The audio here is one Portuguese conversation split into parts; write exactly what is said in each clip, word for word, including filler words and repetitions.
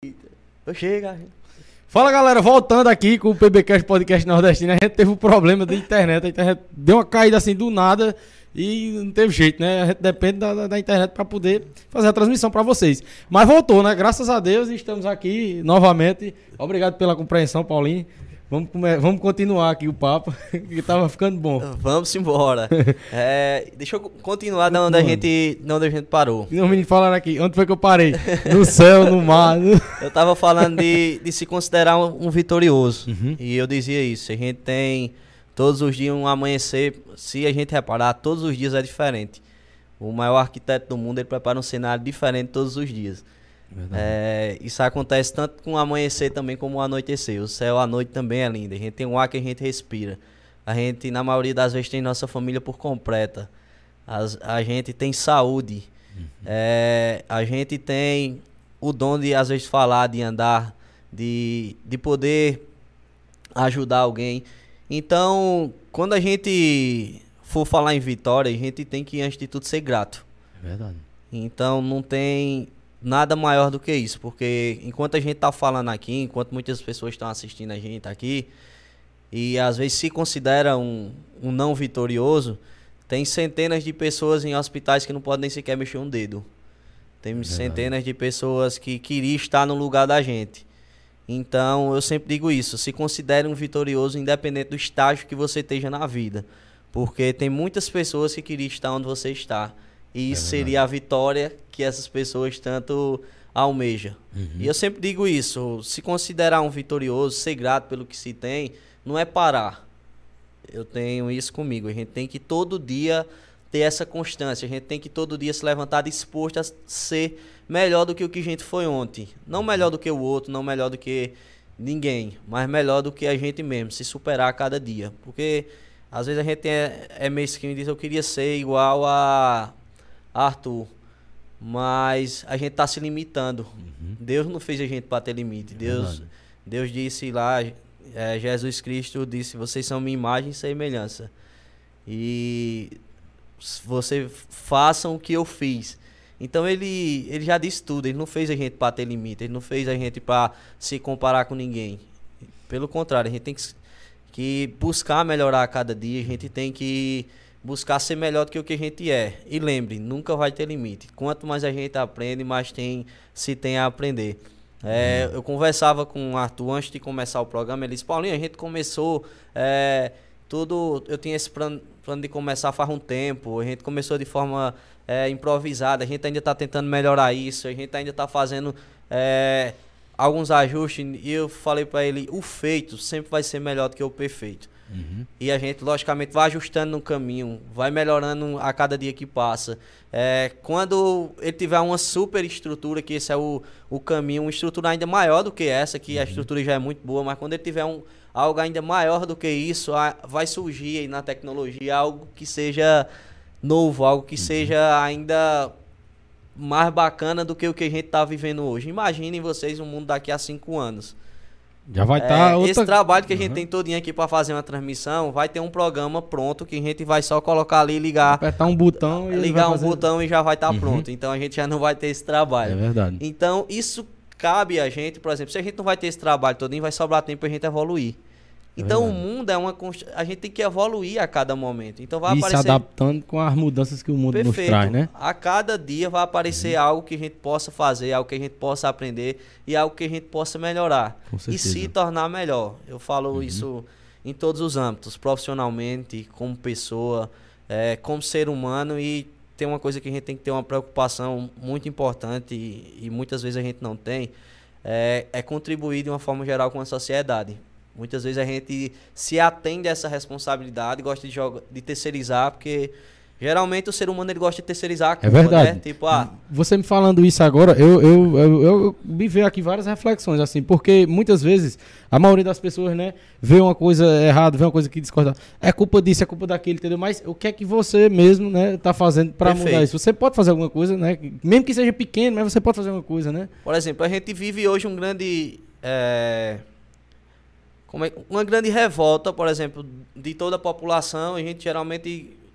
Chega. Fala galera, voltando aqui com o PBcast Podcast Nordestino, a gente teve um problema de internet, a internet deu uma caída assim do nada e não teve jeito, né? A gente depende da, da internet para poder fazer a transmissão para vocês. Mas voltou, né? Graças a Deus e estamos aqui novamente. Obrigado pela compreensão, Paulinho. Vamos, vamos continuar aqui o papo, que tava ficando bom. Vamos embora. É, deixa eu continuar da onde, a gente, da onde a gente parou. E os meninos falaram aqui, onde foi que eu parei? No céu, no mar. No... Eu tava falando de, de se considerar um, um vitorioso. Uhum. E eu dizia isso. A gente tem todos os dias um amanhecer. Se a gente reparar, todos os dias é diferente. O maior arquiteto do mundo, ele prepara um cenário diferente todos os dias. É, isso acontece tanto com o amanhecer também como o anoitecer. O céu à noite também é lindo. A gente tem um ar que a gente respira. A gente, na maioria das vezes, tem nossa família por completa. As, a gente tem saúde. Uhum. É, a gente tem o dom de, às vezes, falar, de andar, de, de poder ajudar alguém. Então, quando a gente for falar em vitória, a gente tem que, antes de tudo, ser grato. É verdade. Então, não tem nada maior do que isso, porque enquanto a gente tá falando aqui, enquanto muitas pessoas estão assistindo a gente aqui, e às vezes se considera um, um não vitorioso, tem centenas de pessoas em hospitais que não podem nem sequer mexer um dedo. Tem é centenas de pessoas que queriam estar no lugar da gente. Então, eu sempre digo isso, se considere um vitorioso independente do estágio que você esteja na vida, porque tem muitas pessoas que queriam estar onde você está. E isso é seria a vitória que essas pessoas tanto almejam. Uhum. E eu sempre digo isso, se considerar um vitorioso, ser grato pelo que se tem, não é parar. Eu tenho isso comigo, a gente tem que todo dia ter essa constância, a gente tem que todo dia se levantar disposto a ser melhor do que o que a gente foi ontem. Não melhor do que o outro, não melhor do que ninguém, mas melhor do que a gente mesmo, se superar a cada dia. Porque às vezes a gente é, é mesquinho e diz, eu queria ser igual a Arthur, mas a gente tá se limitando. Uhum. Deus não fez a gente para ter limite. É Deus, Deus disse lá, é, Jesus Cristo disse, vocês são minha imagem e semelhança. E vocês façam o que eu fiz. Então ele, ele já disse tudo, ele não fez a gente para ter limite, ele não fez a gente para se comparar com ninguém. Pelo contrário, a gente tem que, que buscar melhorar a cada dia, a gente tem que buscar ser melhor do que o que a gente é. E lembre, nunca vai ter limite. Quanto mais a gente aprende, mais tem, se tem a aprender. É, uhum. Eu conversava com o Arthur antes de começar o programa, ele disse, Paulinho, a gente começou é, tudo, eu tinha esse plano, plano de começar faz um tempo, a gente começou de forma é, improvisada, a gente ainda está tentando melhorar isso, a gente ainda está fazendo é, alguns ajustes, e eu falei para ele, o feito sempre vai ser melhor do que o perfeito. Uhum. E a gente, logicamente, vai ajustando no caminho, vai melhorando a cada dia que passa. É, quando ele tiver uma super estrutura, que esse é o, o caminho, uma estrutura ainda maior do que essa, que uhum. a estrutura já é muito boa, mas quando ele tiver um, algo ainda maior do que isso, vai surgir aí na tecnologia algo que seja novo, algo que uhum. seja ainda mais bacana do que o que a gente está vivendo hoje. Imaginem vocês um mundo daqui a cinco anos. Já vai estar é, outra... Esse trabalho que a gente uhum. tem todinho aqui para fazer uma transmissão, vai ter um programa pronto que a gente vai só colocar ali e ligar. Apertar um botão e ligar um fazer... botão e já vai estar tá uhum. pronto. Então a gente já não vai ter esse trabalho. É verdade. Então isso cabe a gente, por exemplo, se a gente não vai ter esse trabalho todinho, vai sobrar tempo pra gente evoluir. Então é o mundo é uma const... a gente tem que evoluir a cada momento. Então vai e aparecer... se adaptando com as mudanças que o mundo Perfeito. nos traz, né? A cada dia vai aparecer uhum. algo que a gente possa fazer, algo que a gente possa aprender e algo que a gente possa melhorar e se tornar melhor. Eu falo uhum. isso em todos os âmbitos, profissionalmente, como pessoa, é, como ser humano, e tem uma coisa que a gente tem que ter uma preocupação muito importante e, e muitas vezes a gente não tem, é, é contribuir de uma forma geral com a sociedade. Muitas vezes a gente se atende a essa responsabilidade, gosta de, jogar, de terceirizar, porque geralmente o ser humano ele gosta de terceirizar a culpa, é verdade. Né? Tipo, ah, você me falando isso agora, eu, eu, eu, eu me vejo aqui várias reflexões, assim, porque muitas vezes a maioria das pessoas, né, vê uma coisa errada, vê uma coisa que discorda, é culpa disso, é culpa daquilo, entendeu? Mas o que é que você mesmo, né, tá fazendo para mudar isso? Você pode fazer alguma coisa, né, mesmo que seja pequeno, mas você pode fazer alguma coisa, né? Por exemplo, a gente vive hoje um grande... É... Como é, uma grande revolta, por exemplo, de toda a população. A gente geralmente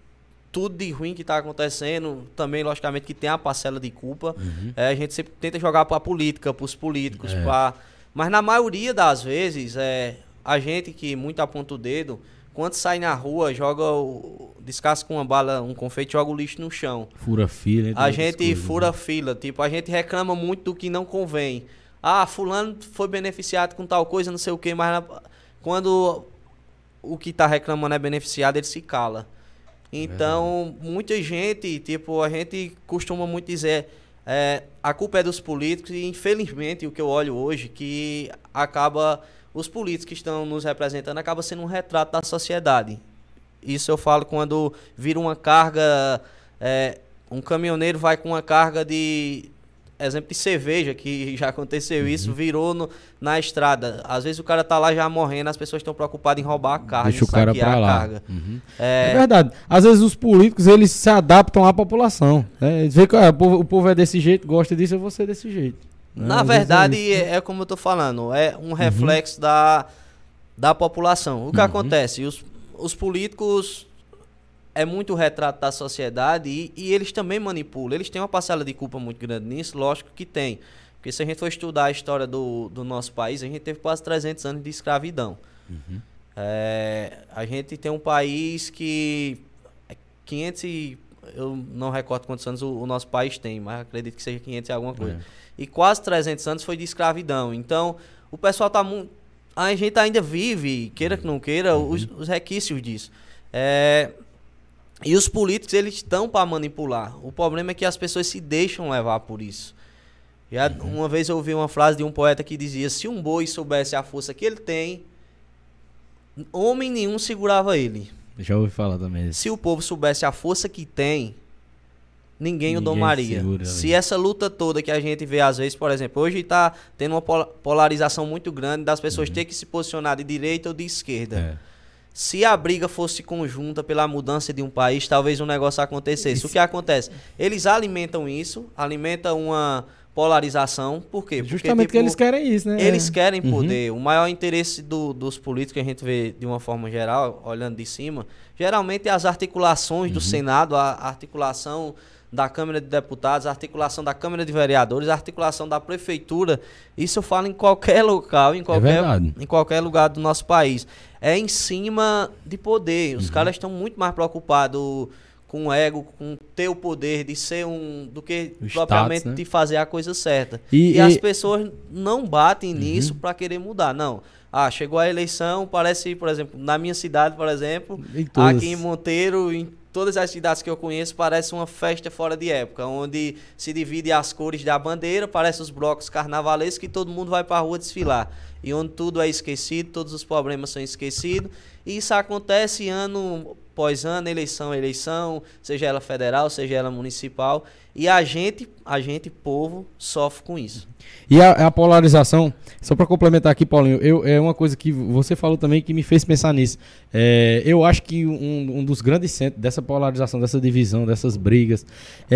tudo de ruim que está acontecendo, também, logicamente, que tem a parcela de culpa. Uhum. É, a gente sempre tenta jogar para a política, para os políticos, É. pra... mas na maioria das vezes, é, a gente que muito aponta o dedo, quando sai na rua, joga o... descasca uma bala, um confeite, joga o lixo no chão. Fura fila. A gente coisas, fura né? fila, tipo, a gente reclama muito do que não convém. Ah, fulano foi beneficiado com tal coisa, não sei o quê, mas na... quando o que tá reclamando é beneficiado, ele se cala. Então, é muita gente, tipo, a gente costuma muito dizer, é, a culpa é dos políticos e, infelizmente, o que eu olho hoje, que acaba, os políticos que estão nos representando, acaba sendo um retrato da sociedade. Isso eu falo quando vira uma carga, é, um caminhoneiro vai com uma carga de, exemplo de cerveja, que já aconteceu uhum. isso, virou no, na estrada. Às vezes o cara tá lá já morrendo, as pessoas estão preocupadas em roubar a carga, deixa o cara pra lá. a carga. Uhum. É... é verdade. Às vezes os políticos, eles se adaptam à população. Né? Eles veem que ah, o, povo, o povo é desse jeito, gosta disso, eu vou ser desse jeito. Né? Na Às verdade, é, é, é como eu tô falando, é um reflexo uhum. da, da população. O que uhum. acontece? Os, os políticos... é muito retrato da sociedade e, e eles também manipulam. Eles têm uma parcela de culpa muito grande nisso, lógico que tem. Porque se a gente for estudar a história do, do nosso país, a gente teve quase trezentos anos de escravidão. Uhum. É, a gente tem um país que... É quinhentos e... Eu não recordo quantos anos o, o nosso país tem, mas acredito que seja quinhentos e alguma coisa. É. E quase trezentos anos foi de escravidão. Então, o pessoal tá muito... A gente ainda vive, queira que não queira, uhum. os, os requisitos disso. É... E os políticos, eles estão para manipular. O problema é que as pessoas se deixam levar por isso. Já uhum. Uma vez eu ouvi uma frase de um poeta que dizia: se um boi soubesse a força que ele tem, homem nenhum segurava ele. Já ouvi falar também. Se o povo soubesse a força que tem, ninguém, ninguém o domaria. Se essa luta toda que a gente vê às vezes, por exemplo, hoje está tendo uma polarização muito grande das pessoas uhum. ter que se posicionar de direita ou de esquerda. É. Se a briga fosse conjunta pela mudança de um país, talvez um negócio acontecesse. Isso. O que acontece? Eles alimentam isso, alimentam uma polarização. Por quê? Porque, justamente porque tipo, eles querem isso, né? Eles querem uhum. poder. O maior interesse do, dos políticos, que a gente vê de uma forma geral, olhando de cima, geralmente é as articulações uhum. do Senado, a articulação da Câmara de Deputados, a articulação da Câmara de Vereadores, a articulação da Prefeitura. Isso eu falo em qualquer local, em qualquer, é em qualquer lugar do nosso país. É em cima de poder. Os uhum. caras estão muito mais preocupados com o ego, com ter o poder de ser um... do que o propriamente status, né? De fazer a coisa certa. E, e, e as pessoas não batem uhum. nisso para querer mudar. Não. Ah, chegou a eleição, parece, por exemplo, na minha cidade, por exemplo, em aqui em Monteiro, em todas as cidades que eu conheço, parece uma festa fora de época, onde se divide as cores da bandeira, parece os blocos carnavalescos que todo mundo vai para a rua desfilar. E onde tudo é esquecido, todos os problemas são esquecidos. E isso acontece ano após ano, eleição a eleição, seja ela federal, seja ela municipal. E a gente, a gente, povo, sofre com isso. E a, a polarização, só para complementar aqui, Paulinho, eu, é uma coisa que você falou também que me fez pensar nisso. É, eu acho que um, um dos grandes centros dessa polarização, dessa divisão, dessas brigas,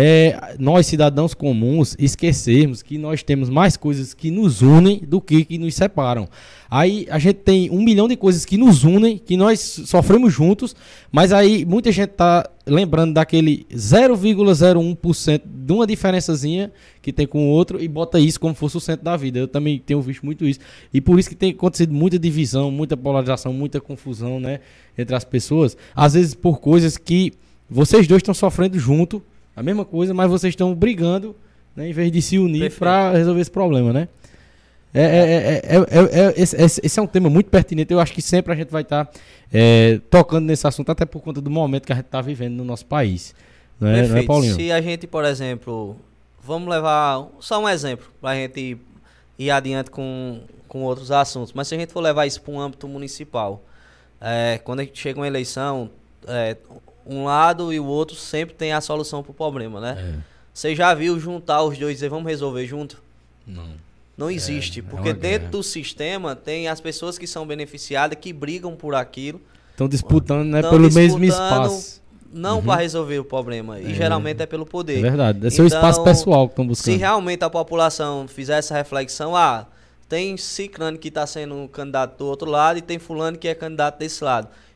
é nós, cidadãos comuns, esquecermos que nós temos mais coisas que nos unem do que que nos separam. Aí a gente tem um milhão de coisas que nos unem, que nós sofremos juntos, mas aí muita gente tá lembrando daquele zero vírgula zero um por cento de uma diferençazinha que tem com o outro e bota isso como fosse o centro da vida. Eu também tenho visto muito isso. E por isso que tem acontecido muita divisão, muita polarização, muita confusão, né, entre as pessoas. Às vezes por coisas que vocês dois estão sofrendo junto, a mesma coisa, mas vocês estão brigando, né, em vez de se unir para resolver esse problema, né? É, é, é, é, é, é, esse, esse é um tema muito pertinente. Eu acho que sempre a gente vai estar tá, é, tocando nesse assunto, até por conta do momento que a gente está vivendo no nosso país. Não é, não é, Paulinho? Se a gente, por exemplo, vamos levar só um exemplo para a gente ir adiante com, com outros assuntos, mas se a gente for levar isso para um âmbito municipal, é, quando a gente chega uma eleição, é, um lado e o outro sempre tem a solução para o problema, né? É. Você já viu juntar os dois e dizer vamos resolver junto? Não. Não existe, é, porque é dentro do sistema tem as pessoas que são beneficiadas, que brigam por aquilo. Estão disputando, né, pelo disputando, mesmo espaço. Não uhum. para resolver o problema. E é. geralmente é pelo poder. É verdade. É seu então, espaço pessoal que estão buscando. Se realmente a população fizer essa reflexão, ah, tem ciclano que está sendo candidato do outro lado e tem fulano que é candidato desse lado.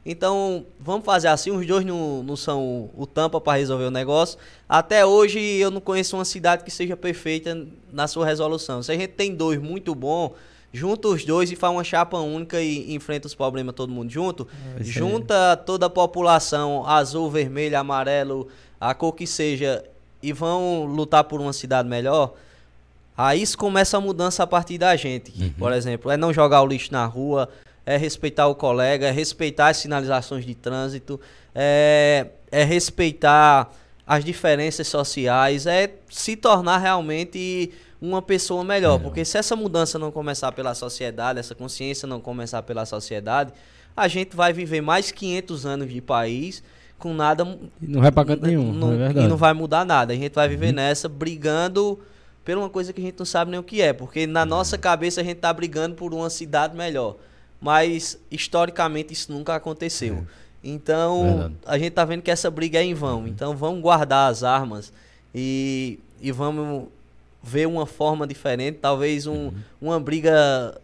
Então, vamos fazer assim, os dois não, não são o tampa para resolver o negócio. Até hoje, eu não conheço uma cidade que seja perfeita na sua resolução. Se a gente tem dois muito bons, junta os dois e faz uma chapa única e enfrenta os problemas todo mundo junto. É junta toda a população, azul, vermelho, amarelo, a cor que seja, e vão lutar por uma cidade melhor. Aí isso começa a mudança a partir da gente. Uhum. Por exemplo, é não jogar o lixo na rua, é respeitar o colega, é respeitar as sinalizações de trânsito, é, é respeitar as diferenças sociais, é se tornar realmente uma pessoa melhor. Porque se essa mudança não começar pela sociedade, essa consciência não começar pela sociedade, a gente vai viver mais quinhentos anos de país com nada... E não vai pra canto nenhum, não, é verdade. E não vai mudar nada. A gente vai viver uhum. nessa, brigando por uma coisa que a gente não sabe nem o que é. Porque na nossa cabeça a gente tá brigando por uma cidade melhor. Mas, historicamente, isso nunca aconteceu. É. Então, verdade. A gente tá vendo que essa briga é em vão. Uhum. Então, vamos guardar as armas e, e vamos ver uma forma diferente. Talvez um, uhum. uma briga...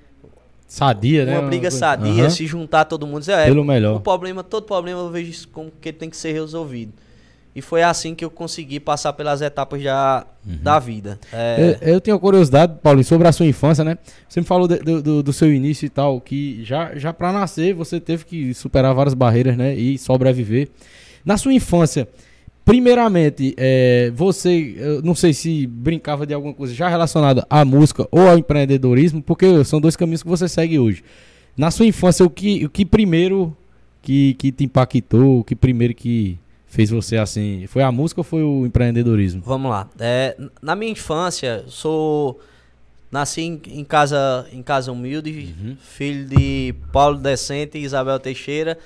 Sadia, uma né? Uma briga sadia, uhum. se juntar todo mundo. Dizer, é, pelo melhor. O problema, todo problema eu vejo isso como que tem que ser resolvido. E foi assim que eu consegui passar pelas etapas já uhum. da vida. É... Eu, eu tenho curiosidade, Paulinho, sobre a sua infância, né? Você me falou de, do, do seu início e tal, que já, já para nascer você teve que superar várias barreiras, né? E sobreviver. Na sua infância, primeiramente, é, você, eu não sei se brincava de alguma coisa já relacionada à música ou ao empreendedorismo, porque são dois caminhos que você segue hoje. Na sua infância, o que, o que primeiro que, que te impactou, o que primeiro que... fez você assim? Foi a música ou foi o empreendedorismo? Vamos lá. É, na minha infância, sou nasci em, em casa em casa humilde, uhum. filho de Paulo Decente e Isabel Teixeira,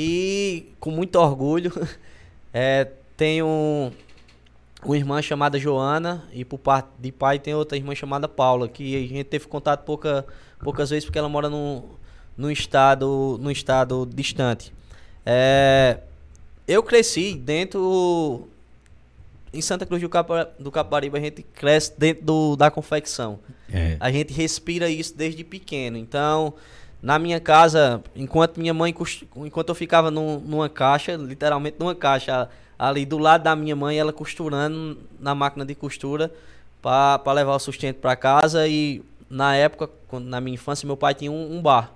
e com muito orgulho é, tenho uma irmã chamada Joana e por parte de pai tem outra irmã chamada Paula, que a gente teve contato pouca, poucas vezes porque ela mora num, num estado num estado distante. É, Eu cresci dentro... Em Santa Cruz do, Capa, do Capibaribe, a gente cresce dentro do, da confecção. É. A gente respira isso desde pequeno. Então, na minha casa, enquanto minha mãe... Enquanto eu ficava num, numa caixa, literalmente numa caixa, ali do lado da minha mãe, ela costurando na máquina de costura para levar o sustento para casa. E na época, quando, na minha infância, meu pai tinha um, um bar.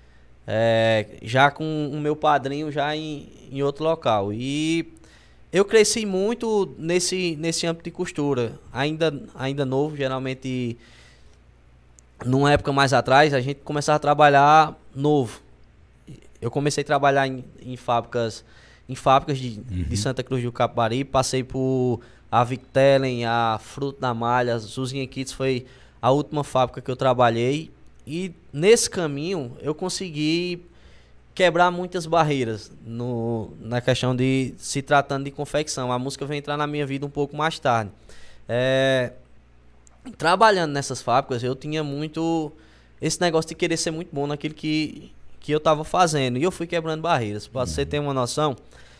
É, já com o meu padrinho já em, em outro local. E eu cresci muito nesse, nesse âmbito de costura. Ainda, ainda novo, geralmente, numa época mais atrás, a gente começava a trabalhar novo. Eu comecei a trabalhar em, em fábricas, em fábricas de, uhum. de Santa Cruz do Capibaribe. Passei por a Victelen, a Fruto da Malha, a Zuzinha Kits foi a última fábrica que eu trabalhei. E nesse caminho eu consegui quebrar muitas barreiras no, na questão de se tratando de confecção. A música veio entrar na minha vida um pouco mais tarde. É, trabalhando nessas fábricas eu tinha muito esse negócio de querer ser muito bom naquilo que, que eu estava fazendo. E eu fui quebrando barreiras. Para você ter uma noção,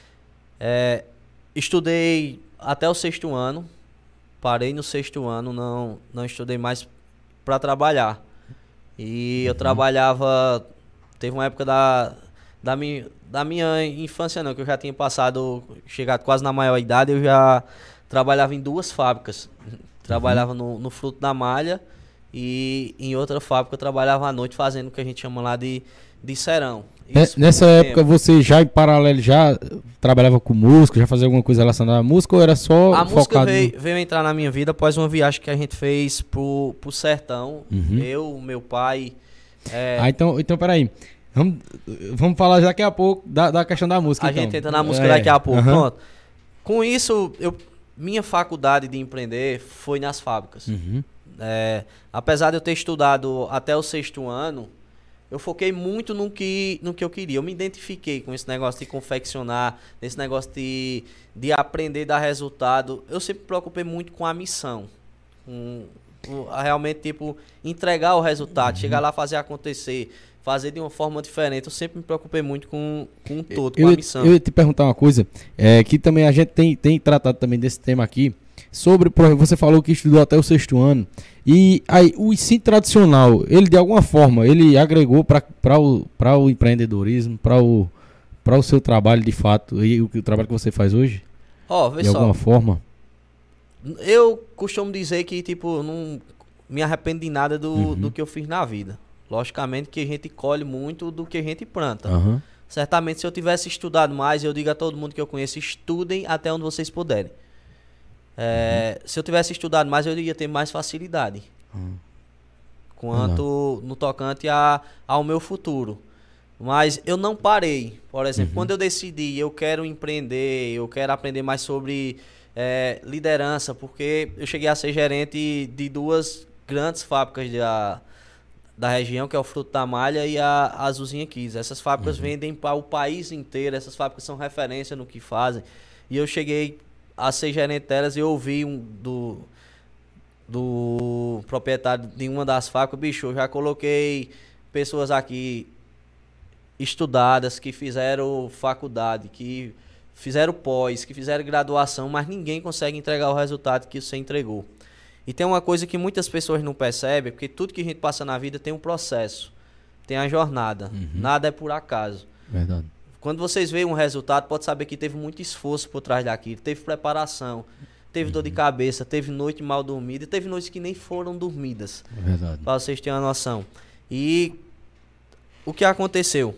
é, estudei até o sexto ano. Parei no sexto ano, não, não estudei mais para trabalhar. E eu uhum. trabalhava, teve uma época da, da, minha, da minha infância não, que eu já tinha passado, chegado quase na maior idade, eu já trabalhava em duas fábricas. Uhum. Trabalhava no, no Fruto da Malha e em outra fábrica eu trabalhava à noite fazendo o que a gente chama lá de, de serão. Isso Nessa época tempo. Você já em paralelo já trabalhava com música, já fazia alguma coisa relacionada à música ou era só a focado... A música veio, no... veio entrar na minha vida após uma viagem que a gente fez pro, pro sertão, uhum. eu, meu pai... É... Ah, então, então peraí, vamos, vamos falar daqui a pouco da, da questão da música. A então. gente entra na música é. daqui a pouco, uhum. pronto. Com isso, eu, minha faculdade de empreender foi nas fábricas. Uhum. É, apesar de eu ter estudado até o sexto ano, eu foquei muito no que, no que eu queria. Eu me identifiquei com esse negócio de confeccionar, nesse negócio de, de aprender, dar resultado. Eu sempre me preocupei muito com a missão. Com, com, realmente, tipo, entregar o resultado, uhum. chegar lá, fazer acontecer, fazer de uma forma diferente. Eu sempre me preocupei muito com, com o todo, com eu, a missão. Eu ia te perguntar uma coisa, é, que também a gente tem, tem tratado também desse tema aqui, sobre, você falou que estudou até o sexto ano, e aí o ensino tradicional, ele de alguma forma, ele agregou para o, o empreendedorismo, para o, para o seu trabalho de fato e o, o trabalho que você faz hoje? Ó, vê de só. alguma forma? Eu costumo dizer que, tipo, não me arrependo de nada do, Uhum. do que eu fiz na vida. Logicamente que a gente colhe muito do que a gente planta. Uhum. Certamente, se eu tivesse estudado mais, eu digo a todo mundo que eu conheço, estudem até onde vocês puderem. É, uhum. Se eu tivesse estudado mais, eu ia ter mais facilidade. Uhum. Quanto uhum. no tocante a, ao meu futuro. Mas eu não parei. Por exemplo, uhum. quando eu decidi, eu quero empreender, eu quero aprender mais sobre é, liderança, porque eu cheguei a ser gerente de duas grandes fábricas da, da região, que é o Fruto da Malha e a Azulzinha Kids. Essas fábricas uhum. vendem para o país inteiro, essas fábricas são referência no que fazem. E eu cheguei a ser gerente delas e eu ouvi um, do, do proprietário de uma das fábricas, bicho, eu já coloquei pessoas aqui estudadas, que fizeram faculdade, que fizeram pós, que fizeram graduação, mas ninguém consegue entregar o resultado que você entregou. E tem uma coisa que muitas pessoas não percebem, porque tudo que a gente passa na vida tem um processo, tem a jornada, uhum. nada é por acaso. Verdade. Quando vocês veem um resultado, pode saber que teve muito esforço por trás daquilo, teve preparação, teve uhum. dor de cabeça, teve noite mal dormida, e teve noites que nem foram dormidas. Verdade. Para vocês terem uma noção. E o que aconteceu?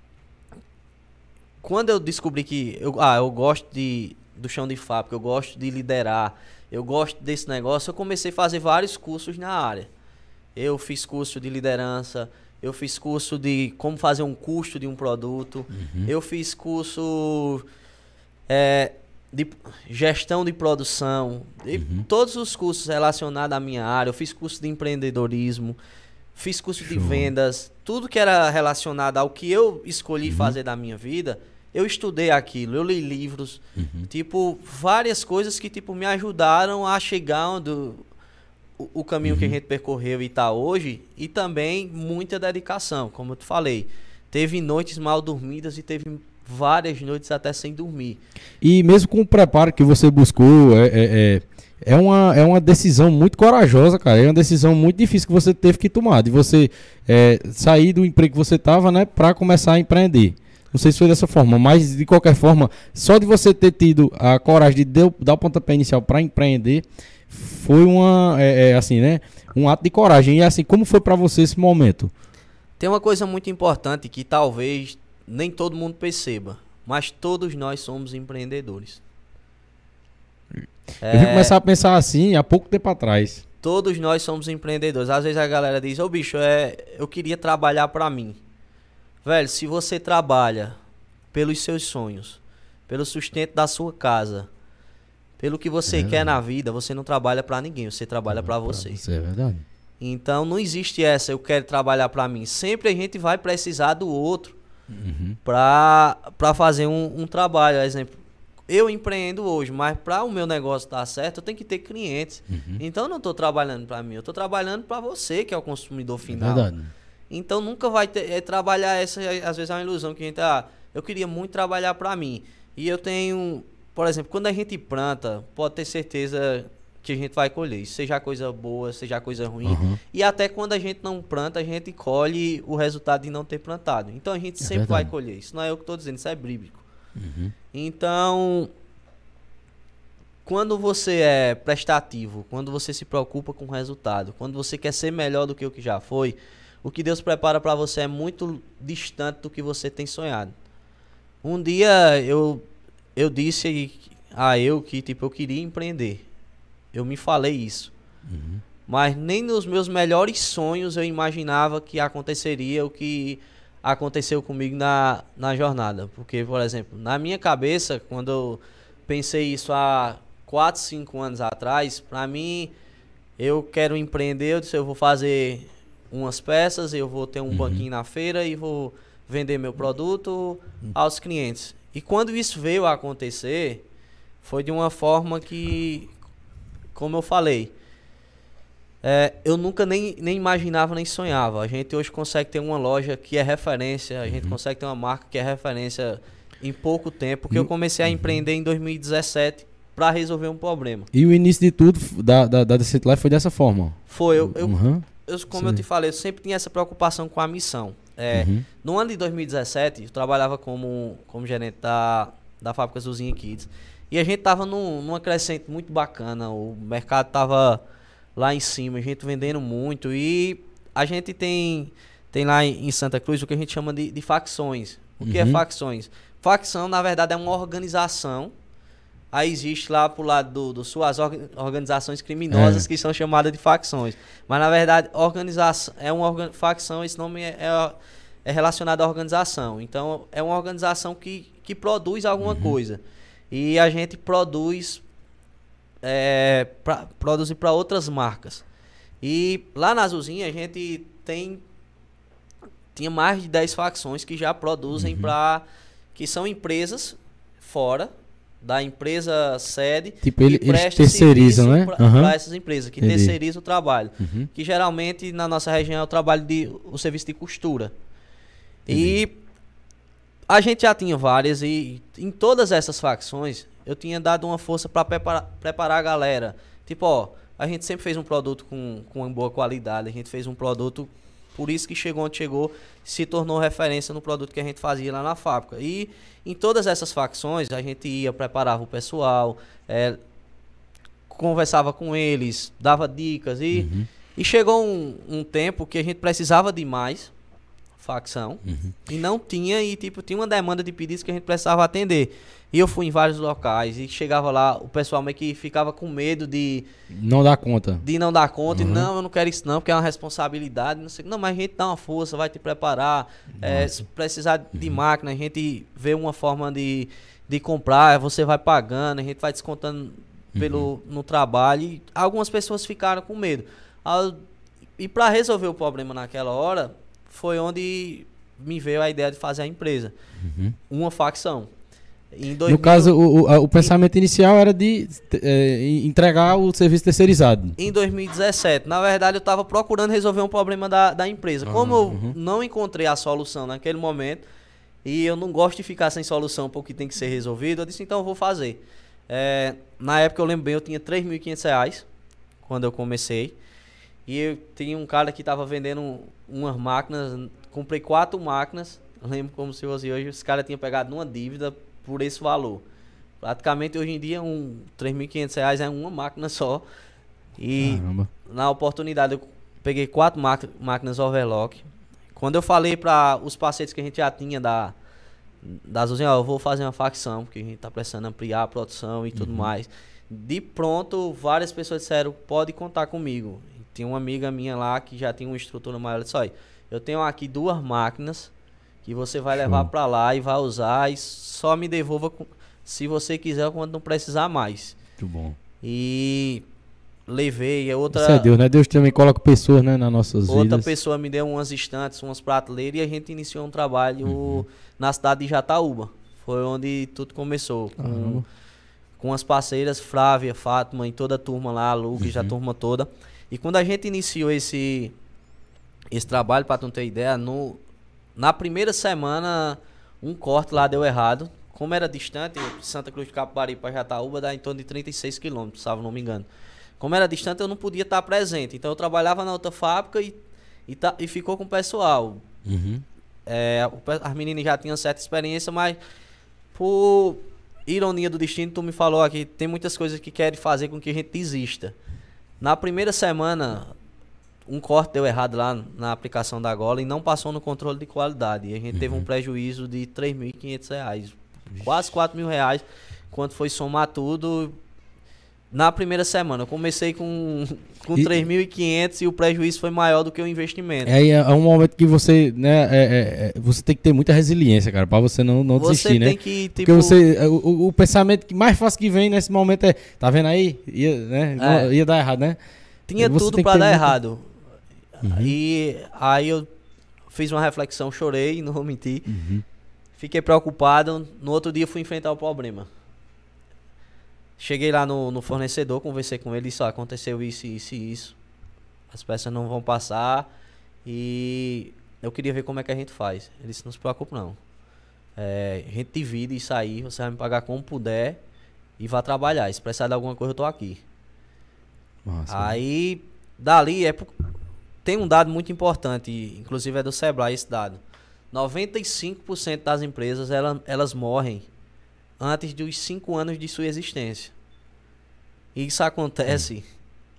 Quando eu descobri que eu, ah, eu gosto de, do chão de fábrica, eu gosto de liderar, eu gosto desse negócio, eu comecei a fazer vários cursos na área. Eu fiz curso de liderança, eu fiz curso de como fazer um custo de um produto, uhum. eu fiz curso é, de gestão de produção, de uhum. todos os cursos relacionados à minha área. Eu fiz curso de empreendedorismo, fiz curso Show. de vendas, tudo que era relacionado ao que eu escolhi uhum. fazer da minha vida. Eu estudei aquilo, eu li livros, uhum. tipo, várias coisas que, tipo, me ajudaram a chegar onde o, o caminho uhum. que a gente percorreu e tá hoje, e também muita dedicação, como eu te falei. Teve noites mal dormidas e teve várias noites até sem dormir. E mesmo com o preparo que você buscou, é, é, é, é, uma, é uma decisão muito corajosa, cara, é uma decisão muito difícil que você teve que tomar, de você é, sair do emprego que você tava, né, pra começar a empreender. Não sei se foi dessa forma, mas de qualquer forma, só de você ter tido a coragem de deu, dar o pontapé inicial para empreender, foi uma, é, é, assim, né, um ato de coragem. E assim, como foi para você esse momento? Tem uma coisa muito importante que talvez nem todo mundo perceba, mas todos nós somos empreendedores. Eu vim é... começar a pensar assim há pouco tempo atrás. Todos nós somos empreendedores. Às vezes a galera diz, ô bicho, é, eu queria trabalhar para mim. Velho, se você trabalha pelos seus sonhos, pelo sustento da sua casa, pelo que você é quer na vida, você não trabalha pra ninguém, você trabalha pra você. Isso é verdade. Então não existe essa, eu quero trabalhar pra mim. Sempre a gente vai precisar do outro uhum. pra, pra fazer um, um trabalho. Por exemplo, eu empreendo hoje, mas para o meu negócio dar certo, eu tenho que ter clientes. Uhum. Então eu não estou trabalhando pra mim, eu estou trabalhando pra você, que é o consumidor final. É verdade. Então nunca vai ter, é, trabalhar essa, às vezes é uma ilusão que a gente, ah, eu queria muito trabalhar para mim. E eu tenho, por exemplo, quando a gente planta, pode ter certeza que a gente vai colher, seja coisa boa, seja coisa ruim. Uhum. E até quando a gente não planta, a gente colhe o resultado de não ter plantado. Então a gente é sempre verdade. vai colher. Isso não é eu que estou dizendo, isso é bíblico. Uhum. Então, quando você é prestativo, quando você se preocupa com o resultado, quando você quer ser melhor do que o que já foi, o que Deus prepara para você é muito distante do que você tem sonhado. Um dia eu, eu disse a eu que tipo, eu queria empreender. Eu me falei isso. Uhum. Mas nem nos meus melhores sonhos eu imaginava que aconteceria o que aconteceu comigo na, na jornada. Porque, por exemplo, na minha cabeça, quando eu pensei isso há quatro, cinco anos atrás, para mim, eu quero empreender, eu disse, eu vou fazer umas peças, eu vou ter um uhum. banquinho na feira e vou vender meu produto uhum. aos clientes. E quando isso veio a acontecer, foi de uma forma que, como eu falei, é, eu nunca nem, nem imaginava, nem sonhava. A gente hoje consegue ter uma loja que é referência, a gente uhum. consegue ter uma marca que é referência em pouco tempo, porque eu comecei a empreender em dois mil e dezessete para resolver um problema. E o início de tudo da, da, da Decent Life foi dessa forma? Foi, eu... eu uhum. Eu, como Sim. eu te falei, eu sempre tinha essa preocupação com a missão. É, Uhum. no ano de dois mil e dezessete, eu trabalhava como, como gerente da, da fábrica Zuzinha Kids. E a gente tava num, numa crescente muito bacana. O mercado tava lá em cima, a gente vendendo muito. E a gente tem, tem lá em Santa Cruz o que a gente chama de, de facções. O que Uhum. é facções? Facção, na verdade, é uma organização. Aí existe lá pro lado do, do sul as orga- organizações criminosas É. que são chamadas de facções. Mas na verdade, organização é uma orga- facção, esse nome é, é, é relacionado à organização. Então é uma organização que, que produz alguma Uhum. coisa. E a gente produz é, pra, produzir para outras marcas. E lá na Azulzinha a gente tem tinha mais de dez facções que já produzem Uhum. para que são empresas fora da empresa sede Tipo, ele- que eles presta terceirizam, serviço né? para Aham. essas empresas, que Entendi. terceirizam o trabalho. Uhum. Que geralmente na nossa região é o trabalho de o serviço de costura. E a gente já tinha várias e em todas essas facções eu tinha dado uma força para preparar, preparar a galera. Tipo, ó, a gente sempre fez um produto com, com uma boa qualidade, a gente fez um produto, por isso que chegou onde chegou, se tornou referência no produto que a gente fazia lá na fábrica. E em todas essas facções a gente ia, preparava o pessoal, é, conversava com eles, dava dicas e, Uhum. e chegou um, um tempo que a gente precisava de mais facção Uhum. e não tinha, e tipo, tinha uma demanda de pedidos que a gente precisava atender. E eu fui em vários locais e chegava lá, o pessoal meio que ficava com medo de, Não dá conta. de não dar conta. Uhum. E não, eu não quero isso não, porque é uma responsabilidade. Não, sei, não, mas a gente dá uma força, vai te preparar. É, se precisar de máquina, a gente vê uma forma de, de comprar, você vai pagando, a gente vai descontando pelo, no trabalho. E algumas pessoas ficaram com medo. Ao- E para resolver o problema naquela hora, foi onde me veio a ideia de fazer a empresa. Uhum. Uma facção. Em No dois mil caso, o, o, a- o pensamento inicial era de é, entregar o serviço terceirizado. Em dois mil e dezessete, na verdade, eu estava procurando resolver um problema da, da empresa. Como eu uhum. não encontrei a solução naquele momento, e eu não gosto de ficar sem solução porque tem que ser resolvido, eu disse, então eu vou fazer. É, na época, eu lembro bem, eu tinha três mil e quinhentos reais quando eu comecei. E eu tinha um cara que estava vendendo umas máquinas, comprei quatro máquinas, eu lembro como se fosse hoje, esse cara tinha pegado numa dívida por esse valor. Praticamente hoje em dia um três mil e quinhentos reais é uma máquina só. E Caramba. na oportunidade eu peguei quatro maqui- máquinas overlock. Quando eu falei para os parceiros que a gente já tinha da das usinas, ó, eu vou fazer uma facção, porque a gente tá precisando ampliar a produção e tudo mais. De pronto, várias pessoas disseram, pode contar comigo. Tinha uma amiga minha lá que já tinha uma estrutura maior, ela disse, olha, eu tenho aqui duas máquinas que você vai Show. levar para lá e vai usar e só me devolva com- se você quiser quando não precisar mais. Muito bom. E levei, e outra Isso é Deus, né? Deus também coloca pessoas, né, nas nossas outra vidas. pessoa me deu umas estantes, umas prateleiras e a gente iniciou um trabalho Uhum. na cidade de Jataúba. Foi onde tudo começou. Com, Caramba. com as parceiras Flávia, Fátima e toda a turma lá, a Lucas, Uhum. a turma toda. E quando a gente iniciou esse, esse trabalho, para tu não ter ideia, no, na primeira semana um corte lá deu errado. Como era distante, Santa Cruz de Capibari para Jataúba dá em torno de trinta e seis quilômetros, se eu não me engano. Como era distante, eu não podia estar presente. Então eu trabalhava na outra fábrica e, e, tá, e ficou com o pessoal. Uhum. É, o pe- as meninas já tinham certa experiência, mas por ironia do destino, tu me falou aqui, tem muitas coisas que querem fazer com que a gente desista. Na primeira semana, um corte deu errado lá na aplicação da gola e não passou no controle de qualidade. E a gente teve um prejuízo de três mil e quinhentos reais, quase quatro mil reais, quando foi somar tudo. Na primeira semana, eu comecei com, com E- três mil e quinhentos e o prejuízo foi maior do que o investimento. Aí é, é um momento que você, né, é, é, é, você tem que ter muita resiliência, cara, pra você não, não Você desistir, tem né? que, tipo... Porque você, o, o- o pensamento que mais fácil que vem nesse momento é, tá vendo aí? Ia, né? Não- É. ia dar errado, né? Tinha Você tudo tem que pra ter dar muita- errado. Uhum. E aí eu fiz uma reflexão, chorei, não vou mentir. Uhum. Fiquei preocupado. No outro dia fui enfrentar o problema. Cheguei lá no, no fornecedor, conversei com ele, disse, ó, aconteceu isso, isso e isso. As peças não vão passar e eu queria ver como é que a gente faz. Ele disse, não se preocupe não. É, a gente divide isso aí, você vai me pagar como puder e vá trabalhar. Se precisar de alguma coisa, eu tô aqui. Massa. Aí, dali, é por- tem um dado muito importante, inclusive é do Sebrae esse dado. noventa e cinco por cento das empresas, ela, elas morrem antes dos cinco anos de sua existência. E isso acontece hum.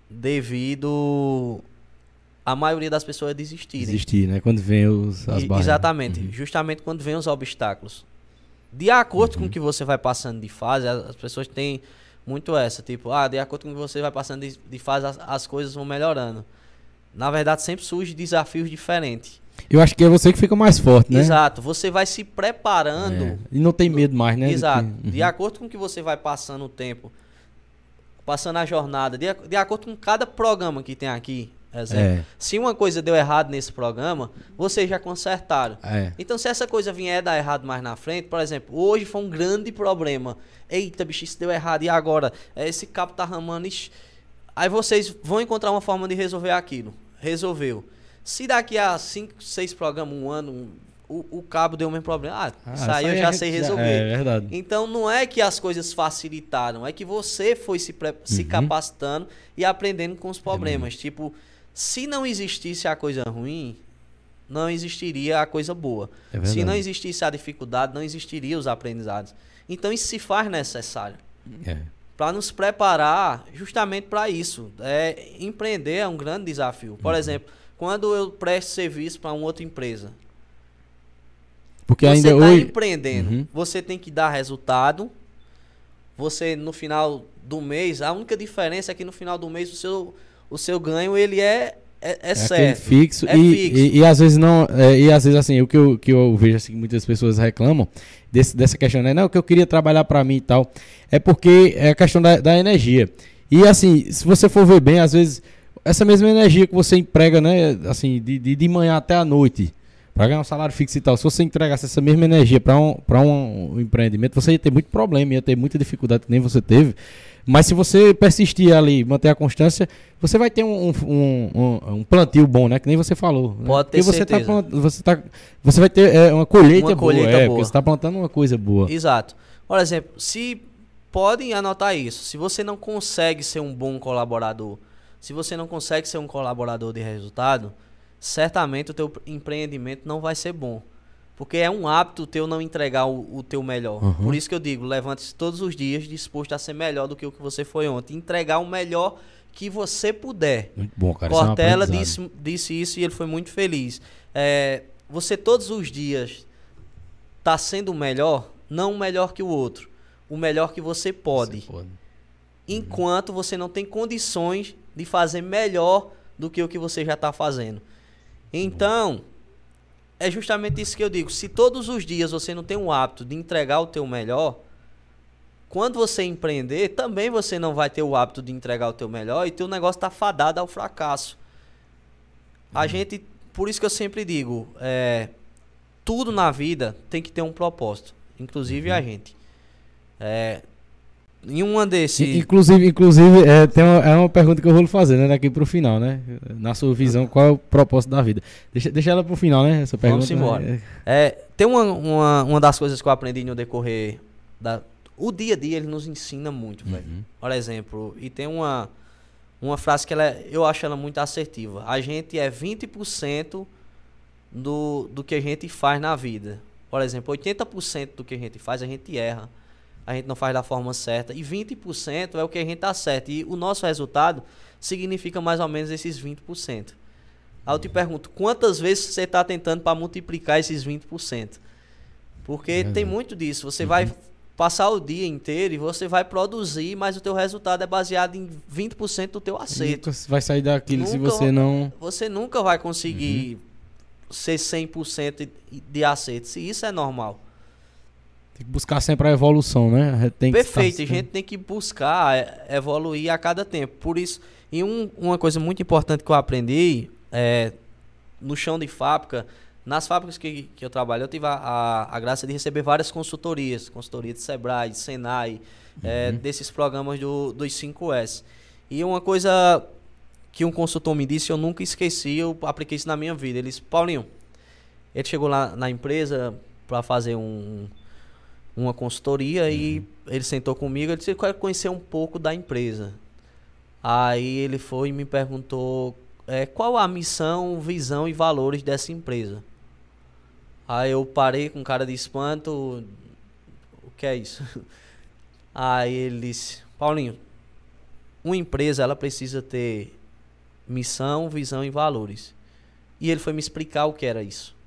devido a maioria das pessoas desistirem. Desistir, né? Quando vem os, as e, barreiras. Exatamente. Uhum. Justamente quando vem os obstáculos. De acordo uhum. com o que você vai passando de fase, as, as pessoas têm muito essa. Tipo, ah, de acordo com o que você vai passando de, de fase, as, as coisas vão melhorando. Na verdade, sempre surgem desafios diferentes. Eu acho que é você que fica mais forte, né? Exato. Você vai se preparando. É. E não tem medo mais, né? Exato. Que... Uhum. De acordo com o que você vai passando o tempo, passando a jornada, de, de acordo com cada programa que tem aqui, exemplo, é. se uma coisa deu errado nesse programa, vocês já consertaram. É. Então, se essa coisa vier dar errado mais na frente, por exemplo, hoje foi um grande problema. Eita, bicho, isso deu errado. E agora? Esse cabo tá ramando. Ixi. Aí vocês vão encontrar uma forma de resolver aquilo. Resolveu. Se daqui a cinco, seis programas, um ano, um, o, o cabo deu o mesmo problema. Ah, ah isso aí eu já sei resolver. Já, é verdade. Então não é que as coisas facilitaram, é que você foi se, pre, se uhum. capacitando e aprendendo com os problemas. É tipo, se não existisse a coisa ruim, não existiria a coisa boa. É se não existisse a dificuldade, não existiria os aprendizados. Então isso se faz necessário. É. Para nos preparar justamente para isso. É, empreender é um grande desafio. Por uhum. exemplo, quando eu presto serviço para uma outra empresa, porque você ainda está hoje... empreendendo, uhum. você tem que dar resultado. Você, no final do mês, a única diferença é que no final do mês o seu, o seu ganho ele é, é, é, é certo. Fixo, é e, fixo. E, e às vezes não. É, e às vezes assim, o que eu, que eu vejo assim, que muitas pessoas reclamam desse, dessa questão, né? Não, que eu queria trabalhar para mim e tal. É porque é a questão da, da energia. E assim, se você for ver bem, às vezes, essa mesma energia que você emprega, né? Assim, de, de, de manhã até a noite, para ganhar um salário fixo e tal, se você entregasse essa mesma energia para um, para um, um empreendimento, você ia ter muito problema, ia ter muita dificuldade que nem você teve. Mas se você persistir ali, manter a constância, você vai ter um, um, um, um plantio bom, né? Que nem você falou. Pode né? ter você certeza. Tá plant... você, tá... você vai ter é, uma colheita uma boa, colheita é, boa. Porque você está plantando uma coisa boa. Exato. Por exemplo, se podem anotar isso, se você não consegue ser um bom colaborador, se você não consegue ser um colaborador de resultado, certamente o teu empreendimento não vai ser bom. Porque é um hábito teu não entregar o, o teu melhor. Uhum. Por isso que eu digo, levante-se todos os dias disposto a ser melhor do que o que você foi ontem. Entregar o melhor que você puder. Muito bom, cara. Cortella disse, disse isso e ele foi muito feliz. É, você todos os dias está sendo o melhor, não o melhor que o outro. O melhor que você pode. Você pode. Enquanto uhum. você não tem condições de fazer melhor do que o que você já está fazendo. Então... é justamente isso que eu digo. Se todos os dias você não tem o hábito de entregar o teu melhor, quando você empreender, também você não vai ter o hábito de entregar o teu melhor e teu negócio está fadado ao fracasso. Uhum. A gente, por isso que eu sempre digo, é, tudo na vida tem que ter um propósito, inclusive uhum. a gente. É, em uma desses... Inclusive, inclusive é, tem uma, é uma pergunta que eu vou lhe fazer, né, daqui pro final, né? Na sua visão, qual é o propósito da vida? Deixa, deixa ela pro final, né? Essa pergunta. Vamos embora. É... É, tem uma, uma, uma das coisas que eu aprendi no decorrer da... O dia a dia, ele nos ensina muito, velho. Uhum. Por exemplo, e tem uma, uma frase que ela é, eu acho ela muito assertiva. A gente é vinte por cento do, do que a gente faz na vida. Por exemplo, oitenta por cento do que a gente faz, a gente erra. A gente não faz da forma certa. E vinte por cento é o que a gente acerta. E o nosso resultado significa mais ou menos esses vinte por cento. Aí eu te pergunto, quantas vezes você está tentando para multiplicar esses vinte por cento? Porque uhum. tem muito disso. Você uhum. vai passar o dia inteiro e você vai produzir, mas o teu resultado é baseado em vinte por cento do teu acerto. Nunca vai sair daquilo nunca, se você não... Você nunca vai conseguir uhum. ser cem por cento de acerto. Se isso é normal. Tem que buscar sempre a evolução, né? Tem que Perfeito, a gente tem que buscar evoluir a cada tempo. Por isso, e um, uma coisa muito importante que eu aprendi é, no chão de fábrica, nas fábricas que, que eu trabalho, eu tive a, a, a graça de receber várias consultorias, consultoria de Sebrae, de Senai, uhum. é, desses programas do, dos cinco S. E uma coisa que um consultor me disse, eu nunca esqueci, eu apliquei isso na minha vida. Ele disse, Paulinho, ele chegou lá na empresa para fazer um... uma consultoria uhum. e ele sentou comigo, ele disse, eu quero conhecer um pouco da empresa. Aí ele foi e me perguntou é, qual a missão, visão e valores dessa empresa? Aí eu parei com cara de espanto, o que é isso? Aí ele disse, Paulinho, uma empresa ela precisa ter missão, visão e valores. E ele foi me explicar o que era isso.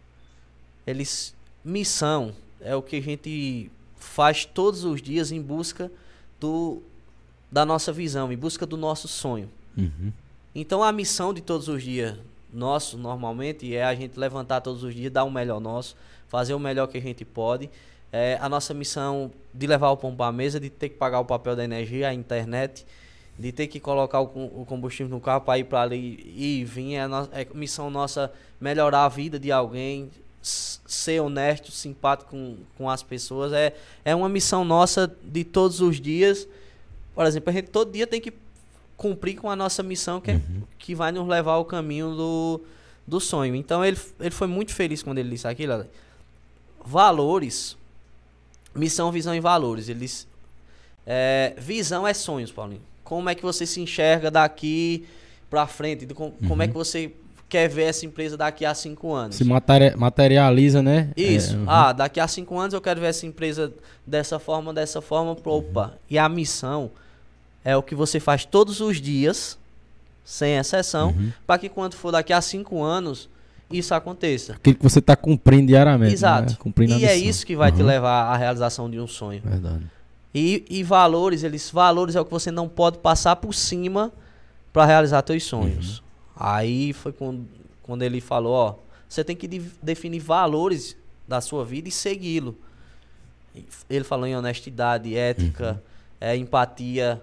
Eles, missão é o que a gente faz todos os dias em busca do, da nossa visão, em busca do nosso sonho. Uhum. Então a missão de todos os dias nosso, normalmente, é a gente levantar todos os dias, dar o melhor nosso, fazer o melhor que a gente pode. É, a nossa missão de levar o pão para a mesa, de ter que pagar o papel da energia, a internet, de ter que colocar o, o combustível no carro para ir para ali e vir. É a no, é missão nossa melhorar a vida de alguém, ser honesto, simpático com, com as pessoas. É, é uma missão nossa de todos os dias. Por exemplo, a gente todo dia tem que cumprir com a nossa missão, que, é, uhum. que vai nos levar ao caminho do, do sonho. Então ele, ele foi muito feliz quando ele disse aquilo. Valores, missão, visão e valores. Eles, é, visão é sonhos, Paulinho. Como é que você se enxerga daqui pra frente? Como, uhum. como é que você quer ver essa empresa daqui a cinco anos? Se materi- materializa, né? Isso. É, uhum. Ah, daqui a cinco anos eu quero ver essa empresa dessa forma, dessa forma. Opa. Uhum. E a missão é o que você faz todos os dias, sem exceção, uhum. para que quando for daqui a cinco anos, isso aconteça. Aquilo que você está cumprindo diariamente. Exato. Né? Cumprindo e a é isso que vai uhum. te levar à realização de um sonho. Verdade. E, e valores, eles, valores é o que você não pode passar por cima para realizar teus sonhos. Uhum. Aí foi quando, quando ele falou, ó, você tem que de, definir valores da sua vida e segui-lo. Ele falou em honestidade, ética, uhum. é, empatia,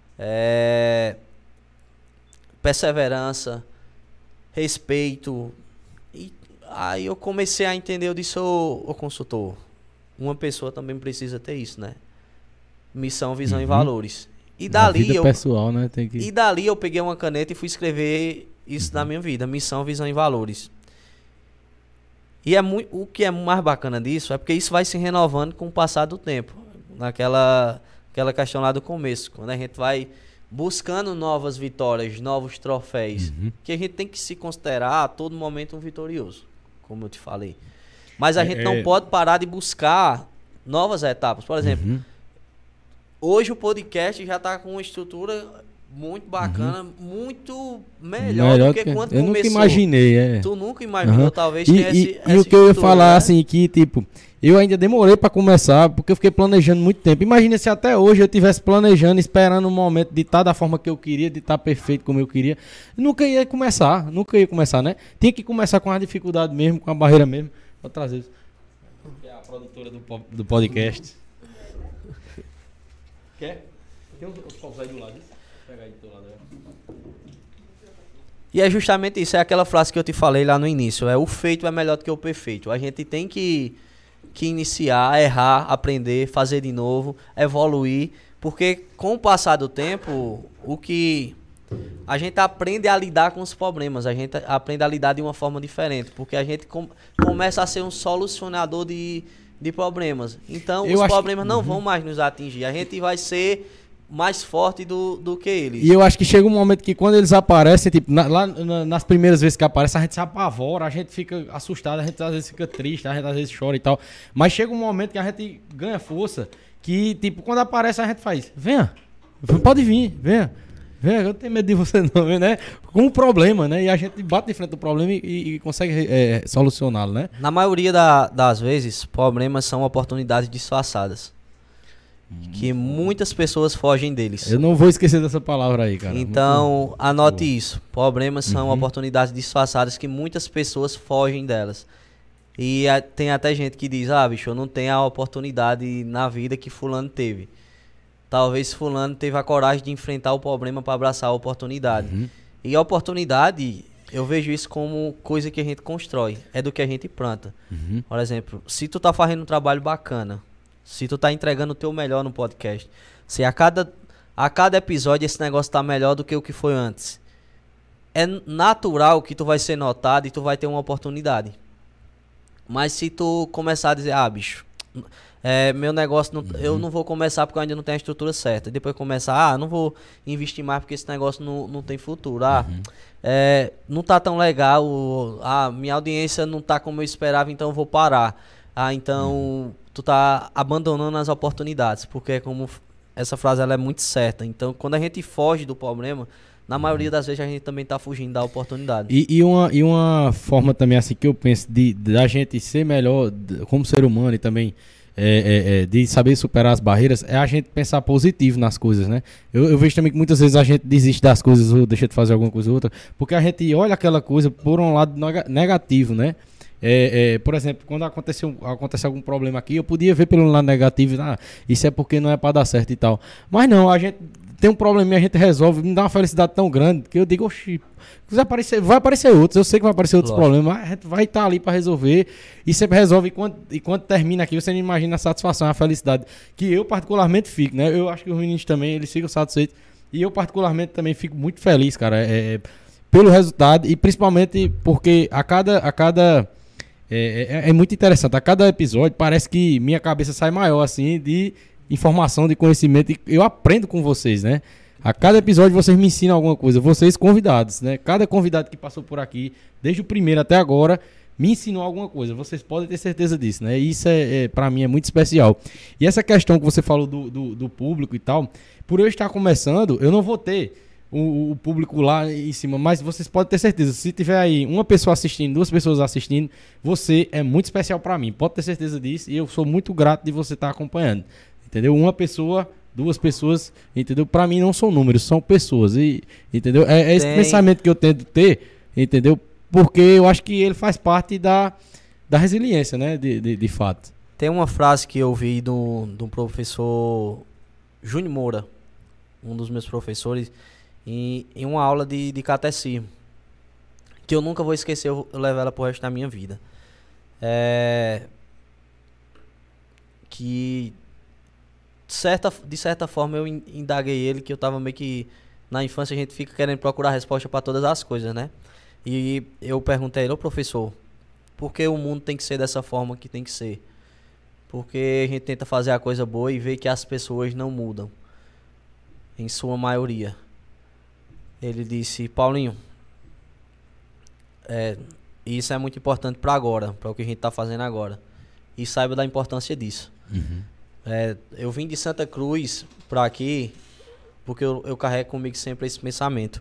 é, perseverança, respeito. E aí eu comecei a entender, eu disse, ô, ô consultor, uma pessoa também precisa ter isso, né? Missão, visão uhum. e valores. E dali, vida eu, pessoal, né? Tem que... e dali eu peguei uma caneta e fui escrever isso uhum. na minha vida. Missão, visão e valores. E é muito, o que é mais bacana disso é porque isso vai se renovando com o passar do tempo. Naquela aquela questão lá do começo. Quando a gente vai buscando novas vitórias, novos troféus. Uhum. Que a gente tem que se considerar a todo momento um vitorioso. Como eu te falei. Mas a é, gente não é... pode parar de buscar novas etapas. Por exemplo... Uhum. Hoje o podcast já está com uma estrutura muito bacana, uhum. muito melhor, melhor do que, que quando eu começou. Eu nunca imaginei, é. Tu nunca imaginou, uhum. talvez e, tenha e, esse, e o que eu ia falar, né? Assim, que tipo, eu ainda demorei para começar, porque eu fiquei planejando muito tempo. Imagina se até hoje eu estivesse planejando, esperando um momento de estar da forma que eu queria, de estar perfeito como eu queria. Nunca ia começar, nunca ia começar, né? Tinha que começar com a dificuldade mesmo, com a barreira mesmo. Vou trazer isso. Que é a produtora do, do podcast. Quer? Tem uns copos aí do lado. Pega aí do lado. E é justamente isso, é aquela frase que eu te falei lá no início. É o feito é melhor do que o perfeito. A gente tem que, que iniciar, errar, aprender, fazer de novo, evoluir. Porque com o passar do tempo, o que a gente aprende a lidar com os problemas. A gente aprende a lidar de uma forma diferente. Porque a gente com, começa a ser um solucionador de... de problemas. Então, eu os problemas que... não uhum. vão mais nos atingir. A gente vai ser mais forte do, do que eles. E eu acho que chega um momento que quando eles aparecem, tipo, na, lá na, nas primeiras vezes que aparecem, a gente se apavora, a gente fica assustado, a gente às vezes fica triste, a gente às vezes chora e tal. Mas chega um momento que a gente ganha força, que, tipo, quando aparece a gente faz, venha, pode vir, venha. Venha, eu não tenho medo de você não, né? Com um problema, né? E a gente bate de frente do problema e, e, e consegue é, solucioná-lo, né? Na maioria da, das vezes, problemas são oportunidades disfarçadas. Hum. Que muitas pessoas fogem deles. Eu não vou esquecer dessa palavra aí, cara. Então, muito anote boa. Isso. Problemas são uhum. oportunidades disfarçadas que muitas pessoas fogem delas. E a, tem até gente que diz, ah, bicho, eu não tenho a oportunidade na vida que fulano teve. Talvez fulano teve a coragem de enfrentar o problema para abraçar a oportunidade. Uhum. E a oportunidade, eu vejo isso como coisa que a gente constrói. É do que a gente planta. Uhum. Por exemplo, se tu tá fazendo um trabalho bacana, se tu tá entregando o teu melhor no podcast, se a cada, a cada episódio esse negócio tá melhor do que o que foi antes, é natural que tu vai ser notado e tu vai ter uma oportunidade. Mas se tu começar a dizer, ah, bicho, É, meu negócio, não, uhum. eu não vou começar porque eu ainda não tenho a estrutura certa. Depois começar, ah, não vou investir mais porque esse negócio não, não tem futuro. Ah, uhum. é, não tá tão legal, ah, minha audiência não tá como eu esperava, então eu vou parar. Ah, então uhum. tu tá abandonando as oportunidades, porque como essa frase ela é muito certa. Então quando a gente foge do problema, na maioria das vezes a gente também tá fugindo da oportunidade. E, e, uma, e uma forma também assim que eu penso de, de a gente ser melhor como ser humano e também é, é, é, de saber superar as barreiras é a gente pensar positivo nas coisas, né? Eu, eu vejo também que muitas vezes a gente desiste das coisas ou deixa de fazer alguma coisa ou outra porque a gente olha aquela coisa por um lado negativo, né? É, é, por exemplo, quando aconteceu, acontece algum problema aqui, eu podia ver pelo lado negativo, ah, isso é porque não é para dar certo e tal. Mas não, a gente tem um probleminha, a gente resolve, me dá uma felicidade tão grande que eu digo, oxi, vai aparecer, vai aparecer outros, eu sei que vai aparecer outros Lógico. problemas, mas a gente vai estar ali para resolver e sempre resolve. E quando, e quando termina aqui, você não imagina a satisfação, a felicidade que eu particularmente fico, né? Eu acho que os meninos também, eles ficam satisfeitos e eu particularmente também fico muito feliz, cara, é, é, pelo resultado e principalmente porque a cada... A cada É, é, é muito interessante. A cada episódio parece que minha cabeça sai maior, assim, de informação, de conhecimento. E eu aprendo com vocês, né? A cada episódio vocês me ensinam alguma coisa. Vocês convidados, né? Cada convidado que passou por aqui, desde o primeiro até agora, me ensinou alguma coisa. Vocês podem ter certeza disso, né? Isso, é, é, pra mim, é muito especial. E essa questão que você falou do, do, do público e tal, por eu estar começando, eu não vou ter... O, o público lá em cima, mas vocês podem ter certeza, se tiver aí uma pessoa assistindo, duas pessoas assistindo, você é muito especial pra mim, pode ter certeza disso e eu sou muito grato de você estar acompanhando, entendeu? Uma pessoa, duas pessoas, entendeu? Pra mim não são números, são pessoas, e, entendeu? É, é esse Tem. pensamento que eu tento ter, entendeu? Porque eu acho que ele faz parte da, da resiliência, né, de, de, de fato. Tem uma frase que eu ouvi de um professor Júnior Moura, um dos meus professores, Em, em uma aula de, de catecismo, que eu nunca vou esquecer, eu, eu levo ela pro resto da minha vida. É, que de certa, de certa forma eu indaguei ele, que eu tava meio que na infância a gente fica querendo procurar resposta para todas as coisas, né? E eu perguntei a ele, ô professor, por que o mundo tem que ser dessa forma que tem que ser? Porque a gente tenta fazer a coisa boa e vê que as pessoas não mudam, em sua maioria. Ele disse, Paulinho, é, isso é muito importante para agora, para o que a gente está fazendo agora. E saiba da importância disso. Uhum. É, eu vim de Santa Cruz para aqui porque eu, eu carrego comigo sempre esse pensamento.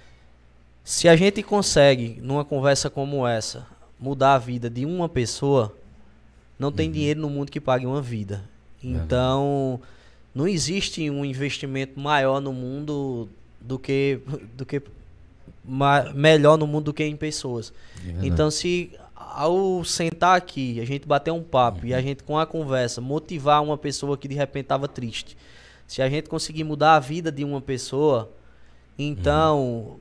Se a gente consegue, numa conversa como essa, mudar a vida de uma pessoa, não tem uhum. dinheiro no mundo que pague uma vida. Então, não existe um investimento maior no mundo... do que, do que ma, melhor no mundo do que em pessoas. É então, se ao sentar aqui, a gente bater um papo uhum. e a gente com a conversa motivar uma pessoa que de repente estava triste, se a gente conseguir mudar a vida de uma pessoa, então uhum.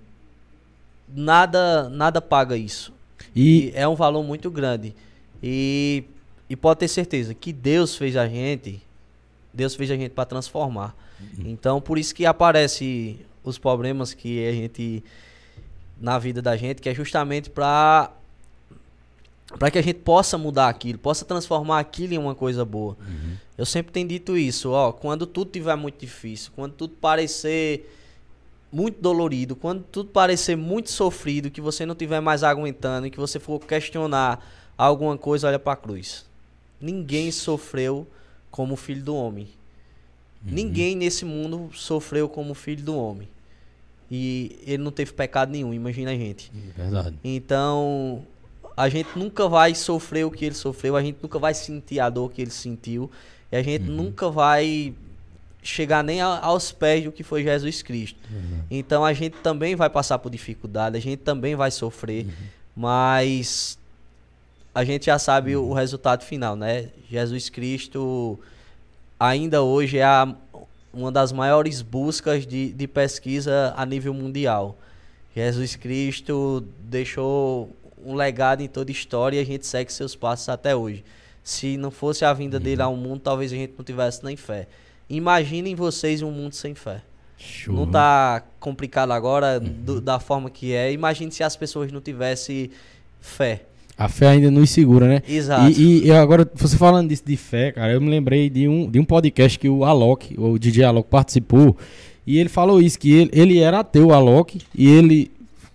nada, nada paga isso. E... e é um valor muito grande. E, e pode ter certeza que Deus fez a gente, Deus fez a gente para transformar. Uhum. Então, por isso que aparece os problemas que a gente na vida da gente, que é justamente para para que a gente possa mudar aquilo, possa transformar aquilo em uma coisa boa. Uhum. Eu sempre tenho dito isso, ó, quando tudo estiver muito difícil, quando tudo parecer muito dolorido, quando tudo parecer muito sofrido, que você não estiver mais aguentando e que você for questionar alguma coisa, olha para a cruz. Ninguém sofreu como o Filho do Homem. Uhum. Ninguém nesse mundo sofreu como filho do homem. E ele não teve pecado nenhum, imagina a gente. Verdade. Então, a gente nunca vai sofrer o que ele sofreu, a gente nunca vai sentir a dor que ele sentiu, e a gente uhum. nunca vai chegar nem a, aos pés do que foi Jesus Cristo. Uhum. Então, a gente também vai passar por dificuldade, a gente também vai sofrer, uhum. mas a gente já sabe uhum. o, o resultado final, né? Jesus Cristo... ainda hoje é a, uma das maiores buscas de, de pesquisa a nível mundial. Jesus Cristo deixou um legado em toda a história e a gente segue seus passos até hoje. Se não fosse a vinda uhum. dele ao mundo, talvez a gente não tivesse nem fé. Imaginem vocês um mundo sem fé. Show. Não tá complicado agora uhum. do, da forma que é. Imagine se as pessoas não tivessem fé. A fé ainda nos segura, né? Exato. E, e agora, você falando disso de fé, cara, eu me lembrei de um, de um podcast que o Alok, o D J Alok, participou. E ele falou isso, que ele, ele era ateu, o Alok, e ele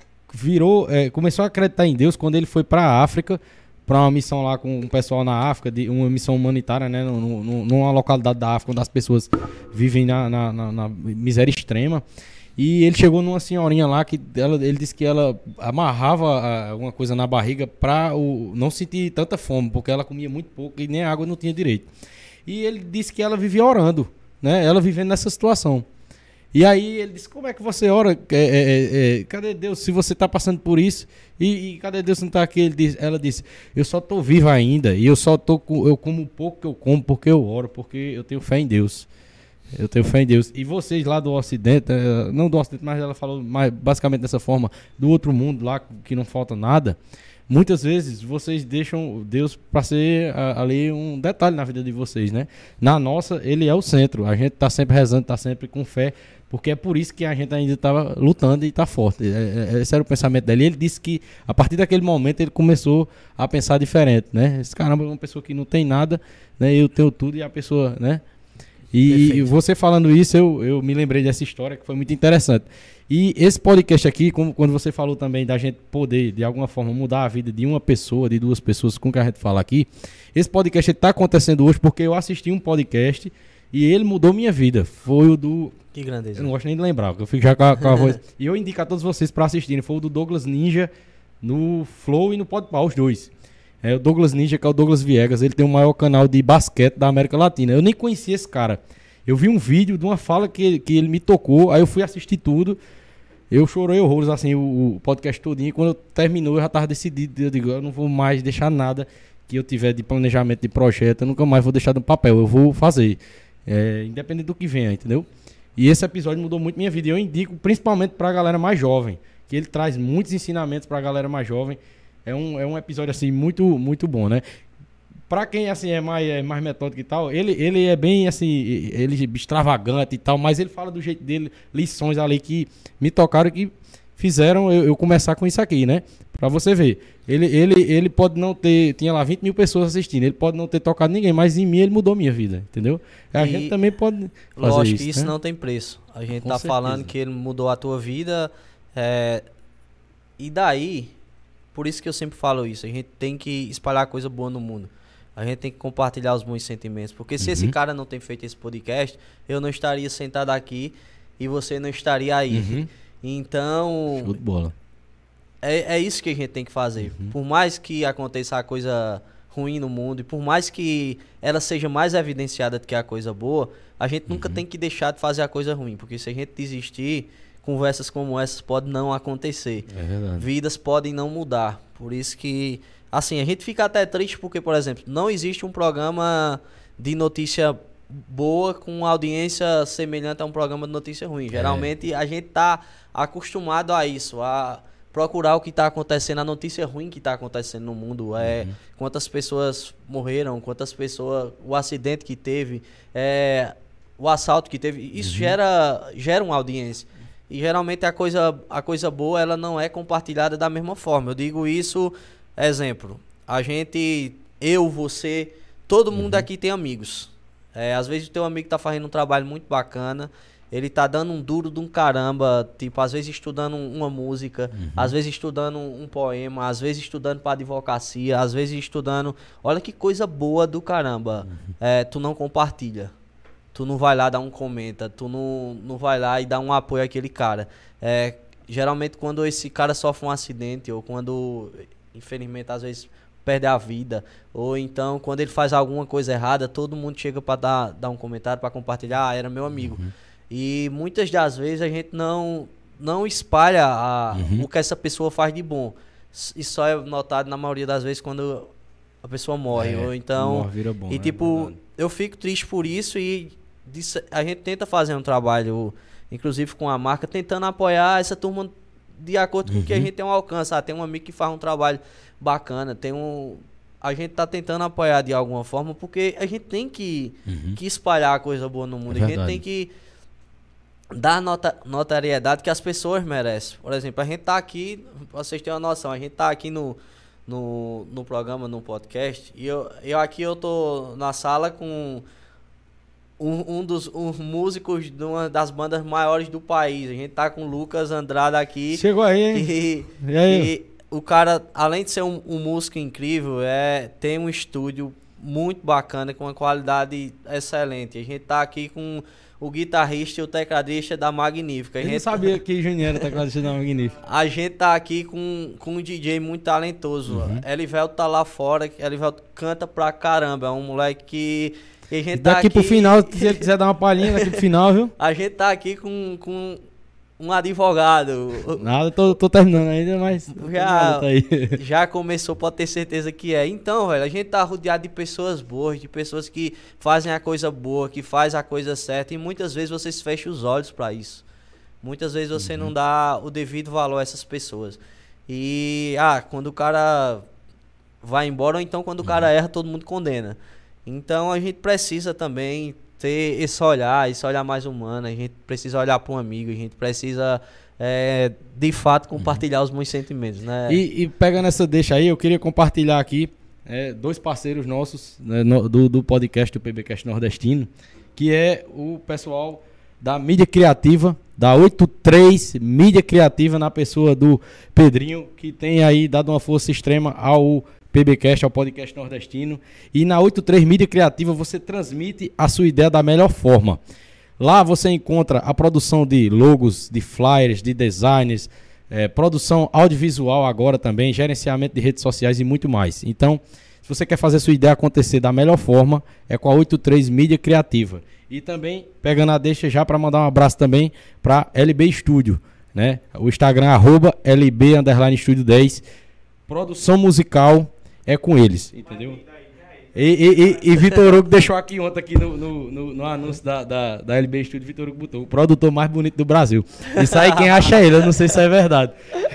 virou, é, começou a acreditar em Deus quando ele foi pra África, para uma missão lá com o pessoal na África, de uma missão humanitária, né? No, no, numa localidade da África onde as pessoas vivem na, na, na, na miséria extrema. E ele chegou numa senhorinha lá que ela, ele disse que ela amarrava alguma coisa na barriga para o, não sentir tanta fome, porque ela comia muito pouco e nem água não tinha direito. E ele disse que ela vivia orando, né? Ela vivendo nessa situação. E aí ele disse, como é que você ora? É, é, é, cadê Deus se você está passando por isso? E, e cadê Deus se não está aqui? Ele disse, ela disse, eu só estou viva ainda e eu só tô com, eu como pouco que eu como porque eu oro, porque eu tenho fé em Deus. Eu tenho fé em Deus. E vocês lá do Ocidente, não do Ocidente, mas ela falou mais, basicamente dessa forma, do outro mundo lá que não falta nada. Muitas vezes vocês deixam Deus para ser a, ali um detalhe na vida de vocês, né? Na nossa, ele é o centro. A gente tá sempre rezando, tá sempre com fé, porque é por isso que a gente ainda estava lutando e está forte. É, é, esse era o pensamento dele. Ele disse que a partir daquele momento ele começou a pensar diferente, né? Esse caramba é uma pessoa que não tem nada, né? Eu tenho tudo e a pessoa, né? E, e você falando isso, eu, eu me lembrei dessa história que foi muito interessante. E esse podcast aqui, como, quando você falou também da gente poder, de alguma forma, mudar a vida de uma pessoa, de duas pessoas, com o que a gente fala aqui, esse podcast está acontecendo hoje porque eu assisti um podcast e ele mudou minha vida. Foi o do... Que grandeza. Eu não gosto nem de lembrar, porque eu fico já com a, com a voz. E eu indico a todos vocês para assistirem. Foi o do Douglas Ninja no Flow e no Podpah, os dois. É o Douglas Ninja, que é o Douglas Viegas. Ele tem o maior canal de basquete da América Latina. Eu nem conhecia esse cara. Eu vi um vídeo de uma fala que, que ele me tocou. Aí eu fui assistir tudo. Eu chorei horrores, assim, o, o podcast todinho. E quando eu terminou, eu já estava decidido. Eu digo, eu não vou mais deixar nada que eu tiver de planejamento de projeto. Eu nunca mais vou deixar no papel. Eu vou fazer. É, independente do que venha, entendeu? E esse episódio mudou muito minha vida. E eu indico principalmente pra galera mais jovem. Que ele traz muitos ensinamentos pra galera mais jovem. É um, é um episódio, assim, muito, muito bom, né? Pra quem, assim, é mais, é mais metódico e tal, ele, ele é bem, assim, ele é extravagante e tal, mas ele fala do jeito dele, lições ali que me tocaram, que fizeram eu, eu começar com isso aqui, né? Pra você ver. Ele, ele, ele pode não ter, tinha lá vinte mil pessoas assistindo, ele pode não ter tocado ninguém, mas em mim ele mudou minha vida, entendeu? A e, gente também pode fazer lógico, isso, isso né? não tem preço. A gente Com tá certeza. falando que ele mudou a tua vida, é, e daí... Por isso que eu sempre falo isso, a gente tem que espalhar coisa boa no mundo. A gente tem que compartilhar os bons sentimentos. Porque se uhum. esse cara não tem feito esse podcast, eu não estaria sentado aqui e você não estaria aí. Uhum. Então, show de bola. É, é isso que a gente tem que fazer. Uhum. Por mais que aconteça a coisa ruim no mundo, e por mais que ela seja mais evidenciada do que a coisa boa, a gente nunca uhum. tem que deixar de fazer a coisa ruim. Porque se a gente desistir... Conversas como essas podem não acontecer. É verdade. Vidas podem não mudar. Por isso que, assim, a gente fica até triste porque, por exemplo, não existe um programa de notícia boa com audiência semelhante a um programa de notícia ruim. Geralmente é. a gente tá acostumado a isso, a procurar o que está acontecendo, a notícia ruim que está acontecendo no mundo. É, uhum. Quantas pessoas morreram, quantas pessoas, o acidente que teve, é, o assalto que teve. Isso uhum. gera, gera uma audiência. E geralmente a coisa, a coisa boa ela não é compartilhada da mesma forma. Eu digo isso, exemplo, a gente, eu, você, todo mundo uhum. aqui tem amigos. É, às vezes o teu amigo tá fazendo um trabalho muito bacana, ele tá dando um duro de um caramba, tipo, às vezes estudando uma música, uhum. às vezes estudando um poema, às vezes estudando para advocacia, às vezes estudando... Olha que coisa boa do caramba, uhum. é, tu não compartilha. Tu não vai lá dar um comenta, tu não, não vai lá e dar um apoio àquele cara. É, geralmente quando esse cara sofre um acidente, ou quando, infelizmente, às vezes perde a vida, ou então quando ele faz alguma coisa errada, todo mundo chega para dar, dar um comentário, para compartilhar, ah, era meu amigo. Uhum. E muitas das vezes a gente não, não espalha a, uhum. o que essa pessoa faz de bom. Isso só é notado na maioria das vezes quando a pessoa morre. É, ou então, vira bom, e tipo, é eu fico triste por isso e a gente tenta fazer um trabalho, inclusive com a marca, tentando apoiar essa turma de acordo com o uhum. que a gente tem um alcance. Ah, tem um amigo que faz um trabalho bacana, tem um... A gente tá tentando apoiar de alguma forma, porque a gente tem que, uhum. que espalhar a coisa boa no mundo. É a gente tem que dar nota, notariedade que as pessoas merecem. Por exemplo, a gente tá aqui, pra vocês terem uma noção, a gente tá aqui no, no, no programa, no podcast. E eu, eu aqui eu tô na sala com um, um dos um músicos de uma das bandas maiores do país. A gente tá com o Lucas Andrade aqui. Chegou aí, hein? E, e aí? E o cara, além de ser um, um músico incrível, é, tem um estúdio muito bacana, com uma qualidade excelente. A gente tá aqui com o guitarrista e o tecladista da Magnífica. A Eu gente não sabia que Junior era tecladista da Magnífica. A gente tá aqui com, com um D J muito talentoso. Uhum. Elivelto tá lá fora, Elivelto canta pra caramba. É um moleque que... que a gente daqui tá aqui... pro final, se ele quiser dar uma palhinha, daqui pro final, viu? A gente tá aqui com... com um advogado. Nada, tô, tô terminando ainda, mas... Já, tá aí. Já começou, pode ter certeza que é. Então, velho, a gente tá rodeado de pessoas boas, de pessoas que fazem a coisa boa, que faz a coisa certa. E muitas vezes vocês fecham os olhos pra isso. Muitas vezes você uhum. não dá o devido valor a essas pessoas. E, ah, quando o cara vai embora, ou então quando o cara erra, todo mundo condena. Então, a gente precisa também... ter esse olhar, esse olhar mais humano. A gente precisa olhar para um amigo, a gente precisa é, de fato compartilhar uhum. os bons sentimentos, né? E, e pegando essa deixa aí, eu queria compartilhar aqui é, dois parceiros nossos, né, no, do, do podcast do PBcast Nordestino, que é o pessoal da mídia criativa, da oitenta e três Mídia Criativa, na pessoa do Pedrinho, que tem aí dado uma força extrema ao PBcast, ao podcast nordestino. E na oitenta e três Mídia Criativa você transmite a sua ideia da melhor forma. Lá você encontra a produção de logos, de flyers, de designs, é, produção audiovisual agora também, gerenciamento de redes sociais e muito mais. Então, se você quer fazer a sua ideia acontecer da melhor forma, é com a oitenta e três Mídia Criativa. E também, pegando a deixa já para mandar um abraço também para L B Studio, né? O Instagram, arroba L B underline Studio dez. Produção musical é com eles, entendeu? E, e, e, e Vitor Hugo deixou aqui ontem aqui no, no, no, no anúncio da, da, da L B Studio, Vitor Hugo botou o produtor mais bonito do Brasil. Isso aí quem acha é ele, eu não sei se é verdade.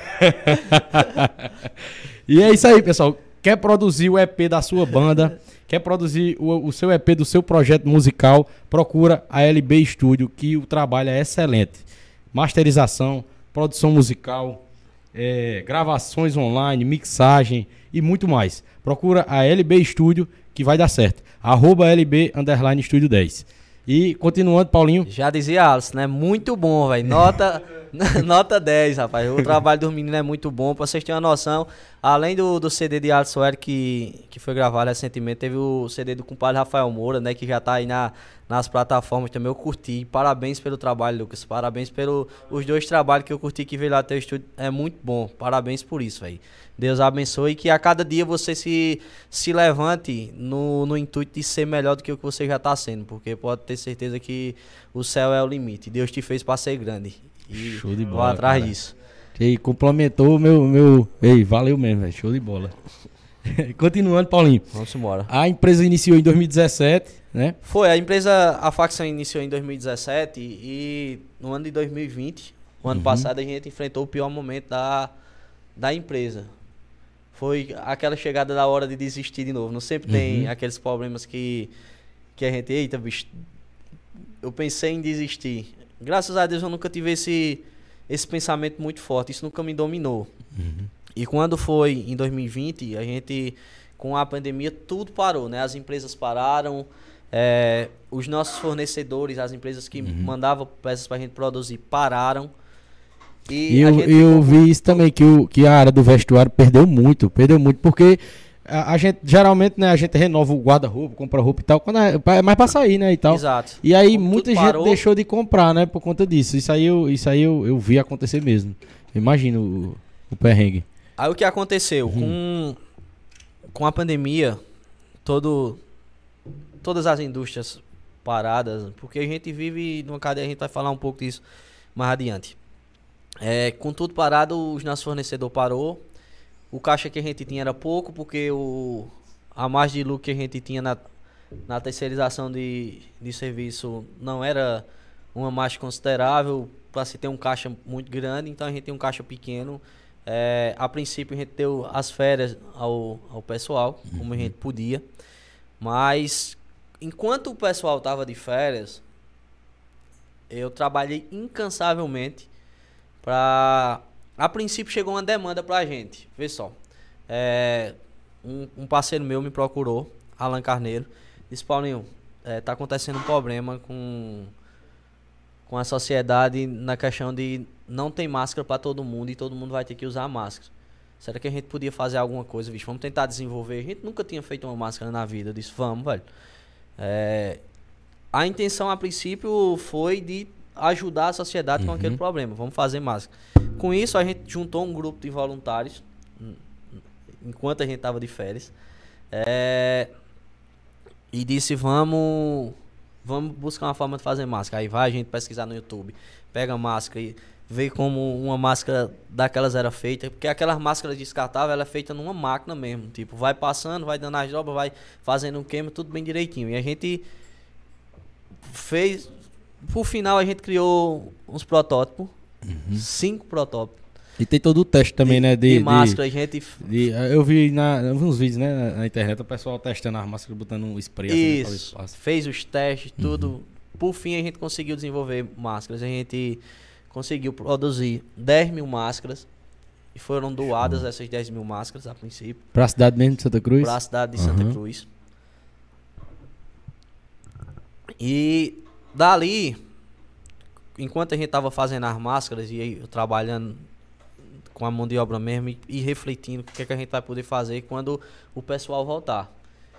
E é isso aí, pessoal. Quer produzir o E P da sua banda, quer produzir o, o seu E P do seu projeto musical, procura a L B Studio, que o trabalho é excelente. Masterização, produção musical, é, gravações online, mixagem e muito mais. Procura a L B Studio que vai dar certo. Arroba L B underline Studio dez. E continuando, Paulinho. Já dizia Alisson, né? Muito bom, velho. Nota, nota dez, rapaz. O trabalho dos meninos é muito bom. Pra vocês terem uma noção, além do, do C D de Alisson Eric, que, que foi gravado recentemente, teve o C D do compadre Rafael Moura, né? Que já tá aí na, nas plataformas também. Eu curti. Parabéns pelo trabalho, Lucas. Parabéns pelos dois trabalhos que eu curti que veio lá até o estúdio. É muito bom. Parabéns por isso, velho. Deus abençoe e que a cada dia você se, se levante no, no intuito de ser melhor do que o que você já está sendo, porque pode ter certeza que o céu é o limite. Deus te fez para ser grande. E show de bola, vou atrás cara. disso. E complementou o meu, meu... Ei, valeu mesmo, véio. Show de bola. Continuando, Paulinho. Vamos embora. A empresa iniciou em dois mil e dezessete, né? Foi, a empresa, a facção iniciou em dois mil e dezessete e no ano de dois mil e vinte, o ano uhum. passado, a gente enfrentou o pior momento da, da empresa. Foi aquela chegada da hora de desistir de novo. Não sempre tem uhum. aqueles problemas que, que a gente... Eita, bicho, eu pensei em desistir. Graças a Deus eu nunca tive esse, esse pensamento muito forte. Isso nunca me dominou. Uhum. E quando foi em dois mil e vinte, a gente, com a pandemia, tudo parou, né? As empresas pararam, é, os nossos fornecedores, as empresas que uhum. mandavam peças pra gente produzir, pararam. E eu, eu vi isso também, que, o, que a área do vestuário perdeu muito, perdeu muito, porque a, a gente, geralmente, né, a gente renova o guarda-roupa, compra roupa e tal, quando é, é mais pra sair, né, e tal. Exato. E aí Como muita gente parou, deixou de comprar, né, por conta disso. Isso aí eu, isso aí eu, eu vi acontecer mesmo. Imagino o, o perrengue. Aí o que aconteceu? Uhum. Com, com a pandemia, todo, todas as indústrias paradas, porque a gente vive numa cadeia, a gente vai falar um pouco disso mais adiante. É, com tudo parado, os nossos fornecedores parou. O caixa que a gente tinha era pouco, porque o, a margem de lucro que a gente tinha na, na terceirização de, de serviço não era uma margem considerável para se ter um caixa muito grande. Então a gente tem um caixa pequeno. É, a princípio a gente deu as férias ao, ao pessoal, como a gente podia. Mas enquanto o pessoal estava de férias, eu trabalhei incansavelmente. Pra... A princípio chegou uma demanda pra gente. Vê só. é, um, um parceiro meu me procurou, Alan Carneiro, disse, Paulinho, é, tá acontecendo um problema com, com a sociedade na questão de não tem máscara para todo mundo e todo mundo vai ter que usar máscara. Será que a gente podia fazer alguma coisa, bicho? Vamos tentar desenvolver. A gente nunca tinha feito uma máscara na vida. Eu disse, vamos, velho. É, a intenção, a princípio, foi de ajudar a sociedade uhum. com aquele problema. Vamos fazer máscara. Com isso, a gente juntou um grupo de voluntários, enquanto a gente estava de férias, é, e disse, vamos, vamos buscar uma forma de fazer máscara. Aí vai a gente pesquisar no YouTube, pega a máscara e ver como uma máscara daquelas era feita, porque aquelas máscaras descartáveis, ela é feita numa máquina mesmo, tipo, vai passando, vai dando as dobras, vai fazendo um queima, tudo bem direitinho. E a gente fez, por final a gente criou uns protótipos, uhum. cinco protótipos. E tem todo o teste também, de, né? De, de máscara, de, a gente... De, eu, vi na, eu vi uns vídeos, né, na internet, o pessoal testando as máscaras, botando um spray. Isso, assim, fez os testes, uhum. tudo. Por fim, a gente conseguiu desenvolver máscaras, a gente conseguiu produzir dez mil máscaras e foram doadas Show. essas dez mil máscaras a princípio. Para a cidade mesmo de Santa Cruz? Para a cidade de uhum. Santa Cruz. E dali, enquanto a gente estava fazendo as máscaras e eu trabalhando com a mão de obra mesmo e, e refletindo o que, é que a gente vai poder fazer quando o pessoal voltar.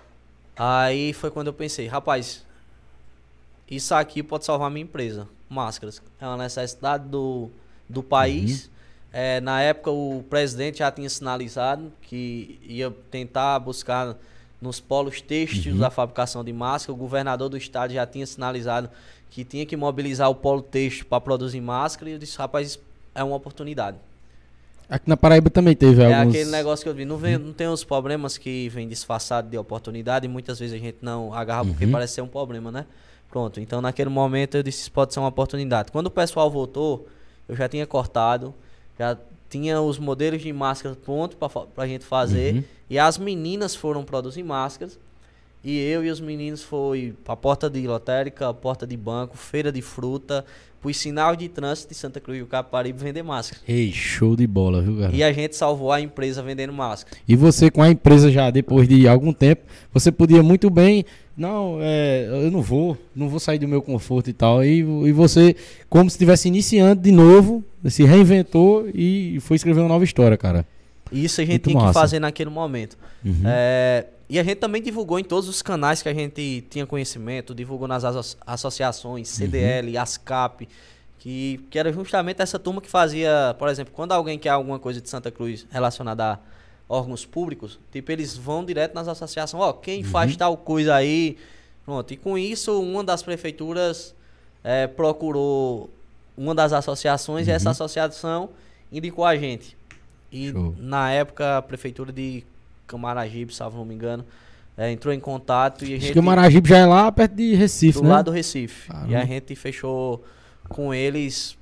Aí foi quando eu pensei, rapaz, isso aqui pode salvar a minha empresa. Máscaras. É uma necessidade do, do país. Uhum. É, na época o presidente já tinha sinalizado que ia tentar buscar nos polos têxteis uhum. a fabricação de máscara. O governador do estado já tinha sinalizado que tinha que mobilizar o polo têxtil para produzir máscara. E eu disse, rapaz, é uma oportunidade. Aqui na Paraíba também teve é alguns... É aquele negócio que eu vi. Não, vem, não tem os problemas que vêm disfarçados de oportunidade e muitas vezes a gente não agarra porque uhum. parece ser um problema, né? Pronto, então naquele momento eu disse, pode ser uma oportunidade. Quando o pessoal voltou, eu já tinha cortado, já tinha os modelos de máscaras prontos para a gente fazer. Uhum. E as meninas foram produzir máscaras. E eu e os meninos foi para a porta de lotérica, porta de banco, feira de fruta, pros sinais de trânsito de Santa Cruz do Caparibe vender máscara. Ei, show de bola, viu, cara? E a gente salvou a empresa vendendo máscara. E você com a empresa já, depois de algum tempo, você podia muito bem... Não, é, eu não vou, não vou sair do meu conforto e tal. E, e você, como se estivesse iniciando de novo, se reinventou e foi escrever uma nova história, cara. Isso a gente Muito tinha massa. que fazer naquele momento. Uhum. É, e a gente também divulgou em todos os canais que a gente tinha conhecimento, divulgou nas asso associações, C D L, uhum. ASCAP, que, que era justamente essa turma que fazia, por exemplo, quando alguém quer alguma coisa de Santa Cruz relacionada a órgãos públicos, tipo, eles vão direto nas associações, ó, oh, quem uhum. faz tal coisa aí, pronto. E com isso, uma das prefeituras é, procurou uma das associações uhum. e essa associação indicou a gente. E Show. na época, a prefeitura de Camaragibe, salvo não me engano, é, entrou em contato e a Acho gente... que Camaragibe já é lá perto de Recife, do né? Do lado do Recife. Caramba. E a gente fechou com eles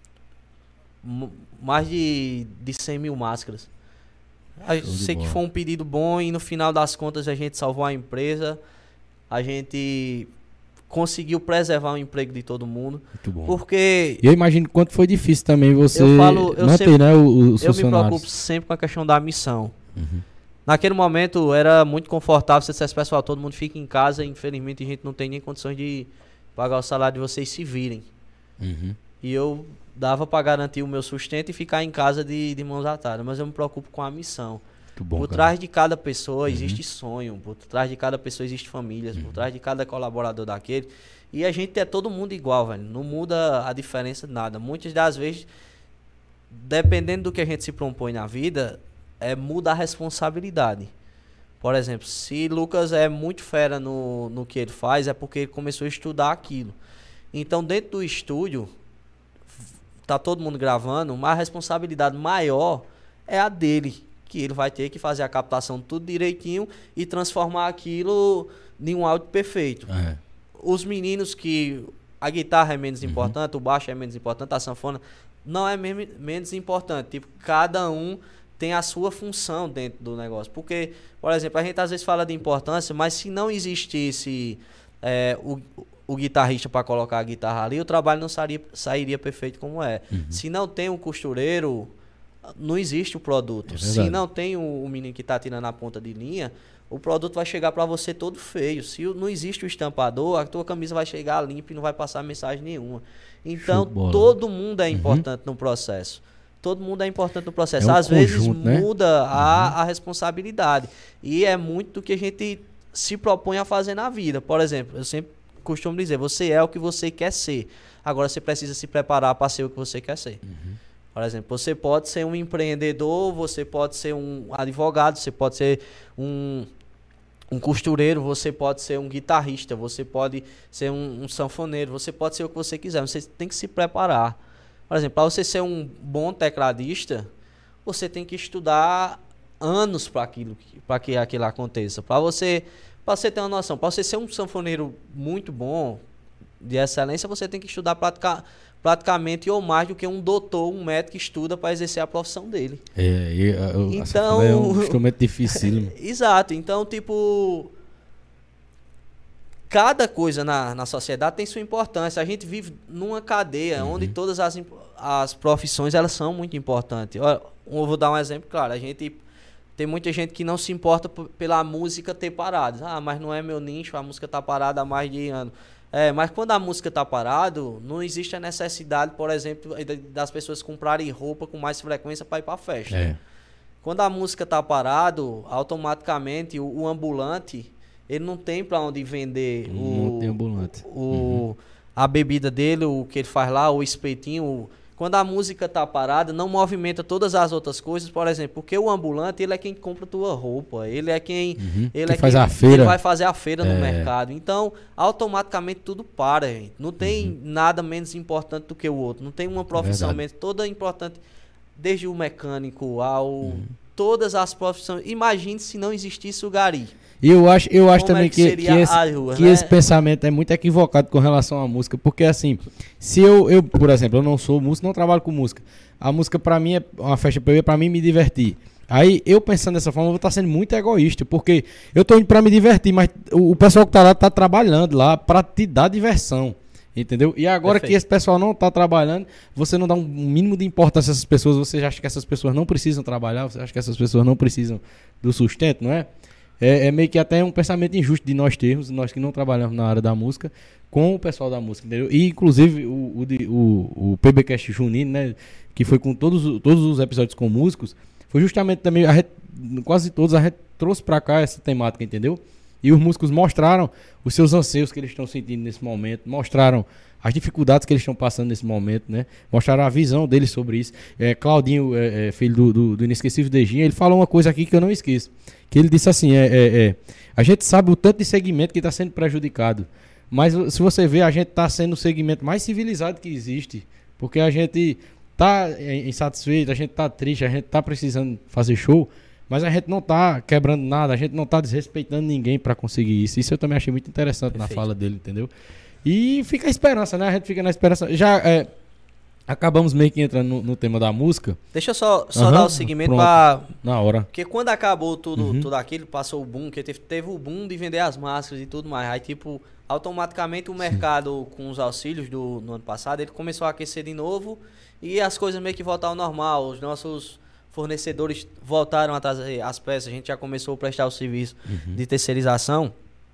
mais de, de cem mil máscaras. Eu sei que foi um pedido bom e no final das contas a gente salvou a empresa, a gente conseguiu preservar o emprego de todo mundo. Muito bom. Porque... E eu imagino quanto foi difícil também você eu falo, eu manter, sempre, né, os Eu me preocupo sempre com a questão da missão. Uhum. Naquele momento era muito confortável se dissesse, pessoal, todo mundo fica em casa, infelizmente a gente não tem nem condições de pagar o salário de vocês se virem. Uhum. E eu dava para garantir o meu sustento e ficar em casa de, de mãos atadas, mas eu me preocupo com a missão. Muito bom, por cara. trás de cada pessoa Uhum. existe sonho, por trás de cada pessoa existe famílias, Uhum. por trás de cada colaborador daquele. E a gente é todo mundo igual, velho. Não muda a diferença de nada. Muitas das vezes, dependendo do que a gente se propõe na vida, é, muda a responsabilidade. Por exemplo, se Lucas é muito fera no, no que ele faz, é porque ele começou a estudar aquilo. Então, dentro do estúdio, tá todo mundo gravando, mas a responsabilidade maior é a dele, que ele vai ter que fazer a captação tudo direitinho e transformar aquilo em um áudio perfeito. É. Os meninos que a guitarra é menos Uhum. importante, o baixo é menos importante, a sanfona não é me menos importante. Tipo, cada um tem a sua função dentro do negócio. Porque, por exemplo, a gente às vezes fala de importância, mas se não existisse é, o, o guitarrista para colocar a guitarra ali, o trabalho não sairia, sairia perfeito como é. Uhum. Se não tem um costureiro, não existe o produto. É Se não tem o, o menino que está tirando a ponta de linha, o produto vai chegar para você todo feio. Se não existe o estampador, a tua camisa vai chegar limpa e não vai passar mensagem nenhuma. Então, todo mundo é importante uhum. no processo. Todo mundo é importante no processo. É um Às conjunto, vezes muda né? a, uhum. a responsabilidade. E é muito do que a gente se propõe a fazer na vida. Por exemplo, eu sempre costumo dizer, você é o que você quer ser. Agora você precisa se preparar para ser o que você quer ser. Uhum. Por exemplo, você pode ser um empreendedor, você pode ser um advogado, você pode ser um, um costureiro, você pode ser um guitarrista, você pode ser um, um sanfoneiro, você pode ser o que você quiser. Você tem que se preparar. Por exemplo, para você ser um bom tecladista, você tem que estudar anos para aquilo, para que aquilo aconteça. Para você, para você ter uma noção, para você ser um sanfoneiro muito bom, de excelência, você tem que estudar pratica, praticamente ou mais do que um doutor, um médico que estuda para exercer a profissão dele. É, e, a, então é um instrumento difícil. Exato. Então, tipo, cada coisa na, na sociedade tem sua importância. A gente vive numa cadeia uhum. onde todas as, as profissões elas são muito importantes. Eu, eu vou dar um exemplo claro. A gente tem muita gente que não se importa p- pela música ter parado. Ah, mas não é meu nicho, a música tá parada há mais de ano. É, mas quando a música tá parado, não existe a necessidade, por exemplo, das pessoas comprarem roupa com mais frequência para ir para festa. É. Quando a música tá parado, automaticamente o, o ambulante ele não tem para onde vender não o, tem ambulante. o, uhum. a bebida dele, o que ele faz lá, o espetinho. O, quando a música tá parada, não movimenta todas as outras coisas, por exemplo, porque o ambulante, ele é quem compra tua roupa, ele é quem, uhum. ele que é faz quem a feira. Ele vai fazer a feira é. no mercado. Então, automaticamente tudo para, gente. Não tem uhum. nada menos importante do que o outro. Não tem uma profissão é menos, toda importante, desde o mecânico ao uhum. todas as profissões. Imagine se não existisse o gari. E eu acho, eu acho também é que, que, que, esse, rua, que né? esse pensamento é muito equivocado com relação à música, porque assim, se eu, eu, por exemplo, eu não sou músico, não trabalho com música, a música pra mim é uma festa pra eu, pra mim me divertir. Aí, eu pensando dessa forma, eu vou estar sendo muito egoísta, porque eu tô indo pra me divertir, mas o, o pessoal que tá lá tá trabalhando lá pra te dar diversão, entendeu? E agora Perfeito. Que esse pessoal não tá trabalhando, você não dá um mínimo de importância a essas pessoas, você acha que essas pessoas não precisam trabalhar, você acha que essas pessoas não precisam do sustento, não é? É, é meio que até um pensamento injusto de nós termos, nós que não trabalhamos na área da música, com o pessoal da música, entendeu? E inclusive o, o, o, o PBcast Junino, né, que foi com todos, todos os episódios com músicos, foi justamente também, a gente, quase todos a gente trouxe pra cá essa temática, entendeu? E os músicos mostraram os seus anseios que eles estão sentindo nesse momento, mostraram as dificuldades que eles estão passando nesse momento, né? Mostraram a visão deles sobre isso. É, Claudinho, é, é, filho do, do, do inesquecível Dejinha, ele falou uma coisa aqui que eu não esqueço. Que ele disse assim, é, é, é, a gente sabe o tanto de segmento que está sendo prejudicado. Mas se você ver, a gente está sendo o segmento mais civilizado que existe. Porque a gente está insatisfeito, a gente está triste, a gente está precisando fazer show. Mas a gente não está quebrando nada, a gente não está desrespeitando ninguém para conseguir isso. Isso eu também achei muito interessante Perfeito. Na fala dele, entendeu? E fica a esperança, né? A gente fica na esperança. Já é, acabamos meio que entrando no, no tema da música. Deixa eu só, só uhum, dar o seguimento para... Na hora. Porque quando acabou tudo, uhum. tudo aquilo, passou o boom, que teve, teve o boom de vender as máscaras e tudo mais. Aí, tipo, automaticamente o mercado, Sim. com os auxílios do no ano passado, ele começou a aquecer de novo e as coisas meio que voltaram ao normal. Os nossos fornecedores voltaram a trazer as peças, a gente já começou a prestar o serviço uhum. de terceirização.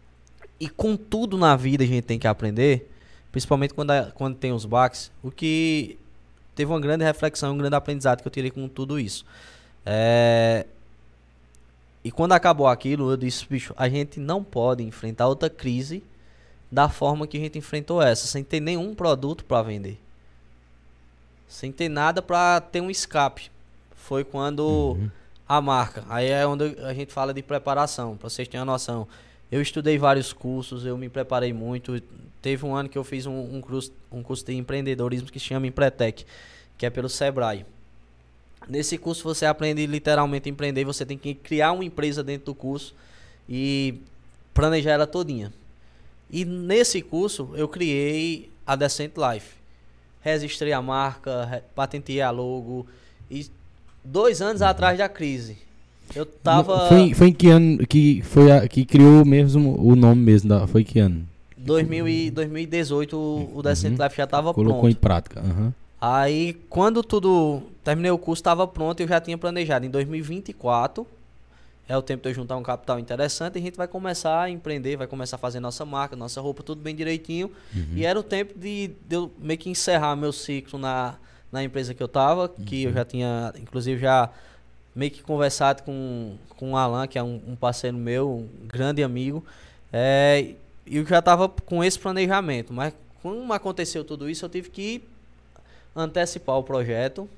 E com tudo na vida a gente tem que aprender, principalmente quando, a, quando tem os baques, o que teve uma grande reflexão, um grande aprendizado que eu tirei com tudo isso. É... E quando acabou aquilo, eu disse, bicho, a gente não pode enfrentar outra crise da forma que a gente enfrentou essa, sem ter nenhum produto para vender. Sem ter nada para ter um escape. Foi quando uhum. a marca, aí é onde a gente fala de preparação, para vocês terem uma noção. Eu estudei vários cursos, eu me preparei muito. Teve um ano que eu fiz um, um, curso, um curso de empreendedorismo que se chama Empretec, que é pelo Sebrae. Nesse curso você aprende literalmente a empreender, você tem que criar uma empresa dentro do curso e planejar ela todinha. E nesse curso eu criei a Decent Life. Registrei a marca, patenteei a logo e dois anos uhum. atrás da crise. Eu tava... Foi, foi em que ano que, foi a, que criou mesmo o nome mesmo? Da, foi que ano? dois mil e, dois mil e dezoito o, o Decent uhum. Life já tava Colocou pronto. em prática. Uhum. Aí, quando tudo... Terminei o curso, estava pronto, eu já tinha planejado. Em dois mil e vinte e quatro, é o tempo de eu juntar um capital interessante, e a gente vai começar a empreender, vai começar a fazer nossa marca, nossa roupa, tudo bem direitinho. Uhum. E era o tempo de, de eu meio que encerrar meu ciclo na, na empresa que eu estava, uhum. que eu já tinha, inclusive, já meio que conversado com, com o Alan, que é um, um parceiro meu, um grande amigo. É, e eu já estava com esse planejamento, mas como aconteceu tudo isso, eu tive que antecipar o projeto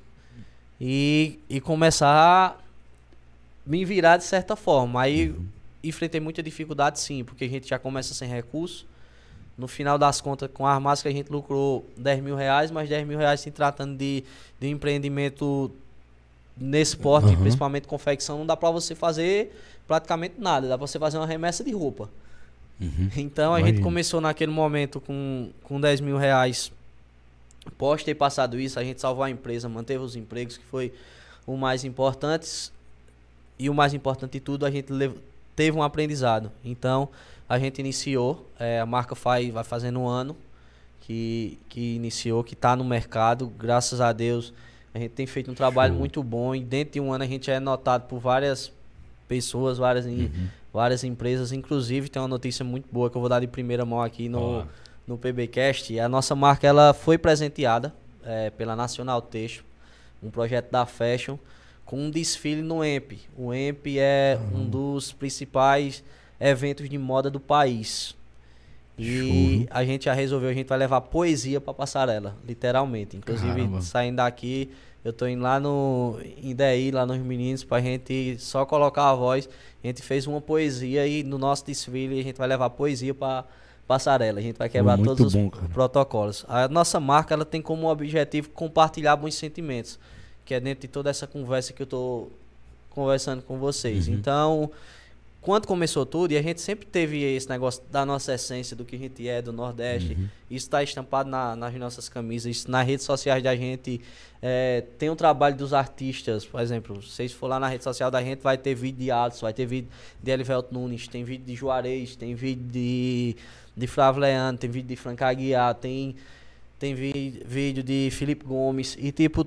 e, e começar a me virar de certa forma. Aí uhum. enfrentei muita dificuldade, sim, porque a gente já começa sem recurso. No final das contas, com as máscaras, a gente lucrou dez mil reais, mas dez mil reais se tratando de, de empreendimento nesse porte, uhum. principalmente confecção, não dá pra você fazer praticamente nada, dá pra você fazer uma remessa de roupa. Uhum. Então a Imagina. gente começou naquele momento com, com dez mil reais. Após ter passado isso, a gente salvou a empresa, manteve os empregos, que foi o mais importante. E o mais importante de tudo, a gente teve um aprendizado. Então, a gente iniciou, é, a marca faz, vai fazendo um ano que, que iniciou, que está no mercado. Graças a Deus, a gente tem feito um trabalho Show. muito bom. E dentro de um ano, a gente é notado por várias pessoas, várias, uhum. em, várias empresas. Inclusive, tem uma notícia muito boa que eu vou dar de primeira mão aqui no, no PBcast. A nossa marca ela foi presenteada é, pela Nacional Têxtil, um projeto da Fashion, com um desfile no E M P. O E M P é uhum. um dos principais eventos de moda do país. E Show. a gente já resolveu, a gente vai levar poesia para passarela, literalmente. Inclusive, Caramba. saindo daqui, eu tô indo lá no em D I, lá nos meninos, pra gente só colocar a voz. A gente fez uma poesia e no nosso desfile a gente vai levar poesia para passarela. A gente vai quebrar Muito todos bom, os cara. protocolos. A nossa marca ela tem como objetivo compartilhar bons sentimentos, que é dentro de toda essa conversa que eu tô conversando com vocês. Uhum. Então, quando começou tudo, e a gente sempre teve esse negócio da nossa essência, do que a gente é, do Nordeste, uhum. isso está estampado na, nas nossas camisas, isso nas redes sociais da gente, é, tem um trabalho dos artistas, por exemplo, se vocês for lá na rede social da gente, vai ter vídeo de Adson, vai ter vídeo de Elivelto Nunes, tem vídeo de Juarez, tem vídeo de, de Flávio Leandro, tem vídeo de Franca Aguiar, tem, tem vi, vídeo de Felipe Gomes, e tipo,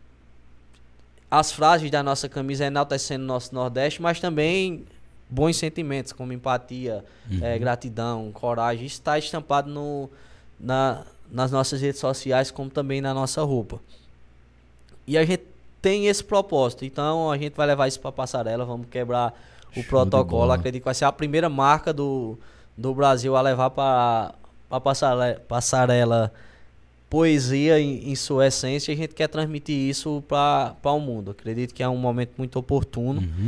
as frases da nossa camisa enaltecendo o nosso Nordeste, mas também bons sentimentos, como empatia, uhum. é, gratidão, coragem. Isso está estampado no, na, nas nossas redes sociais, como também na nossa roupa. E a gente tem esse propósito. Então, a gente vai levar isso para a passarela, vamos quebrar o Show protocolo. Acredito que vai ser a primeira marca do, do Brasil a levar para a passarela, passarela poesia em, em sua essência, e a gente quer transmitir isso para o mundo. Acredito que é um momento muito oportuno uhum.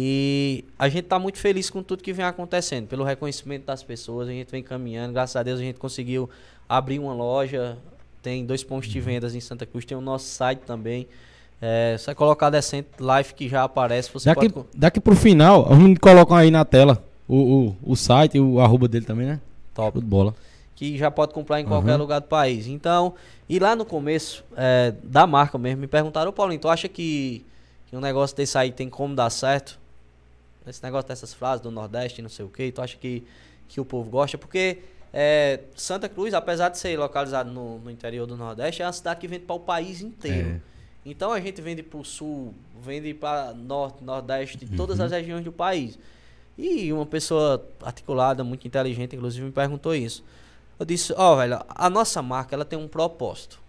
e a gente está muito feliz com tudo que vem acontecendo, pelo reconhecimento das pessoas. A gente vem caminhando, graças a Deus a gente conseguiu abrir uma loja, tem dois pontos uhum. de vendas em Santa Cruz, tem o nosso site também. É, só colocar Decente Life que já aparece. Você daqui, pode... daqui pro final, a gente coloca aí na tela o, o, o site e o arroba dele também, né? Top. Show de bola. Que já pode comprar em qualquer uhum. lugar do país. Então, e lá no começo é, da marca mesmo, me perguntaram: ô Paulinho, tu acha que, que um negócio desse aí tem como dar certo? Esse negócio dessas frases do Nordeste, não sei o que, tu acha que, que o povo gosta? Porque é, Santa Cruz, apesar de ser localizado no, no interior do Nordeste, é uma cidade que vende para o país inteiro. É. Então a gente vende para o Sul, vende para Norte, Nordeste, uhum. todas as regiões do país. E uma pessoa articulada, muito inteligente, inclusive, me perguntou isso. Eu disse: ó, oh, velho, a nossa marca ela tem um propósito.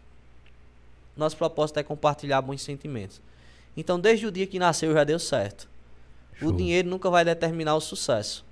Nosso propósito é compartilhar bons sentimentos. Então, desde o dia que nasceu já deu certo. Show. O dinheiro nunca vai determinar o sucesso.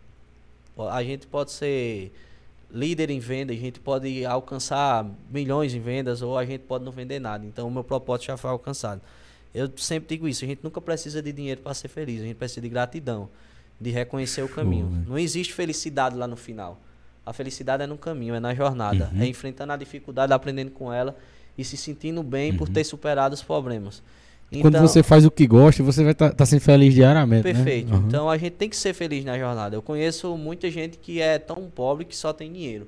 A gente pode ser líder em venda, a gente pode alcançar milhões em vendas, ou a gente pode não vender nada. Então, o meu propósito já foi alcançado. Eu sempre digo isso: a gente nunca precisa de dinheiro para ser feliz, a gente precisa de gratidão, de reconhecer o caminho. Show, não existe felicidade lá no final. A felicidade é no caminho, é na jornada. Uhum. É enfrentando a dificuldade, aprendendo com ela e se sentindo bem uhum. por ter superado os problemas. Então, quando você faz o que gosta, você vai estar tá, tá sendo feliz diariamente. Perfeito. Né? Uhum. Então a gente tem que ser feliz na jornada. Eu conheço muita gente que é tão pobre que só tem dinheiro.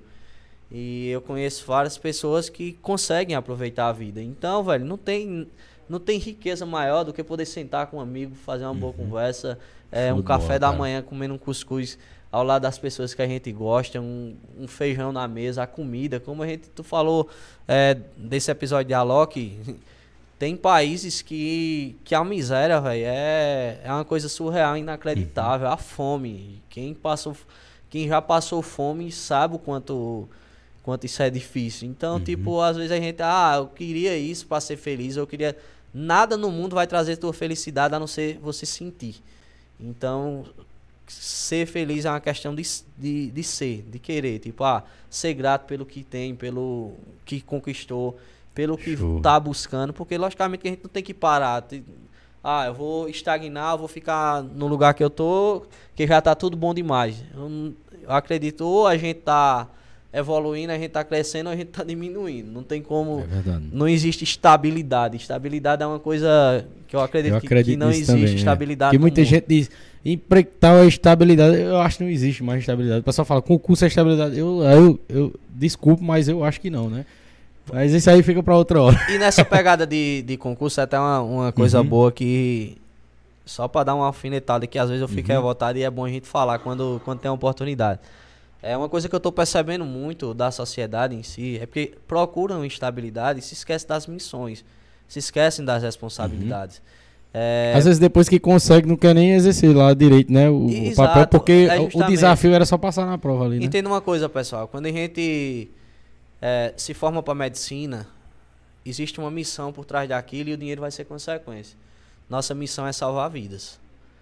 E eu conheço várias pessoas que conseguem aproveitar a vida. Então, velho, não tem, não tem riqueza maior do que poder sentar com um amigo, fazer uma uhum. boa conversa, é, um café bola, da cara. manhã comendo um cuscuz ao lado das pessoas que a gente gosta, um, um feijão na mesa, a comida, como a gente, tu falou é, desse episódio de Alok, tem países que, que a miséria, velho, é, é uma coisa surreal, inacreditável, a fome. Quem, passou, quem já passou fome sabe o quanto, quanto isso é difícil. Então, uhum. tipo, às vezes a gente, ah, eu queria isso para ser feliz, eu queria... Nada no mundo vai trazer tua felicidade a não ser você sentir. Então... ser feliz é uma questão de, de, de ser, de querer. Tipo, ah, ser grato pelo que tem, pelo que conquistou, pelo que Show. Tá buscando. Porque, logicamente, que a gente não tem que parar. Tem, ah, eu vou estagnar, eu vou ficar no lugar que eu tô, que já tá tudo bom demais. Eu, eu acredito, ou a gente tá evoluindo, a gente tá crescendo, ou a gente tá diminuindo. Não tem como... É verdade. Não existe estabilidade. Estabilidade é uma coisa que eu acredito, eu acredito que, que não existe também, estabilidade. É. Que muita mundo. gente diz... Empregar é estabilidade, eu acho que não existe mais estabilidade. O pessoal fala, concurso é estabilidade. Eu, eu, eu desculpo, mas eu acho que não, né? Mas isso aí fica pra outra hora. E nessa pegada de, de concurso, é até uma, uma coisa uhum. boa que... Só pra dar uma alfinetada, que às vezes eu fico uhum. revoltado e é bom a gente falar quando, quando tem uma oportunidade. É uma coisa que eu tô percebendo muito da sociedade em si, é porque procuram estabilidade e se esquecem das missões. Se esquecem das responsabilidades. Uhum. É... Às vezes depois que consegue não quer nem exercer lá direito, né, o, Exato, o papel, porque é o desafio era só passar na prova ali, né? Entenda uma coisa, pessoal, quando a gente é, se forma para medicina, existe uma missão por trás daquilo e o dinheiro vai ser consequência. Nossa missão é salvar vidas.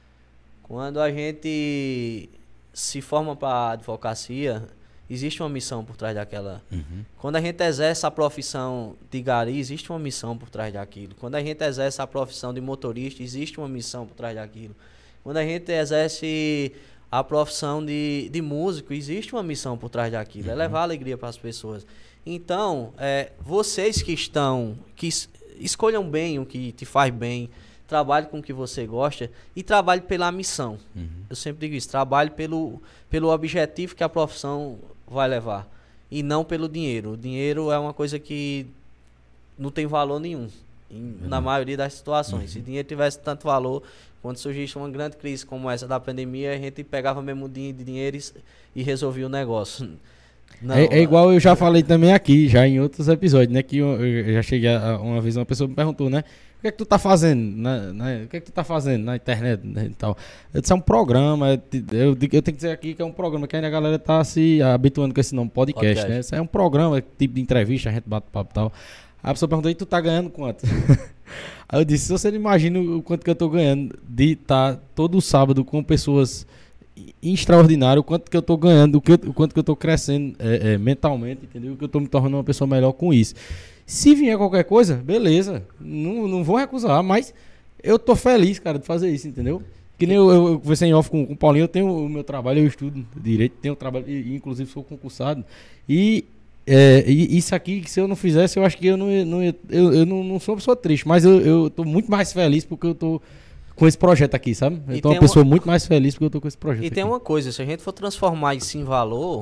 Quando a gente se forma para advocacia, existe uma missão por trás daquela. Uhum. Quando a gente exerce a profissão de gari, existe uma missão por trás daquilo. Quando a gente exerce a profissão de motorista, existe uma missão por trás daquilo. Quando a gente exerce a profissão de, de músico, existe uma missão por trás daquilo. Uhum. É levar alegria para as pessoas. Então, é, vocês que estão, que es, escolham bem o que te faz bem, trabalhe com o que você gosta e trabalhe pela missão. Uhum. Eu sempre digo isso, trabalhe pelo, pelo objetivo que a profissão vai levar e não pelo dinheiro. O dinheiro é uma coisa que não tem valor nenhum em, na maioria das situações. Uhum. Se o dinheiro tivesse tanto valor, quando surgisse uma grande crise como essa da pandemia, a gente pegava mesmo o din- dinheiro e, e resolvia o negócio. Não, é, é igual eu já falei também aqui, já em outros episódios, né? Que eu, eu já cheguei a, uma vez, uma pessoa me perguntou, né? O que é que tu tá fazendo? Na, na, o que é que tu tá fazendo na internet, né, e tal? Eu disse, é um programa. Eu, eu tenho que dizer aqui que é um programa que ainda a galera tá se habituando com esse nome, podcast, podcast. né? Isso é um programa, tipo de entrevista, a gente bate papo e tal. Aí a pessoa perguntou, e tu tá ganhando quanto? Aí eu disse, se você não imagina o quanto que eu tô ganhando de estar tá todo sábado com pessoas extraordinárias, o quanto que eu tô ganhando, o, que, o quanto que eu tô crescendo é, é, mentalmente, entendeu? O que eu tô me tornando uma pessoa melhor com isso. Se vier qualquer coisa, beleza, não, não vou recusar, mas eu tô feliz, cara, de fazer isso, entendeu? Que nem eu, eu, eu conversei em off com, com o Paulinho, eu tenho o meu trabalho, eu estudo direito, tenho trabalho, e, inclusive sou concursado, e, é, e isso aqui, que se eu não fizesse, eu acho que eu não, não eu, eu não, não sou uma pessoa triste, mas eu, eu tô muito mais feliz porque eu tô com esse projeto aqui, sabe? Eu e tô uma pessoa uma... muito mais feliz porque eu tô com esse projeto E aqui. tem uma coisa, se a gente for transformar isso em valor...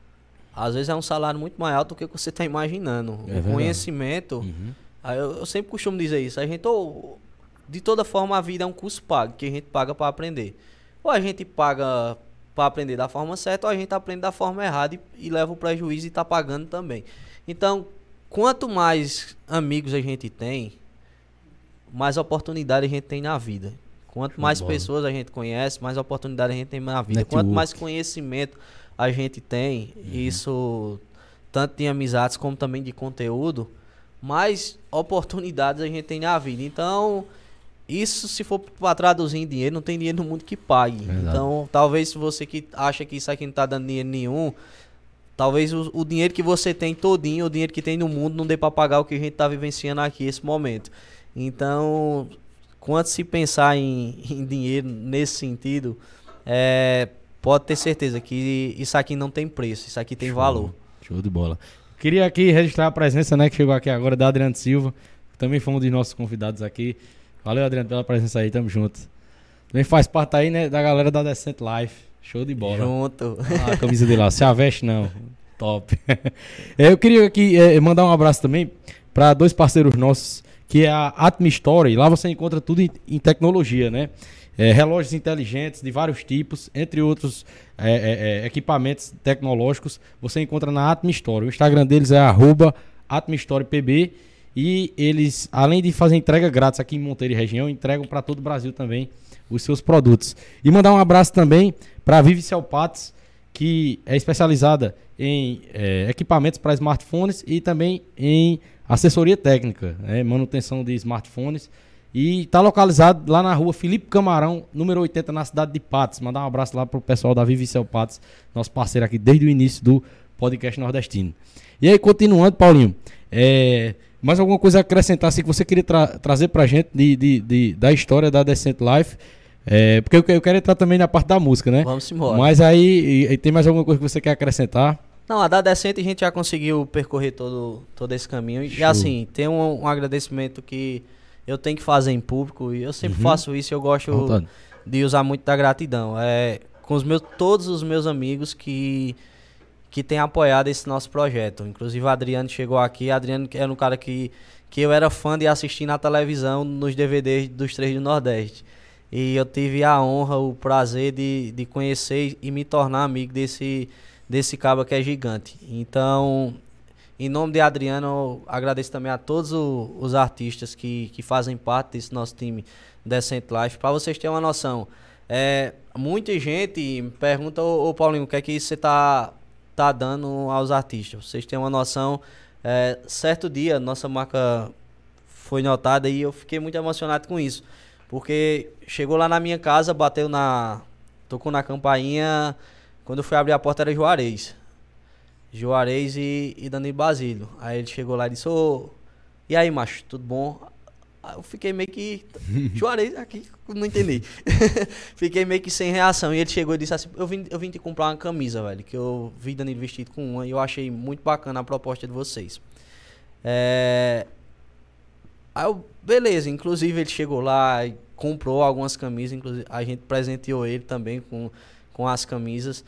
Às vezes é um salário muito mais alto do que você está imaginando. É o verdade. Conhecimento, uhum. aí eu, eu sempre costumo dizer isso. A gente, ou, de toda forma, a vida é um curso pago, que a gente paga para aprender. Ou a gente paga para aprender da forma certa, ou a gente aprende da forma errada e, e leva o prejuízo e está pagando também. Então, quanto mais amigos a gente tem, mais oportunidade a gente tem na vida. Quanto mais Boa. pessoas a gente conhece, mais oportunidade a gente tem na vida. Network. Quanto mais conhecimento a gente tem, uhum. isso tanto de amizades como também de conteúdo, mais oportunidades a gente tem na vida. Então, isso se for para traduzir em dinheiro, não tem dinheiro no mundo que pague. Verdade. Então, talvez se você que acha que isso aqui não está dando dinheiro nenhum, talvez o, o dinheiro que você tem todinho, o dinheiro que tem no mundo, não dê para pagar o que a gente está vivenciando aqui nesse momento. Então, quando se pensar em, em dinheiro nesse sentido, é... pode ter certeza que isso aqui não tem preço, isso aqui tem Show. valor. Show de bola. Queria aqui registrar a presença, né, que chegou aqui agora, da Adriano Silva, que também foi um dos nossos convidados aqui. Valeu, Adriano, pela presença aí, tamo junto. Também faz parte aí, né, da galera da Decent Life. Show de bola. Junto. Ah, a camisa de lá, se a veste não. Top. Eu queria aqui é, mandar um abraço também para dois parceiros nossos, que é a Atmi Story. Lá você encontra tudo em, em tecnologia, né? é, relógios inteligentes de vários tipos, entre outros é, é, é, equipamentos tecnológicos, você encontra na Atmi Store. O Instagram deles é arroba Atmi Store P B e eles, além de fazer entrega grátis aqui em Monteiro e região, entregam para todo o Brasil também os seus produtos. E mandar um abraço também para a Vivicel Patos, que é especializada em é, equipamentos para smartphones e também em assessoria técnica, né, manutenção de smartphones. E está localizado lá na rua Felipe Camarão, número oitenta, na cidade de Patos. Mandar um abraço lá para o pessoal da Vivicel Patos, nosso parceiro aqui desde o início do podcast nordestino. E aí, continuando, Paulinho, é, mais alguma coisa a acrescentar assim, que você queria tra trazer para a gente de, de, de, da história da Decent Life? É, porque eu, eu quero entrar também na parte da música, né? Vamos embora. Mas aí, e, e tem mais alguma coisa que você quer acrescentar? Não, a da Decente a gente já conseguiu percorrer todo, todo esse caminho. Show. E assim, tem um, um agradecimento que eu tenho que fazer em público. E eu sempre uhum. faço isso e eu gosto Voltando. de usar muito da gratidão. É com os meus, todos os meus amigos que, que têm apoiado esse nosso projeto. Inclusive o Adriano chegou aqui. O Adriano era um cara que, que eu era fã de assistir na televisão, nos D V Ds dos Três do Nordeste. E eu tive a honra, o prazer de, de conhecer e me tornar amigo desse, desse cabo que é gigante. Então, em nome de Adriano, eu agradeço também a todos o, os artistas que, que fazem parte desse nosso time Decent Life. Para vocês terem uma noção, é, muita gente me pergunta, ô, ô Paulinho, o que é que você tá, tá dando aos artistas? Vocês têm uma noção, é, certo dia nossa marca foi notada e eu fiquei muito emocionado com isso. Porque chegou lá na minha casa, bateu na... tocou na campainha. Quando eu fui abrir a porta era Juarez. Juarez e, e Danilo Basílio. Aí ele chegou lá e disse, ô... E aí, macho, tudo bom? Aí eu fiquei meio que... Juarez aqui, não entendi. Fiquei meio que sem reação. E ele chegou e disse assim, eu vim, eu vim te comprar uma camisa, velho. Que eu vi Danilo vestido com uma e eu achei muito bacana a proposta de vocês. É... Aí eu, beleza, inclusive ele chegou lá e comprou algumas camisas, inclusive a gente presenteou ele também com, com as camisas.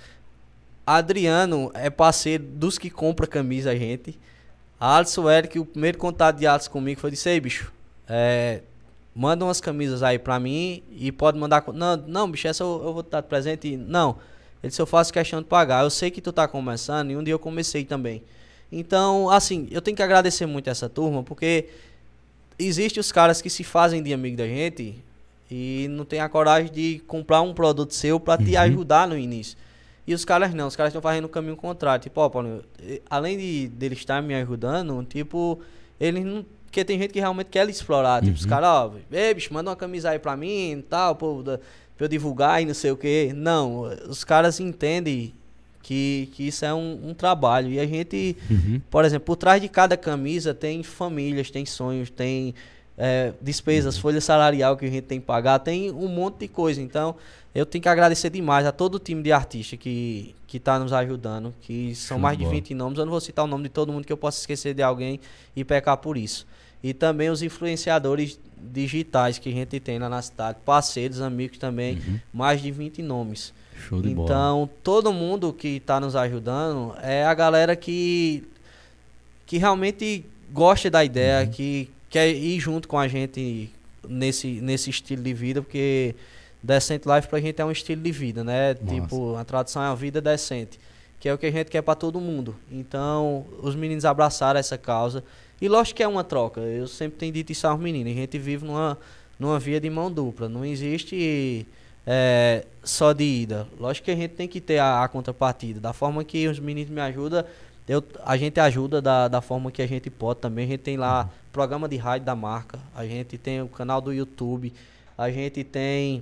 Adriano é parceiro dos que compra camisa a gente. A Alisson Eric, o primeiro contato de Alisson comigo foi de sei, bicho, é, manda umas camisas aí pra mim e pode mandar... Não, não bicho, essa eu, eu vou te dar de presente. E, não, ele disse, eu faço questão de pagar. Eu sei que tu tá começando e um dia eu comecei também. Então, assim, eu tenho que agradecer muito essa turma, porque... Existem os caras que se fazem de amigo da gente e não tem a coragem de comprar um produto seu pra te uhum. ajudar no início. E os caras não, os caras estão fazendo o caminho contrário. Tipo, ó, Paulo, além de deles estar me ajudando, tipo, eles não... Porque tem gente que realmente quer explorar. Tipo, uhum. os caras, ó, ei, bicho, manda uma camisa aí pra mim e tal, pô, pra eu divulgar e não sei o quê. Não, os caras entendem que, que isso é um, um trabalho. E a gente, uhum. por exemplo, por trás de cada camisa tem famílias, tem sonhos, tem é, despesas, uhum. folha salarial que a gente tem que pagar, tem um monte de coisa. Então, eu tenho que agradecer demais a todo o time de artistas que que está nos ajudando, que são Show mais de vinte nomes. Eu não vou citar o nome de todo mundo, que eu possa esquecer de alguém e pecar por isso. E também os influenciadores digitais que a gente tem lá na cidade, parceiros, amigos também, uhum. mais de vinte nomes. Show de bola. Então, todo mundo que está nos ajudando é a galera que, que realmente gosta da ideia, uhum. que quer ir junto com a gente nesse, nesse estilo de vida, porque Decent Life pra gente é um estilo de vida, né? Nossa. Tipo, a tradução é a vida decente, que é o que a gente quer para todo mundo. Então, os meninos abraçaram essa causa. E lógico que é uma troca. Eu sempre tenho dito isso aos meninos. A gente vive numa, numa via de mão dupla. Não existe... É, só de ida. Lógico que a gente tem que ter a, a contrapartida. Da forma que os meninos me ajudam, eu, a gente ajuda da, da forma que a gente pode também. A gente tem lá programa de rádio da marca, a gente tem o canal do YouTube, a gente tem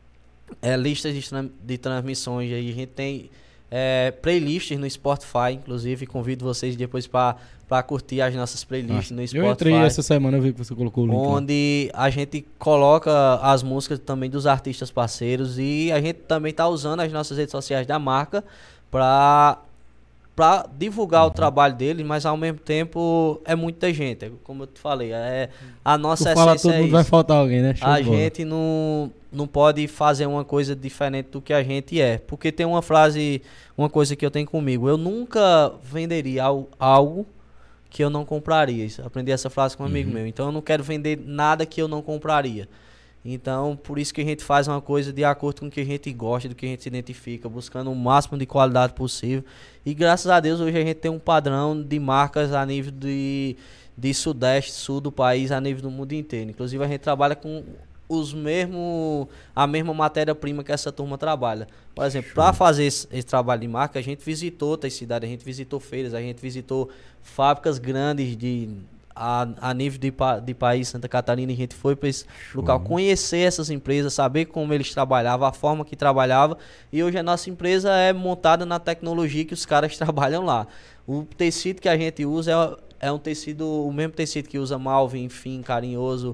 é, listas de, de transmissões, aí a gente tem é, playlists no Spotify. Inclusive convido vocês depois para para curtir as nossas playlists ah, no Spotify. Eu entrei essa semana, eu vi que você colocou o link. Onde lá. A gente coloca as músicas também dos artistas parceiros e a gente também tá usando as nossas redes sociais da marca para para divulgar uhum. o trabalho deles, mas ao mesmo tempo é muita gente, como eu te falei, é a nossa tu essência fala todo é mundo isso. Vai faltar alguém, né? Show a gente não não pode fazer uma coisa diferente do que a gente é, porque tem uma frase, uma coisa que eu tenho comigo, eu nunca venderia algo que eu não compraria. Aprendi essa frase com um amigo uhum. meu. Então eu não quero vender nada que eu não compraria. Então, por isso que a gente faz uma coisa de acordo com o que a gente gosta, do que a gente se identifica, buscando o máximo de qualidade possível. E graças a Deus hoje a gente tem um padrão de marcas a nível de, de sudeste, sul do país, a nível do mundo inteiro. Inclusive a gente trabalha com os mesmos, a mesma matéria-prima que essa turma trabalha. Por exemplo, para fazer esse, esse trabalho de marca, a gente visitou outras cidades, a gente visitou feiras, a gente visitou fábricas grandes de... A, a nível de, de país, Santa Catarina, a gente foi para esse Show. local conhecer essas empresas, saber como eles trabalhavam, a forma que trabalhavam. E hoje a nossa empresa é montada na tecnologia que os caras trabalham lá. O tecido que a gente usa é, é um tecido, o mesmo tecido que usa Malvin, enfim, Carinhoso,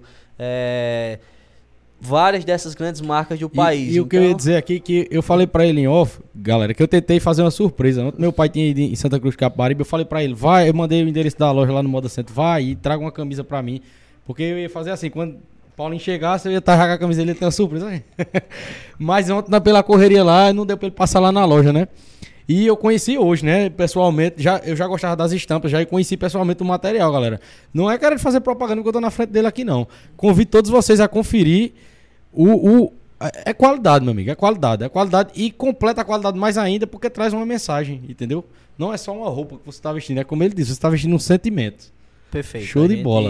é, várias dessas grandes marcas do e, país. E então... o que eu ia dizer aqui, que eu falei pra ele em off, galera, que eu tentei fazer uma surpresa. Ontem meu pai tinha ido em Santa Cruz de Capibaribe, eu falei pra ele, vai, eu mandei o endereço da loja lá no Moda Center, vai e traga uma camisa pra mim. Porque eu ia fazer assim, quando o Paulinho chegasse, eu ia estar com a camisa dele, ele tem uma surpresa aí. Mas ontem, pela correria lá, não deu pra ele passar lá na loja, né? E eu conheci hoje, né, pessoalmente, já, eu já gostava das estampas, já e conheci pessoalmente o material, galera. Não é querer fazer propaganda que eu tô na frente dele aqui, não. Convido todos vocês a conferir. O, o, é qualidade, meu amigo, é qualidade, é qualidade e completa a qualidade mais ainda porque traz uma mensagem, entendeu? Não é só uma roupa que você está vestindo, é como ele disse, você está vestindo um sentimento. Perfeito. Show de gente, bola.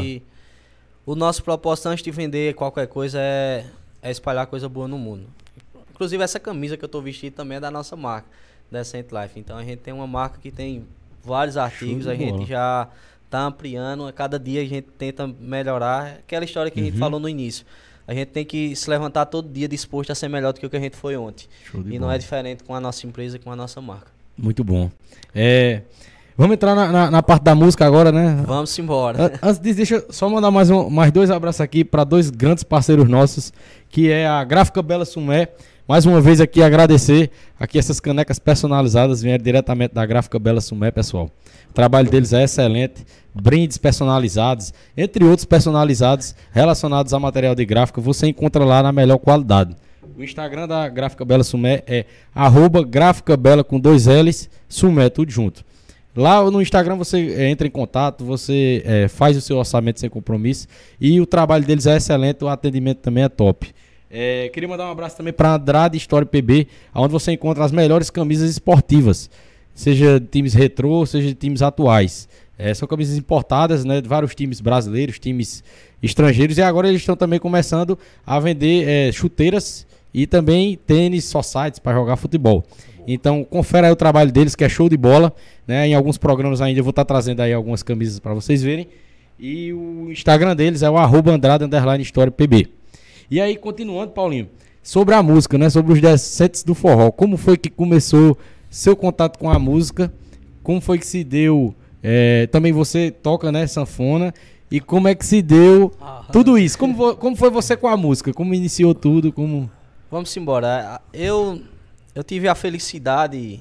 O nosso propósito antes de vender qualquer coisa é, é espalhar coisa boa no mundo. Inclusive essa camisa que eu estou vestindo também é da nossa marca, Decent Life. Então a gente tem uma marca que tem vários artigos, a gente bola. já está ampliando, a cada dia a gente tenta melhorar. Aquela história que uhum. a gente falou no início. A gente tem que se levantar todo dia disposto a ser melhor do que o que a gente foi ontem. E não é diferente com a nossa empresa e com a nossa marca. Muito bom. É, vamos entrar na, na, na parte da música agora, né? Vamos embora. Antes disso, deixa eu só mandar mais, um, mais dois abraços aqui para dois grandes parceiros nossos, que é a Gráfica Bela Sumé. Mais uma vez aqui agradecer. Aqui essas canecas personalizadas vieram diretamente da Gráfica Bela Sumé, pessoal. O trabalho deles é excelente. Brindes personalizados, entre outros personalizados relacionados a material de gráfica, você encontra lá na melhor qualidade. O Instagram da Gráfica Bela Sumé é arroba Gráfica Bela com dois L's, Sumé, tudo junto. Lá no Instagram você é, entra em contato, você é, faz o seu orçamento sem compromisso e o trabalho deles é excelente, o atendimento também é top. É, queria mandar um abraço também para Andrade História P B, onde você encontra as melhores camisas esportivas, seja de times retrô, seja de times atuais. É, são camisas importadas, né, de vários times brasileiros, times estrangeiros, e agora eles estão também começando a vender é, chuteiras e também tênis societies para jogar futebol. Então confere aí o trabalho deles, que é show de bola, né? Em alguns programas ainda eu vou estar trazendo aí algumas camisas para vocês verem. E o Instagram deles é o arroba Andrade underline História P B. E aí, continuando, Paulinho, sobre a música, né, sobre os Decentes do Forró, como foi que começou seu contato com a música, como foi que se deu... É, também você toca, né, sanfona. E como é que se deu ah, tudo isso? Como, vo, como foi você com a música? Como iniciou tudo? Como... Vamos embora. Eu, eu tive a felicidade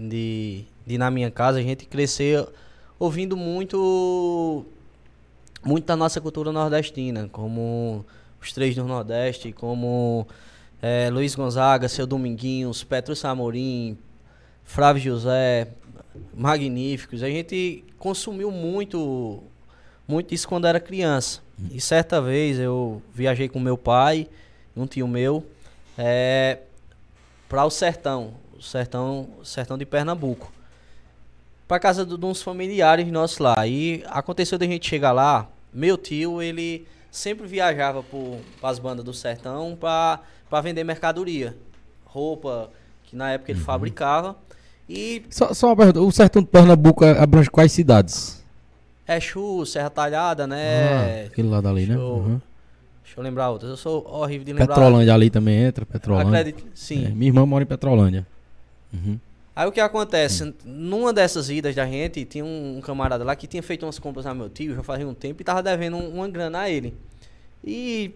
de, de, na minha casa, a gente crescer ouvindo muito, muito da nossa cultura nordestina, como os Três do Nordeste, como é, Luiz Gonzaga, Seu Dominguinhos, Petrúcio Amorim, Flávio José... magníficos. A gente consumiu muito muito isso quando era criança. E certa vez eu viajei com meu pai, um tio meu, é, para o sertão, o sertão, sertão de Pernambuco, para casa de, de uns familiares nossos lá. E aconteceu de a gente chegar lá, meu tio, ele sempre viajava para as bandas do sertão para vender mercadoria, roupa, que na época ele uhum. fabricava. E só, só uma pergunta, o sertão de Pernambuco abrange quais cidades? Exu, Serra Talhada, né? Ah, aquele lado ali, né? Uhum. Deixa eu lembrar outras. Eu sou horrível de lembrar. Petrolândia ali também entra, Petrolândia. Acredito, sim. É, minha irmã mora em Petrolândia. Uhum. Aí o que acontece? Uhum. Numa dessas idas da gente, tinha um, um camarada lá que tinha feito umas compras a meu tio, já fazia um tempo, e tava devendo um, uma grana a ele. E,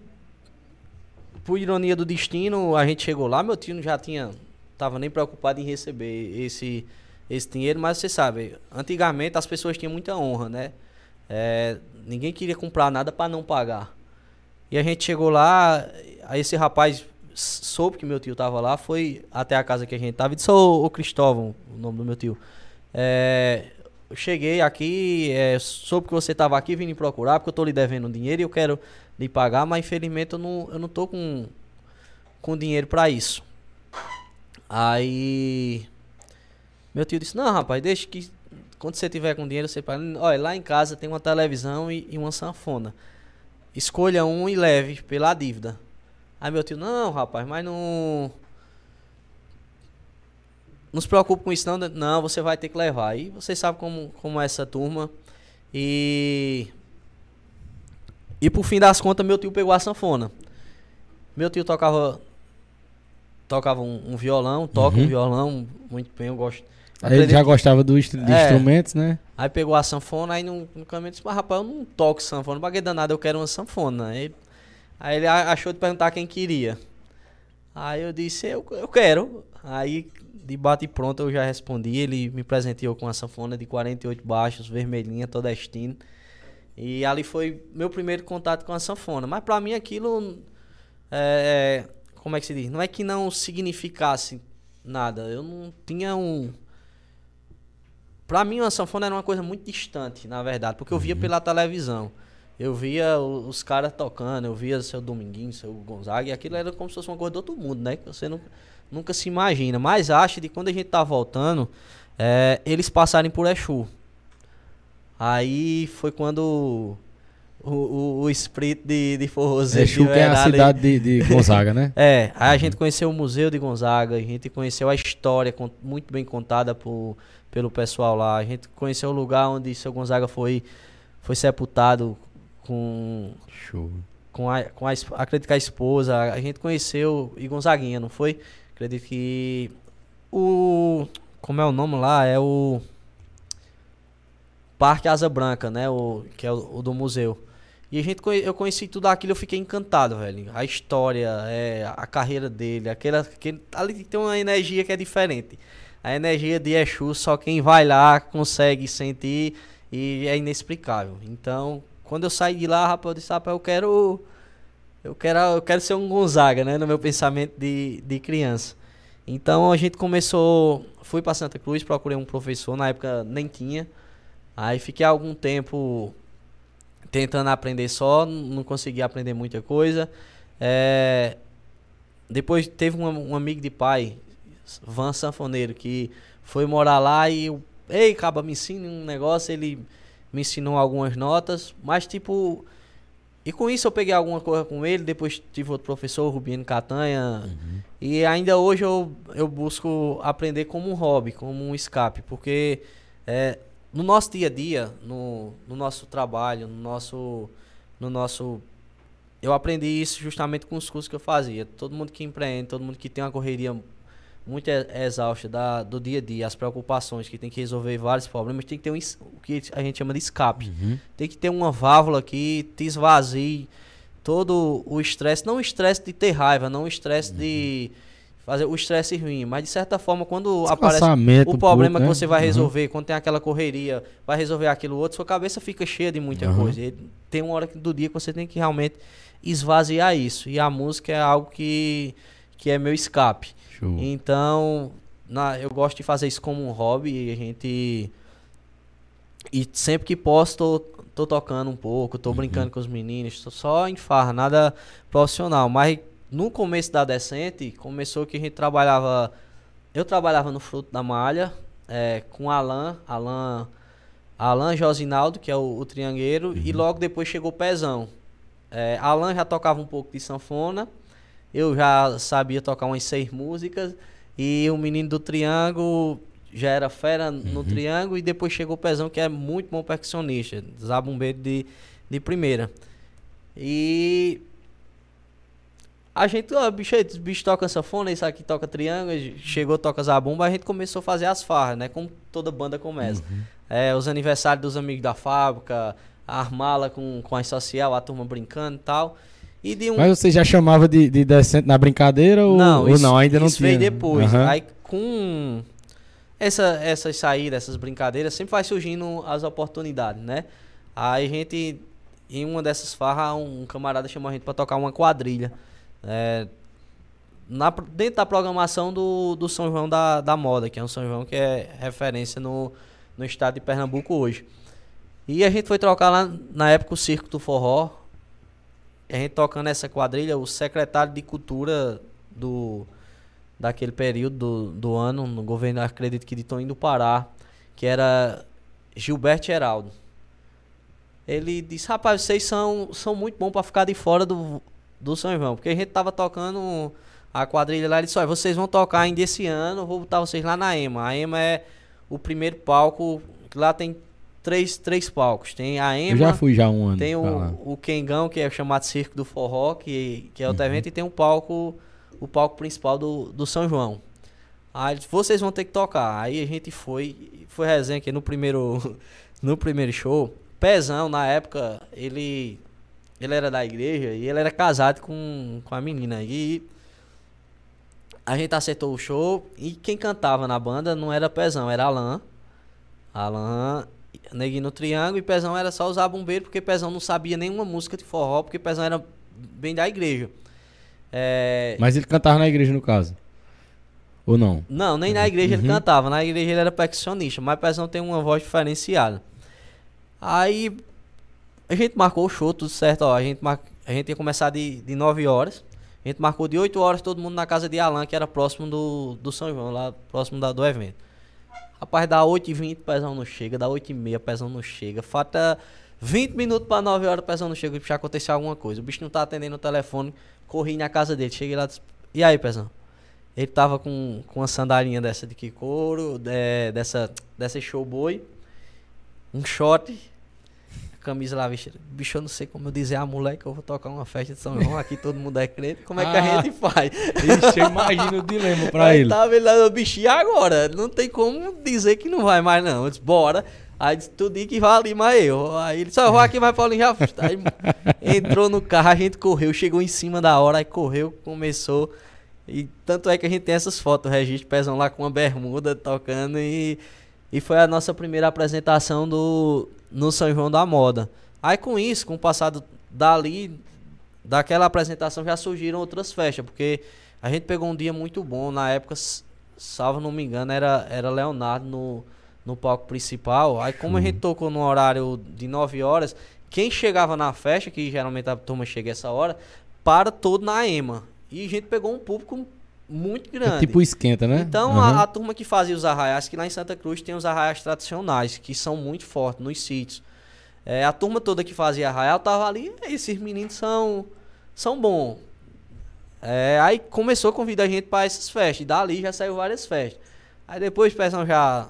por ironia do destino, a gente chegou lá, meu tio já tinha... tava nem preocupado em receber esse, esse dinheiro, mas você sabe, antigamente as pessoas tinham muita honra, né? É, ninguém queria comprar nada para não pagar. E a gente chegou lá, aí esse rapaz soube que meu tio tava lá, foi até a casa que a gente tava e disse, ô, ô Cristóvão, o nome do meu tio, é, eu cheguei aqui, é, soube que você tava aqui, vim me procurar, porque eu tô lhe devendo dinheiro e eu quero lhe pagar, mas infelizmente eu não, eu não tô com, com dinheiro pra isso. Aí, meu tio disse, não, rapaz, deixa que quando você tiver com dinheiro, você paga. Olha, lá em casa tem uma televisão e, e uma sanfona. Escolha um e leve pela dívida. Aí meu tio, não, rapaz, mas não... Não se preocupe com isso não, não, você vai ter que levar. E você sabe como, como é essa turma. E... E por fim das contas, meu tio pegou a sanfona. Meu tio tocava... Tocava um, um violão, toca uhum. um violão, muito bem, eu gosto. Ele já gostava do instru de é, instrumentos, né? Aí pegou a sanfona, aí no, no caminho disse, mas rapaz, eu não toco sanfona, pra que danado, eu quero uma sanfona. Aí, aí ele achou de perguntar quem queria. Aí eu disse, eu, eu quero. Aí, de bate pronto, eu já respondi. Ele me presenteou com uma sanfona de quarenta e oito baixos, vermelhinha, toda destino. E ali foi meu primeiro contato com a sanfona. Mas pra mim aquilo, é, como é que se diz? Não é que não significasse nada. Eu não tinha um... Pra mim, uma sanfona era uma coisa muito distante, na verdade, porque eu via uhum. pela televisão. Eu via os, os caras tocando, eu via seu Dominguinho, seu Gonzaga, e aquilo era como se fosse uma coisa do outro mundo, né? Que você nunca, nunca se imagina. Mas acho que quando a gente tá voltando, é, eles passarem por Exu. Aí foi quando o, o, o espírito de, de forrozeiro... Exu que é a cidade de, de Gonzaga, né? É, aí a gente conheceu o Museu de Gonzaga, a gente conheceu a história muito bem contada por... pelo pessoal lá. A gente conheceu o lugar onde seu Gonzaga foi, foi sepultado com... Show. Com a, com a, acredito que a esposa. A gente conheceu e Gonzaguinha, não foi? Acredito que... O... Como é o nome lá? É o... Parque Asa Branca, né? O, que é o, o do museu. E a gente, eu conheci tudo aquilo, eu fiquei encantado, velho. A história, é, a carreira dele, aquela, aquele, ali tem uma energia que é diferente. A energia de Exu, só quem vai lá consegue sentir e é inexplicável. Então, quando eu saí de lá, rapaz, eu disse, rapaz, eu quero, eu quero, eu quero ser um Gonzaga, né? No meu pensamento de, de criança. Então, a gente começou, fui para Santa Cruz, procurei um professor, na época nem tinha. Aí fiquei algum tempo tentando aprender só, não consegui aprender muita coisa. É, depois teve um, um amigo de pai, Van Sanfoneiro, que foi morar lá e eu, ei, caba, me ensina um negócio, ele me ensinou algumas notas, mas tipo, e com isso eu peguei alguma coisa com ele, depois tive outro professor, Rubino Catanha, uhum. E ainda hoje eu, eu busco aprender como um hobby, como um escape, porque é, no nosso dia a dia, no, no nosso trabalho, no nosso, no nosso... Eu aprendi isso justamente com os cursos que eu fazia. Todo mundo que empreende, todo mundo que tem uma correria muito exausta da, do dia a dia, as preocupações, que tem que resolver vários problemas, tem que ter um, o que a gente chama de escape. Uhum. Tem que ter uma válvula que te esvazie todo o estresse, não o estresse de ter raiva, não o estresse uhum. de fazer o estresse ruim, mas de certa forma quando aparece o problema um pouco, que você né? vai resolver, uhum. quando tem aquela correria, vai resolver aquilo outro, sua cabeça fica cheia de muita uhum. coisa. E tem uma hora do dia que você tem que realmente esvaziar isso. E a música é algo que, que é meu escape. Show. Então, na, eu gosto de fazer isso como um hobby. E a gente... E sempre que posso, tô, tô tocando um pouco, tô uhum. brincando com os meninos, tô só em farra, nada profissional. Mas no começo da Decente, começou que a gente trabalhava... Eu trabalhava no Fruto da Malha, é, com Alan, Alan, Alan Josinaldo, que é o, o triangueiro, uhum. e logo depois chegou o Pezão. É, Alan já tocava um pouco de sanfona, eu já sabia tocar umas seis músicas, e o menino do Triângulo já era fera no uhum. Triângulo, e depois chegou o Pezão, que é muito bom percussionista, zabumbeiro de, de primeira. E a gente, ó, bicho, bicho toca sanfona, isso aqui toca triângulo, chegou, toca zabumba, a gente começou a fazer as farras, né, como toda banda começa. Uhum. É, os aniversários dos amigos da fábrica, a armala com, com a social, a turma brincando e tal. E de um... Mas você já chamava de, de Decente na brincadeira ou não? Ou isso, não ainda não isso tinha? Isso veio depois. Uhum. Aí com essa, essas saídas, essas brincadeiras, sempre vai surgindo as oportunidades, né? Aí a gente, em uma dessas farras, um camarada chamou a gente pra tocar uma quadrilha. É, na, dentro da programação do, do São João da, da Moda, que é um São João que é referência no, no estado de Pernambuco hoje. E a gente foi trocar lá, na época, o Circo do Forró. A gente tocando essa quadrilha, o secretário de Cultura do, daquele período do, do ano, no governo, acredito que de Toninho do Pará, que era Gilberto Geraldo. Ele disse, rapaz, vocês são, são muito bons para ficar de fora do, do São João, porque a gente tava tocando a quadrilha lá, ele disse, olha, vocês vão tocar ainda esse ano, vou botar vocês lá na EMA. A EMA é o primeiro palco, lá tem três, três palcos, tem a EMA, eu já fui já um ano, tem o, o Quengão, que é chamado Circo do Forró, que, que é outro uhum. evento, e tem um palco, o palco principal do, do São João. Aí ele disse, vocês vão ter que tocar. Aí a gente foi, foi resenha aqui no primeiro, no primeiro show. Pezão, na época, ele, ele era da igreja e ele era casado com, com a menina. E a gente acertou o show e quem cantava na banda não era Pezão, era Alan. Alan, Neguinho no Triângulo, e Pezão era só usar bombeiro, porque Pezão não sabia nenhuma música de forró, porque Pezão era bem da igreja. É... Mas ele cantava na igreja, no caso? Ou não? Não, nem na igreja uhum. ele cantava. Na igreja ele era percussionista, mas Pezão tem uma voz diferenciada. Aí a gente marcou o show, tudo certo, ó. A gente, mar... a gente ia começar de, de nove horas. A gente marcou de oito horas, todo mundo na casa de Alan, que era próximo do, do São João, lá próximo da, do evento. Rapaz, dá oito e vinte, Pezão não chega, dá oito e meia, Pezão não chega. Falta vinte minutos para nove horas, Pezão não chega, já aconteceu alguma coisa. O bicho não tá atendendo o telefone, corri na casa dele, cheguei lá, disse, e aí, Pezão? Ele tava com, com uma sandalinha dessa de que couro, de, dessa, dessa showboy, um short, camisa lá vestida. Bicho, eu não sei como eu dizer a mulher que eu vou tocar uma festa de São João, aqui todo mundo é crente, como é que ah, a gente faz? Ixi, eu imagino o dilema pra aí ele. Tava ele lá, bicho, e agora? Não tem como dizer que não vai mais não. Eu disse, bora. Aí disse, tu diz que vai ali, mas eu. Aí ele disse, ó, vou aqui, mas Paulinho já... Aí entrou no carro, a gente correu, chegou em cima da hora, aí correu, começou... E tanto é que a gente tem essas fotos, o registro, Pezão lá com uma bermuda tocando e, e foi a nossa primeira apresentação do, no São João da Moda. Aí com isso, com o passado dali, daquela apresentação já surgiram outras festas, porque a gente pegou um dia muito bom, na época, salvo não me engano, era, era Leonardo no, no palco principal. Aí como a gente tocou no horário de nove horas, quem chegava na festa, que geralmente a turma chega essa hora, para todo na EMA. E a gente pegou um público muito grande. É tipo esquenta, né? Então, uhum. a, a turma que fazia os arraiais, que lá em Santa Cruz tem os arraiais tradicionais, que são muito fortes nos sítios. É, a turma toda que fazia arraial tava ali, esses meninos são, são bons. É, aí começou a convidar a gente para essas festas, e dali já saiu várias festas. Aí depois o pessoal já,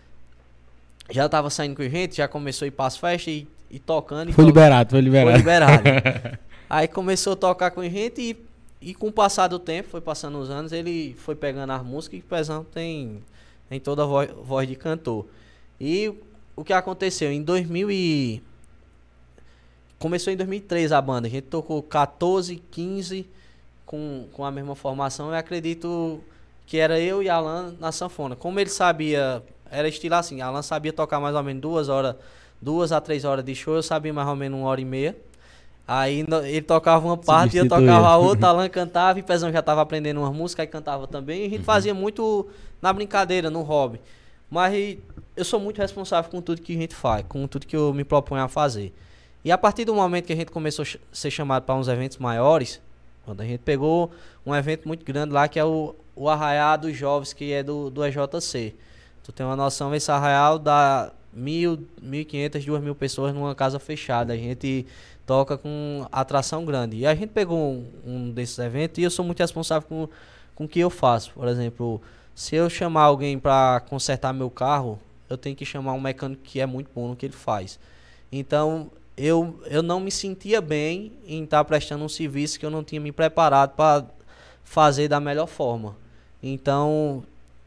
já tava saindo com a gente, já começou a ir para as festas e, e tocando. E foi, to... liberado, foi liberado, foi liberado. Aí começou a tocar com a gente e E com o passar do tempo, foi passando os anos, ele foi pegando as músicas e o Pezão tem, tem toda a voz, voz de cantor. E o que aconteceu? Em dois mil e... Começou em dois mil e treze a banda. A gente tocou quatorze, quinze com, com a mesma formação. Eu acredito que era eu e Alan na sanfona. Como ele sabia... Era estilo assim, Alan sabia tocar mais ou menos duas horas, duas a três horas de show. Eu sabia mais ou menos uma hora e meia. Aí ele tocava uma parte, eu tocava a outra, Alan cantava e o Pezão já estava aprendendo uma música, aí cantava também. E a gente uhum. fazia muito na brincadeira, no hobby. Mas eu sou muito responsável com tudo que a gente faz, com tudo que eu me proponho a fazer. E a partir do momento que a gente começou a ser chamado para uns eventos maiores, quando a gente pegou um evento muito grande lá, que é o, o Arraial dos Jovens, que é do, do E J C. Tu tem uma noção, esse arraial dá mil, mil e quinhentas, duas mil pessoas numa casa fechada. A gente toca com atração grande. E a gente pegou um, um desses eventos e eu sou muito responsável com, com o que eu faço. Por exemplo, se eu chamar alguém para consertar meu carro, eu tenho que chamar um mecânico que é muito bom no que ele faz. Então, eu, eu não me sentia bem em estar prestando um serviço que eu não tinha me preparado para fazer da melhor forma. Então,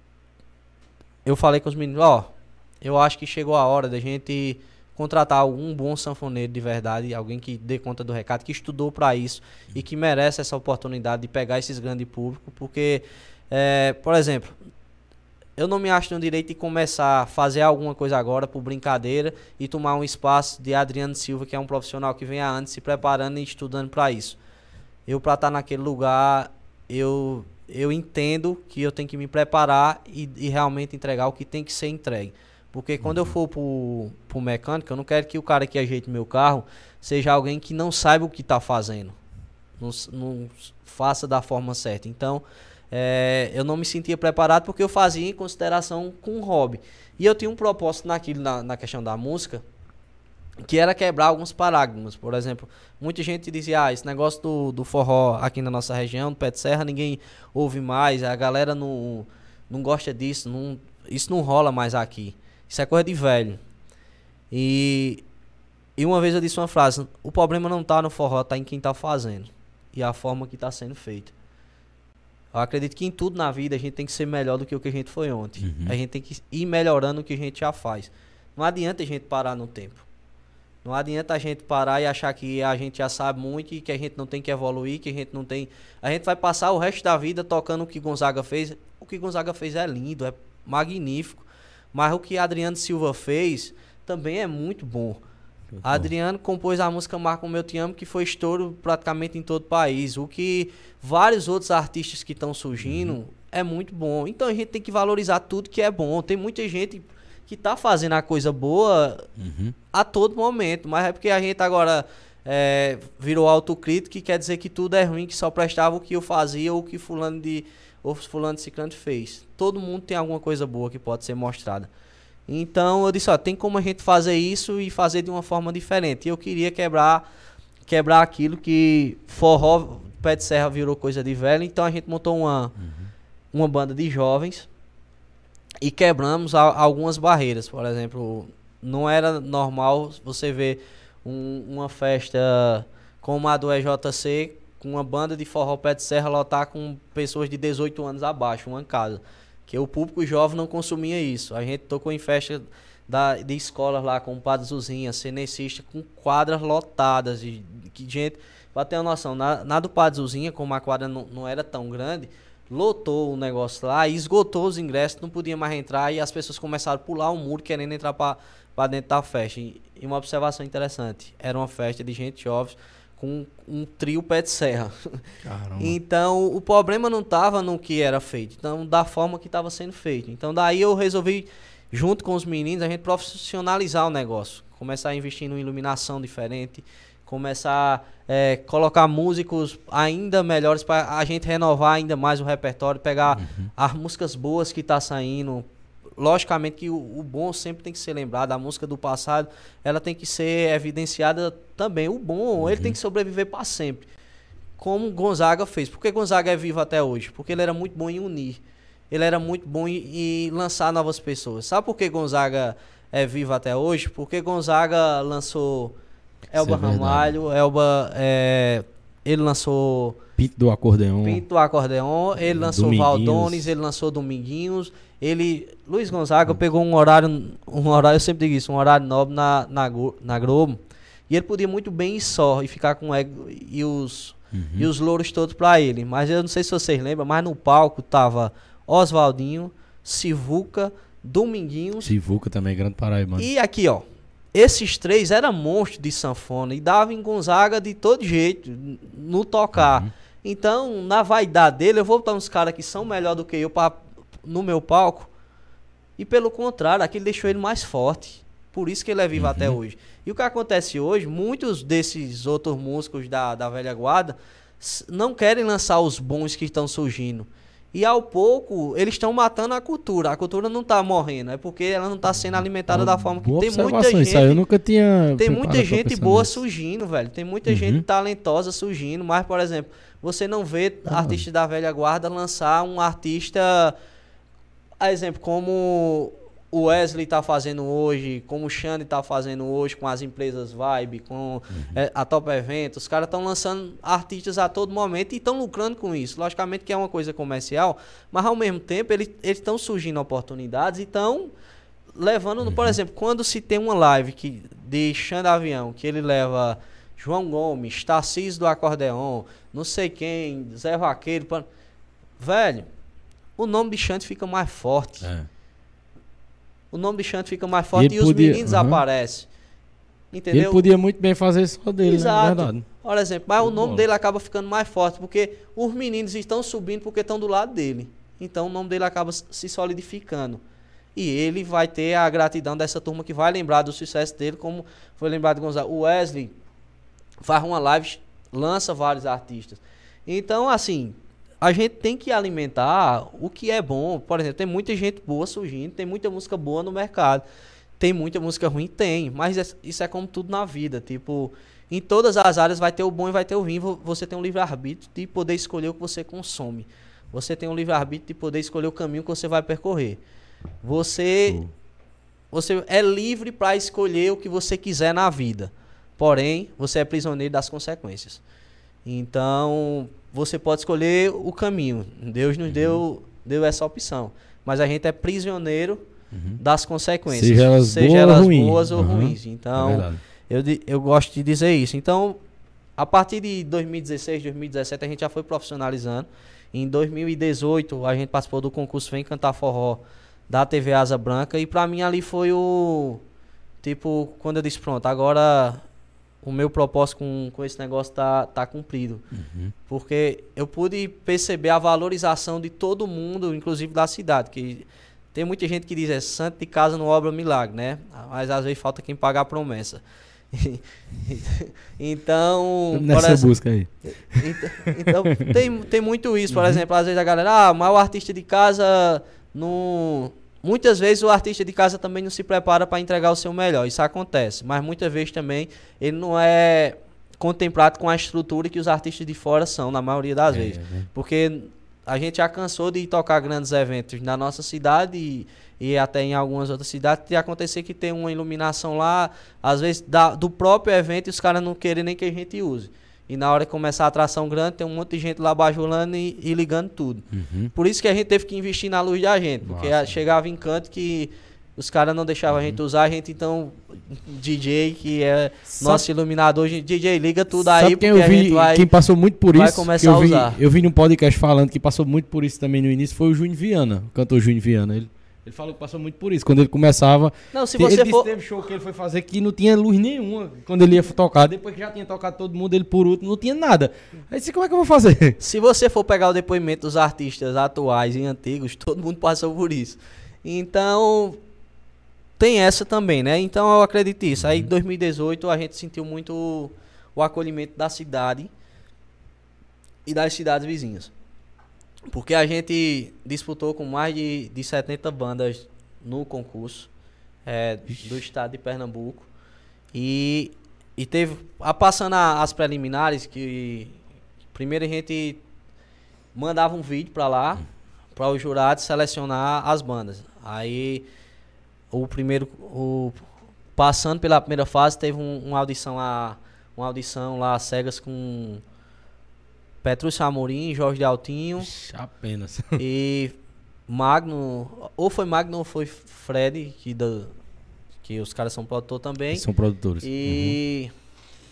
eu falei com os meninos, ó, oh, eu acho que chegou a hora da gente contratar algum bom sanfoneiro de verdade, alguém que dê conta do recado, que estudou para isso e que merece essa oportunidade de pegar esses grandes públicos, porque, é, por exemplo, eu não me acho no direito de começar a fazer alguma coisa agora por brincadeira e tomar um espaço de Adriano Silva, que é um profissional que vem há anos se preparando e estudando para isso. Eu, para estar naquele lugar, eu, eu entendo que eu tenho que me preparar e, e realmente entregar o que tem que ser entregue. Porque quando eu for pro, pro mecânico, eu não quero que o cara que ajeite meu carro seja alguém que não saiba o que tá fazendo. Não, não faça da forma certa. Então, é, eu não me sentia preparado porque eu fazia em consideração com o hobby. E eu tinha um propósito naquilo, na, na questão da música, que era quebrar alguns paradigmas. Por exemplo, muita gente dizia, ah, esse negócio do, do forró aqui na nossa região, do pé de serra, ninguém ouve mais, a galera não, não gosta disso, não, isso não rola mais aqui. Isso é coisa de velho. E, e uma vez eu disse uma frase, o problema não tá no forró, tá em quem tá fazendo. E a forma que tá sendo feita. Eu acredito que em tudo na vida a gente tem que ser melhor do que o que a gente foi ontem. Uhum. A gente tem que ir melhorando o que a gente já faz. Não adianta a gente parar no tempo. Não adianta a gente parar e achar que a gente já sabe muito e que a gente não tem que evoluir, que a gente não tem... A gente vai passar o resto da vida tocando o que Gonzaga fez. O que Gonzaga fez é lindo, é magnífico. Mas o que Adriano Silva fez também é muito bom. Muito Adriano bom. compôs a música Marca o Meu Te Amo, que foi estouro praticamente em todo o país. O que vários outros artistas que estão surgindo uhum. é muito bom. Então a gente tem que valorizar tudo que é bom. Tem muita gente... que tá fazendo a coisa boa uhum. a todo momento, mas é porque a gente agora é, virou autocrítico, que quer dizer que tudo é ruim, que só prestava o que eu fazia ou o que fulano de ou fulano de ciclano fez. Todo mundo tem alguma coisa boa que pode ser mostrada. Então eu disse, ó, tem como a gente fazer isso e fazer de uma forma diferente. E eu queria quebrar quebrar aquilo que forró, pé de serra virou coisa de velho, então a gente montou uma, uhum. uma banda de jovens e quebramos a, algumas barreiras. Por exemplo, não era normal você ver um, uma festa como a do E J C, com uma banda de forró pé de serra lotar com pessoas de dezoito anos abaixo, uma casa. Que o público jovem não consumia isso. A gente tocou em festa da, de escolas lá, com o Padre Zuzinha, cenecista, com quadras lotadas. De, de gente, pra ter uma noção, na, na do Padre Zuzinha, como a quadra não, não era tão grande, lotou o negócio lá, esgotou os ingressos, não podia mais entrar e as pessoas começaram a pular o muro querendo entrar para dentro da festa. E, e uma observação interessante, era uma festa de gente jovem com um trio pé de serra. Caramba. Então o problema não estava no que era feito, então da forma que estava sendo feito. Então daí eu resolvi, junto com os meninos, a gente profissionalizar o negócio, começar a investir numa iluminação diferente, começar a é, colocar músicos ainda melhores para a gente renovar ainda mais o repertório, pegar uhum. as músicas boas que tá saindo. Logicamente que o, o bom sempre tem que ser lembrado, a música do passado ela tem que ser evidenciada também. O bom, uhum. ele tem que sobreviver para sempre, como Gonzaga fez. Por que Gonzaga é vivo até hoje? Porque ele era muito bom em unir, ele era muito bom em, em lançar novas pessoas. Sabe por que Gonzaga é vivo até hoje? Porque Gonzaga lançou Elba é Ramalho, Elba, é, ele lançou Pinto do Acordeon, Pinto do Acordeon, ele lançou Valdones, ele lançou Dominguinhos, ele, Luiz Gonzaga hum. pegou um horário, um horário, eu sempre digo isso, um horário nobre na, na, na Globo, e ele podia muito bem ir só e ficar com o ego e os, uhum. e os louros todos pra ele, mas eu não sei se vocês lembram, mas no palco tava Oswaldinho, Sivuca, Dominguinhos, Sivuca também, grande paraibano, e aqui ó, esses três eram monstros de sanfona e davam em Gonzaga de todo jeito, no tocar. Uhum. Então, na vaidade dele, eu vou botar uns caras que são melhor do que eu pra, no meu palco. E pelo contrário, aquilo deixou ele mais forte. Por isso que ele é vivo uhum. até hoje. E o que acontece hoje, muitos desses outros músicos da, da velha guarda não querem lançar os bons que estão surgindo. E ao pouco, eles estão matando a cultura. A cultura não está morrendo, é porque ela não está sendo alimentada é da forma que tem muita gente. Isso aí eu nunca tinha tem muita gente boa nisso. surgindo, velho. Tem muita uhum. gente talentosa surgindo. Mas, por exemplo, você não vê ah, artistas da velha guarda lançar um artista, a exemplo, como o Wesley está fazendo hoje, como o Xande está fazendo hoje com as empresas Vibe, com uhum. é, a Top Event. Os caras estão lançando artistas a todo momento e estão lucrando com isso. Logicamente que é uma coisa comercial, mas ao mesmo tempo eles estão surgindo oportunidades e estão levando, uhum. por exemplo, quando se tem uma live que, de Xande Avião, que ele leva João Gomes, Tarcísio do Acordeon, não sei quem, Zé Vaqueiro, pra... velho, o nome de Xande fica mais forte. É. O nome de Xande fica mais forte e, e os podia, meninos uhum. aparecem. Entendeu? Ele podia muito bem fazer só dele, Exato. Né? Verdade. Por exemplo, mas o nome Bom. dele acaba ficando mais forte, porque os meninos estão subindo porque estão do lado dele. Então o nome dele acaba se solidificando. e ele vai ter a gratidão dessa turma que vai lembrar do sucesso dele, como foi lembrado do Gonzalo. O Wesley faz uma live, lança vários artistas. Então, assim, a gente tem que alimentar o que é bom. Por exemplo, tem muita gente boa surgindo, tem muita música boa no mercado. Tem muita música ruim? Tem. Mas isso é como tudo na vida. Tipo, em todas as áreas vai ter o bom e vai ter o ruim. Você tem um livre-arbítrio de poder escolher o que você consome. Você tem um livre-arbítrio de poder escolher o caminho que você vai percorrer. Você, você é livre para escolher o que você quiser na vida. Porém, você é prisioneiro das consequências. Então, você pode escolher o caminho. Deus nos uhum. deu, deu essa opção. Mas a gente é prisioneiro uhum. das consequências. Seja elas, seja boas, elas ruim. boas ou uhum. ruins. Então, é eu, eu gosto de dizer isso. Então, a partir de dois mil e dezesseis, dois mil e dezessete, a gente já foi profissionalizando. Em dois mil e dezoito, a gente participou do concurso Vem Cantar Forró da T V Asa Branca. E pra mim ali foi o... Tipo, quando eu disse, pronto, agora... O meu propósito com, com esse negócio tá, tá cumprido. Uhum. Porque eu pude perceber a valorização de todo mundo, inclusive da cidade. Que tem muita gente que diz, é santo de casa não obra milagre, né? Mas às vezes falta quem pagar a promessa. Então... Nessa essa, busca aí. Então, tem, tem muito isso. Por uhum. exemplo, às vezes a galera, ah, mas o artista de casa não... Muitas vezes o artista de casa também não se prepara para entregar o seu melhor. Isso acontece. Mas muitas vezes também ele não é contemplado com a estrutura que os artistas de fora são, na maioria das é, vezes. É. Porque a gente já cansou de tocar grandes eventos na nossa cidade e, e até em algumas outras cidades, de acontecer que tem uma iluminação lá, às vezes da, do próprio evento, e os caras não querem nem que a gente use. E na hora que começar a atração grande, tem um monte de gente lá bajulando e, e ligando tudo. Uhum. Por isso que a gente teve que investir na luz da gente. Porque a, chegava em canto que os caras não deixavam uhum. a gente usar. A gente, então, D J, que é Sabe, nosso iluminador, D J, liga tudo aí, porque quem eu vi, a gente vai, quem passou muito por isso, começar eu a vi, usar. Eu vi num podcast falando que passou muito por isso também no início, foi o Júnior Viana, o cantor Júnior Viana. Ele... Ele falou que passou muito por isso. Quando ele começava... Não, se você ele for... disse, teve show que ele foi fazer que não tinha luz nenhuma quando ele ia tocar. Depois que já tinha tocado todo mundo, ele por último, não tinha nada. Aí disse, como é que eu vou fazer? Se você for pegar o depoimento dos artistas atuais e antigos, todo mundo passou por isso. Então, tem essa também, né? Então, eu acredito nisso. Aí, em dois mil e dezoito, a gente sentiu muito o acolhimento da cidade e das cidades vizinhas. Porque a gente disputou com mais de, de setenta bandas no concurso é, do estado de Pernambuco. E, e teve, a, passando a, as preliminares, que primeiro a gente mandava um vídeo para lá, para os jurados selecionar as bandas. Aí, o primeiro, o, passando pela primeira fase, teve um, uma, audição a, uma audição lá, cegas com... Petrúcio Amorim, Jorge de Altinho. Apenas. E Magno. Ou foi Magno ou foi Fred, que, da, que os caras são produtor também. Eles são produtores. E, uhum.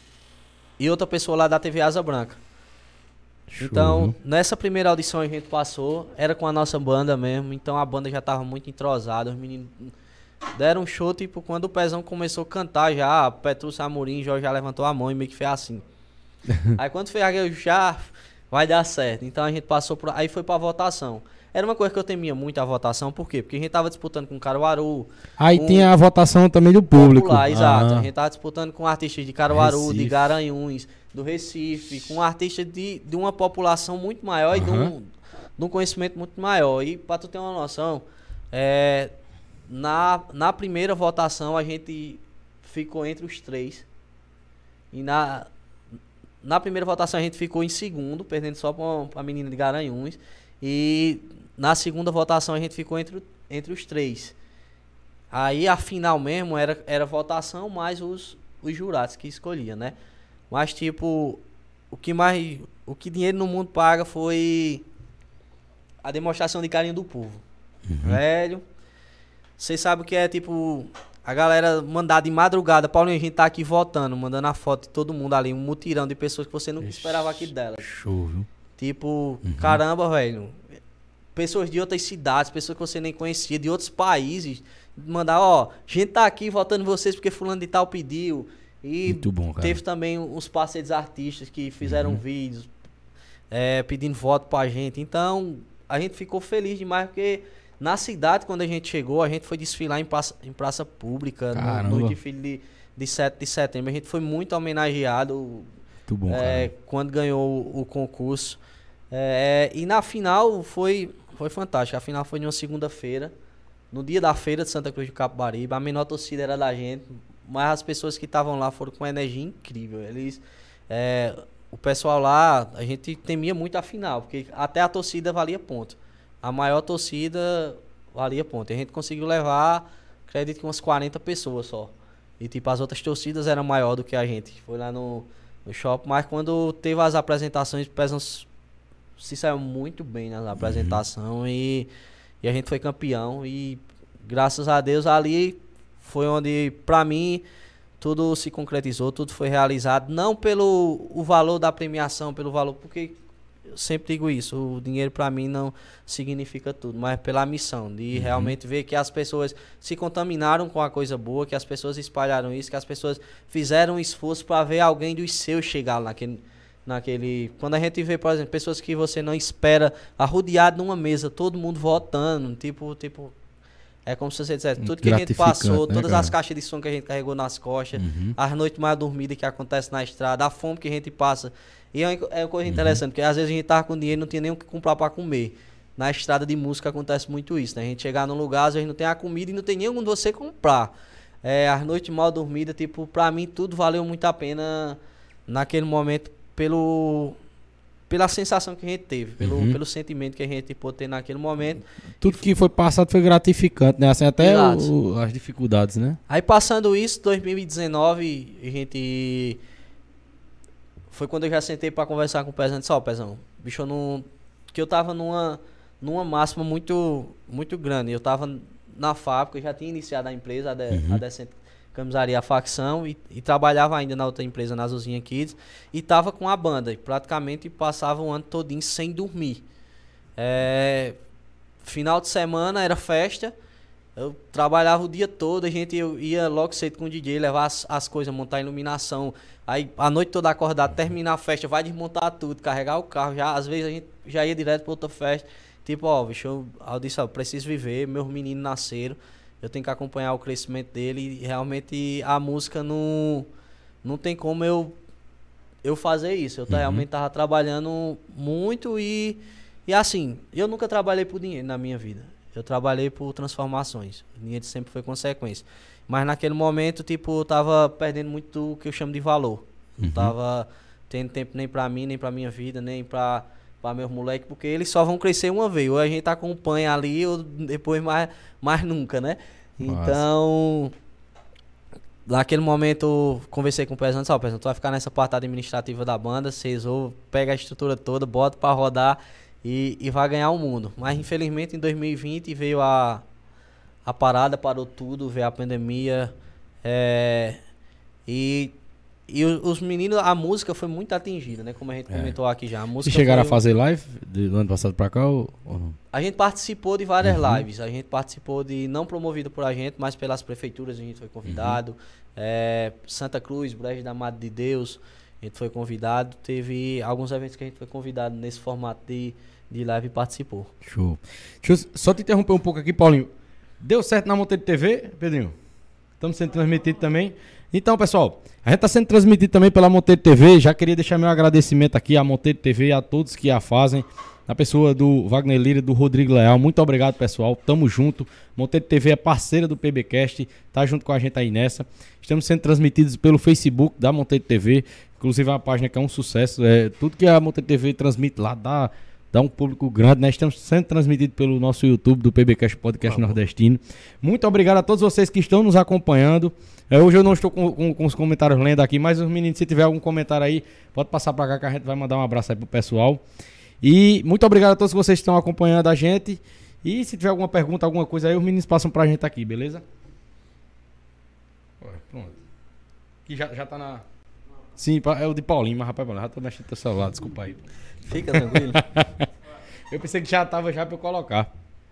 e outra pessoa lá da T V Asa Branca. Show. Então, nessa primeira audição a gente passou, era com a nossa banda mesmo. Então a banda já tava muito entrosada. Os meninos deram um show, tipo, quando o Pezão começou a cantar já, Petrúcio Amorim, Jorge já levantou a mão e meio que fez assim. Aí quando fez aquele já vai dar certo. Então a gente passou por... Aí foi pra votação. Era uma coisa que eu temia muito a votação. Por quê? Porque a gente tava disputando com Caruaru. Aí com... tinha a votação também do público. Popular, exato. Ah. A gente tava disputando com artistas de Caruaru, Recife. de Garanhuns, do Recife, com artistas de, de uma população muito maior uhum. e de um, de um conhecimento muito maior. E pra tu ter uma noção, é, na, na primeira votação a gente ficou entre os três. E na... Na primeira votação a gente ficou em segundo, perdendo só para a menina de Garanhuns. E na segunda votação a gente ficou entre, entre os três. Aí a final mesmo era, era votação mais os, os jurados que escolhiam, né? Mas tipo, o que mais, o que dinheiro no mundo paga foi a demonstração de carinho do povo. Uhum. Velho, vocês sabem o que é tipo... A galera mandar de madrugada, Paulinho, a gente tá aqui votando, mandando a foto de todo mundo ali, um mutirão de pessoas que você nunca Ixi, esperava aqui dela. Show, viu? Tipo, uhum. caramba, velho. Pessoas de outras cidades, pessoas que você nem conhecia, de outros países, mandar, ó, a gente tá aqui votando em vocês porque fulano de tal pediu. E muito bom, cara. Teve também uns parceiros artistas que fizeram uhum. vídeos é, pedindo voto pra gente. Então, a gente ficou feliz demais porque Na cidade, quando a gente chegou, a gente foi desfilar em praça, em praça pública, no, no desfile de, de sete de setembro. A gente foi muito homenageado muito bom, é, quando ganhou o, o concurso. É, e na final foi, foi fantástico. A final foi numa segunda-feira, no dia da feira de Santa Cruz de Capibaribe. A menor torcida era da gente, mas as pessoas que estavam lá foram com uma energia incrível. Eles, é, o pessoal lá, a gente temia muito a final, porque até a torcida valia ponto. A maior torcida valia ponto. E a gente conseguiu levar, acredito que umas quarenta pessoas só. E tipo, as outras torcidas eram maior do que a gente. Foi lá no, no shopping, mas quando teve as apresentações, o Pezão se saiu muito bem na apresentação, uhum. e, e a gente foi campeão. E graças a Deus ali foi onde, pra mim, tudo se concretizou, tudo foi realizado. Não pelo o valor da premiação, pelo valor, porque eu sempre digo isso, o dinheiro pra mim não significa tudo, mas pela missão, de uhum. realmente ver que as pessoas se contaminaram com a coisa boa, que as pessoas espalharam isso, que as pessoas fizeram um esforço pra ver alguém dos seus chegar naquele... naquele quando a gente vê, por exemplo, pessoas que você não espera arrodeado numa mesa, todo mundo votando, tipo, tipo é como se você dissesse, tudo que a gente passou, né, todas cara? As caixas de som que a gente carregou nas costas, uhum. as noites mais dormidas que acontecem na estrada, a fome que a gente passa. E é uma, é uma coisa uhum. interessante, porque às vezes a gente tava com dinheiro e não tinha nem o que comprar para comer. Na estrada de música acontece muito isso, né? A gente chegar num lugar, às vezes não tem a comida e não tem nem onde você comprar. É, as noites mal dormidas, tipo, pra mim tudo valeu muito a pena naquele momento, pelo... pela sensação que a gente teve, pelo, uhum. pelo sentimento que a gente pôde ter naquele momento. Tudo que foi passado foi gratificante, né? Assim, até o, as dificuldades, né? Aí passando isso, dois mil e dezenove, a gente... Foi quando eu já sentei pra conversar com o Pezão e disse, ó, Pezão, bicho, eu não... que eu tava numa, numa máxima muito, muito grande. Eu tava na fábrica, eu já tinha iniciado a empresa, a, de, uhum. a Decente Camisaria, a facção, e, e trabalhava ainda na outra empresa, na Zuzinha Kids, e tava com a banda, e praticamente passava o ano todinho sem dormir. É, final de semana era festa, eu trabalhava o dia todo, a gente ia logo cedo com o D J, levar as, as coisas, montar a iluminação, aí a noite toda acordado, terminar a festa, vai desmontar tudo, carregar o carro, já, às vezes a gente já ia direto pra outra festa, tipo, ó, bicho, eu, eu disse, ó, preciso viver, meus meninos nasceram, eu tenho que acompanhar o crescimento dele, e realmente a música não, não tem como eu, eu fazer isso, eu uhum. realmente tava trabalhando muito e, e assim, eu nunca trabalhei por dinheiro na minha vida. Eu trabalhei por transformações. O dinheiro sempre foi consequência. Mas naquele momento, tipo, eu tava perdendo muito do que eu chamo de valor. Não uhum. tava tendo tempo nem pra mim, nem pra minha vida, nem pra, pra meus moleques, porque eles só vão crescer uma vez. Ou a gente acompanha ali, ou depois mais, mais nunca, né? Nossa. Então, naquele momento, eu conversei com o Pezão, disse, ó, Pezão, tu vai ficar nessa parte administrativa da banda, vocês ou pega a estrutura toda, bota pra rodar, E, e vai ganhar o mundo. Mas infelizmente em dois mil e vinte veio a, a parada, parou tudo, veio a pandemia. É, e e os meninos, a música foi muito atingida, né? Como a gente é. comentou aqui já. A música e chegaram foi, a fazer live do ano passado pra cá ou, ou não? A gente participou de várias uhum. lives. A gente participou de, não promovido por a gente, mas pelas prefeituras a gente foi convidado. Uhum. É, Santa Cruz, Brejo da Madre de Deus, a gente foi convidado. Teve alguns eventos que a gente foi convidado nesse formato de de live e participou. Show. Deixa eu só te interromper um pouco aqui, Paulinho. Deu certo na Monteiro T V, Pedrinho? Estamos sendo transmitido também. Então, pessoal, a gente está sendo transmitido também pela Monteiro T V. Já queria deixar meu agradecimento aqui à Monteiro T V e a todos que a fazem. Na pessoa do Wagner Lira e do Rodrigo Leal. Muito obrigado, pessoal. Tamo junto. Monteiro T V é parceira do PBcast. Tá junto com a gente aí nessa. Estamos sendo transmitidos pelo Facebook da Monteiro T V. Inclusive, é uma página que é um sucesso. É, tudo que a Monteiro T V transmite lá dá... Dá um público grande, né? Estamos sendo transmitidos pelo nosso YouTube do PBcast Podcast ah, Nordestino. Muito obrigado a todos vocês que estão nos acompanhando. É, hoje eu não estou com, com, com os comentários lendo aqui, mas os meninos, se tiver algum comentário aí, pode passar para cá que a gente vai mandar um abraço aí pro pessoal. E muito obrigado a todos vocês que estão acompanhando a gente. E se tiver alguma pergunta, alguma coisa aí, os meninos passam pra gente aqui, beleza? Pronto. Que já, já tá na... Sim, é o de Paulinho, mas rapaz, já tô mexendo no teu celular, desculpa aí. Fica tranquilo. Eu pensei que já tava já pra eu colocar.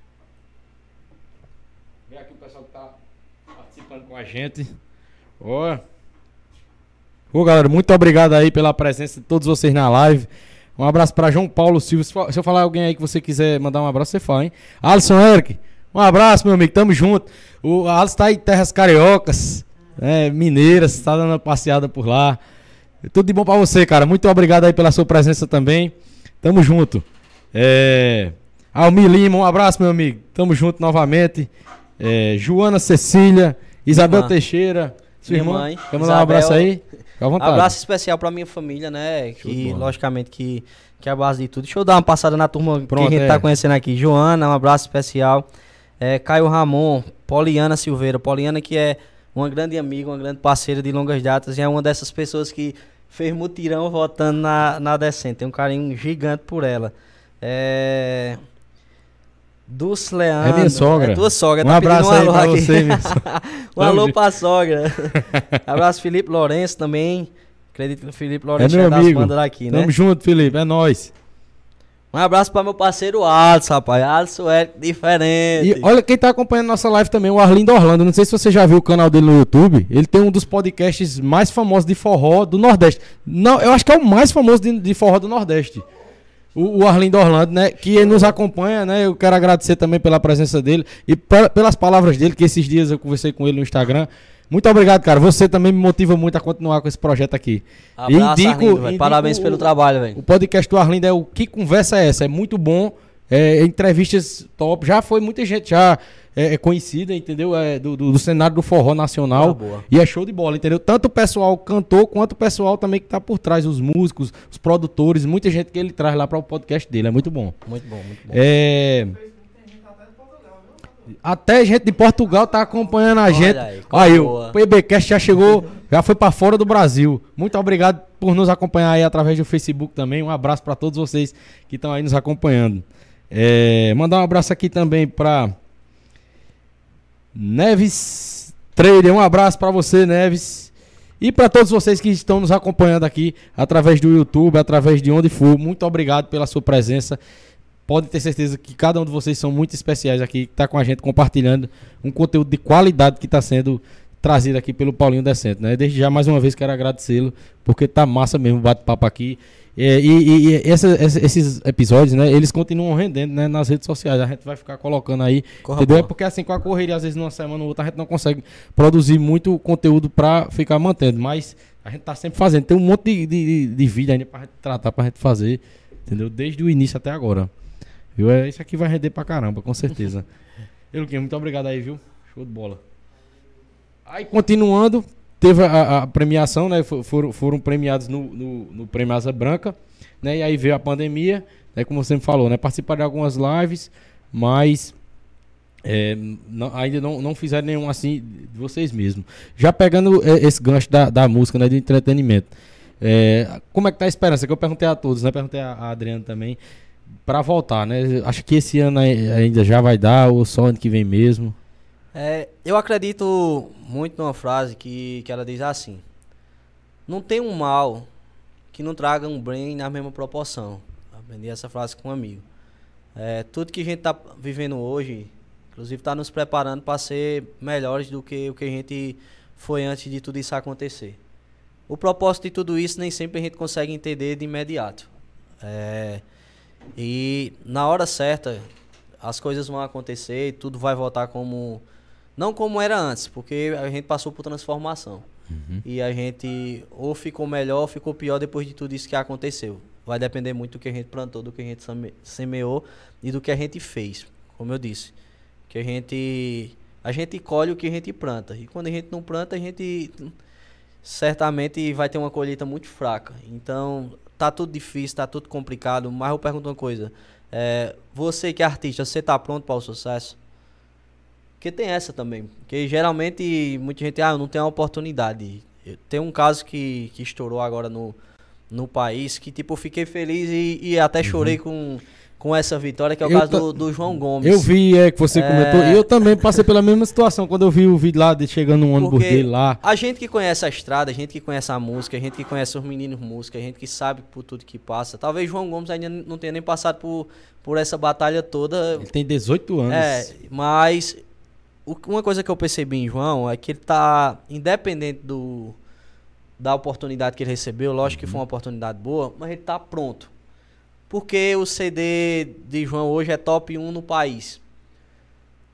Vem aqui o pessoal que tá participando com a gente. Ó. Ô, galera, muito obrigado aí pela presença de todos vocês na live. Um abraço pra João Paulo Silva. Se eu falar alguém aí que você quiser mandar um abraço, você fala, hein? Alisson Eric, Um abraço, meu amigo, tamo junto. O Alisson tá em terras cariocas, é, mineiras, tá dando uma passeada por lá. Tudo de bom pra você, cara. Muito obrigado aí pela sua presença também. Tamo junto. É... Almir Lima, um abraço, meu amigo. Tamo junto novamente. É... Joana Cecília, Isabel irmã. Teixeira, sua Minha irmã. mãe, Quer mandar um abraço Isabel. aí? Fica à vontade. Abraço especial pra minha família, né? Show de Que, bola. logicamente, que, que é a base de tudo. Deixa eu dar uma passada na turma Pronto, que a gente é. tá conhecendo aqui. Joana, um abraço especial. É, Caio Ramon, Poliana Silveira. Poliana que é uma grande amiga, uma grande parceira de longas datas. E é uma dessas pessoas que fez mutirão votando na, na Decente. Tem um carinho gigante por ela. É... Dulce Leandro. É minha sogra. É tua sogra. Um tá abraço pedindo aí alô pra aqui. você, minha sogra. Um Tamo alô junto. pra sogra. Abraço Felipe Lourenço também. Acredito que o Felipe É Lourenço meu é das amigo. bandas daqui, né? Tamo junto, Felipe. É nóis. Um abraço pra meu parceiro Alisson, rapaz. Alisson é diferente. E olha quem tá acompanhando nossa live também, o Arlindo Orlando. Não sei se você já viu o canal dele no YouTube. Ele tem um dos podcasts mais famosos de forró do Nordeste. Não, eu acho que é o mais famoso de, de forró do Nordeste. O, o Arlindo Orlando, né? Que nos acompanha, né? Eu quero agradecer também pela presença dele e pe- pelas palavras dele, que esses dias eu conversei com ele no Instagram. Muito obrigado, cara. Você também me motiva muito a continuar com esse projeto aqui. Abraço, Indico- Arlindo, velho. indico Parabéns o- pelo trabalho, velho. O podcast do Arlindo é o Que Conversa é Essa? É muito bom. É, entrevistas top. Já foi muita gente já é, é conhecida, entendeu? É, do, do, do cenário do forró nacional. Boa, boa. E é show de bola, entendeu? Tanto o pessoal cantor, quanto o pessoal também que tá por trás, os músicos, os produtores, muita gente que ele traz lá para o podcast dele. É muito bom. Muito bom, muito bom. É... Até gente de Portugal tá acompanhando a Olha gente. aí, coisa Aí, boa. o PBcast já chegou, já foi pra fora do Brasil. Muito obrigado por nos acompanhar aí através do Facebook também. Um abraço pra todos vocês que estão aí nos acompanhando. É, mandar um abraço aqui também pra Neves Trader. Um abraço pra você, Neves. E pra todos vocês que estão nos acompanhando aqui através do YouTube, através de onde for. Muito obrigado pela sua presença. Pode ter certeza que cada um de vocês são muito especiais aqui, que está com a gente compartilhando um conteúdo de qualidade que está sendo trazido aqui pelo Paulinho Decente, né? Desde já, mais uma vez, quero agradecê-lo, porque tá massa mesmo o bate-papo aqui. É, e e, e essa, essa, esses episódios, né, eles continuam rendendo, né, nas redes sociais. A gente vai ficar colocando aí, Corra entendeu? boa. É porque assim, com a correria, às vezes numa semana ou outra, a gente não consegue produzir muito conteúdo para ficar mantendo, mas a gente tá sempre fazendo. Tem um monte de, de, de vídeo ainda pra gente tratar, pra gente fazer, entendeu? Desde o início até agora. Viu? É, isso aqui vai render pra caramba, com certeza. E Luquinha, muito obrigado aí, viu? Show de bola. Aí, continuando, teve a, a premiação, né? For- Foram, foram premiados no, no, no Prêmio Asa Branca, né? E aí veio a pandemia, né? Como você me falou, né? Participaram de algumas lives, mas é, não- ainda não, não fizeram nenhum assim de vocês mesmos. Já pegando é, esse gancho da, da música, né? Do entretenimento. É, como é que tá a esperança? Que eu perguntei a todos, né? Perguntei a, a Adriana também. Pra voltar, né? Acho que esse ano ai- ainda já vai dar, ou só ano que vem mesmo. É, eu acredito muito numa frase que, que ela diz assim: não tem um mal que não traga um bem na mesma proporção. Aprendi essa frase com um amigo. É, tudo que a gente tá vivendo hoje, inclusive tá nos preparando para ser melhores do que o que a gente foi antes de tudo isso acontecer. O propósito de tudo isso nem sempre a gente consegue entender de imediato. É, e na hora certa as coisas vão acontecer e tudo vai voltar como... Não como era antes, porque a gente passou por transformação. E a gente ou ficou melhor ou ficou pior depois de tudo isso que aconteceu. Vai depender muito do que a gente plantou, do que a gente seme- semeou e do que a gente fez. Como eu disse, que a gente a gente colhe o que a gente planta. E quando a gente não planta, a gente certamente vai ter uma colheita muito fraca. Então, tá tudo difícil, tá tudo complicado, mas eu pergunto uma coisa. É, você que é artista, você tá pronto para o sucesso? Porque tem essa também. Porque geralmente muita gente, ah, eu não tenho a oportunidade. Eu- Tem um caso que, que estourou agora no, no país, que tipo, eu fiquei feliz e, e até chorei com, com essa vitória, que é o Eu caso ta- do, do João Gomes. Eu vi é, que você É. comentou, e eu também passei pela mesma situação quando eu vi o vídeo lá de chegando um ônibus Porque dele lá. a gente que conhece a estrada, a gente que conhece a música, a gente que conhece os meninos música, a gente que sabe por tudo que passa. Talvez João Gomes ainda não tenha nem passado por, por essa batalha toda. Ele tem dezoito anos. É, mas o- uma coisa que eu percebi em João é que ele tá, independente do, da oportunidade que ele recebeu, lógico que foi uma oportunidade boa, mas ele tá pronto. Porque o C D de João hoje é top um no país.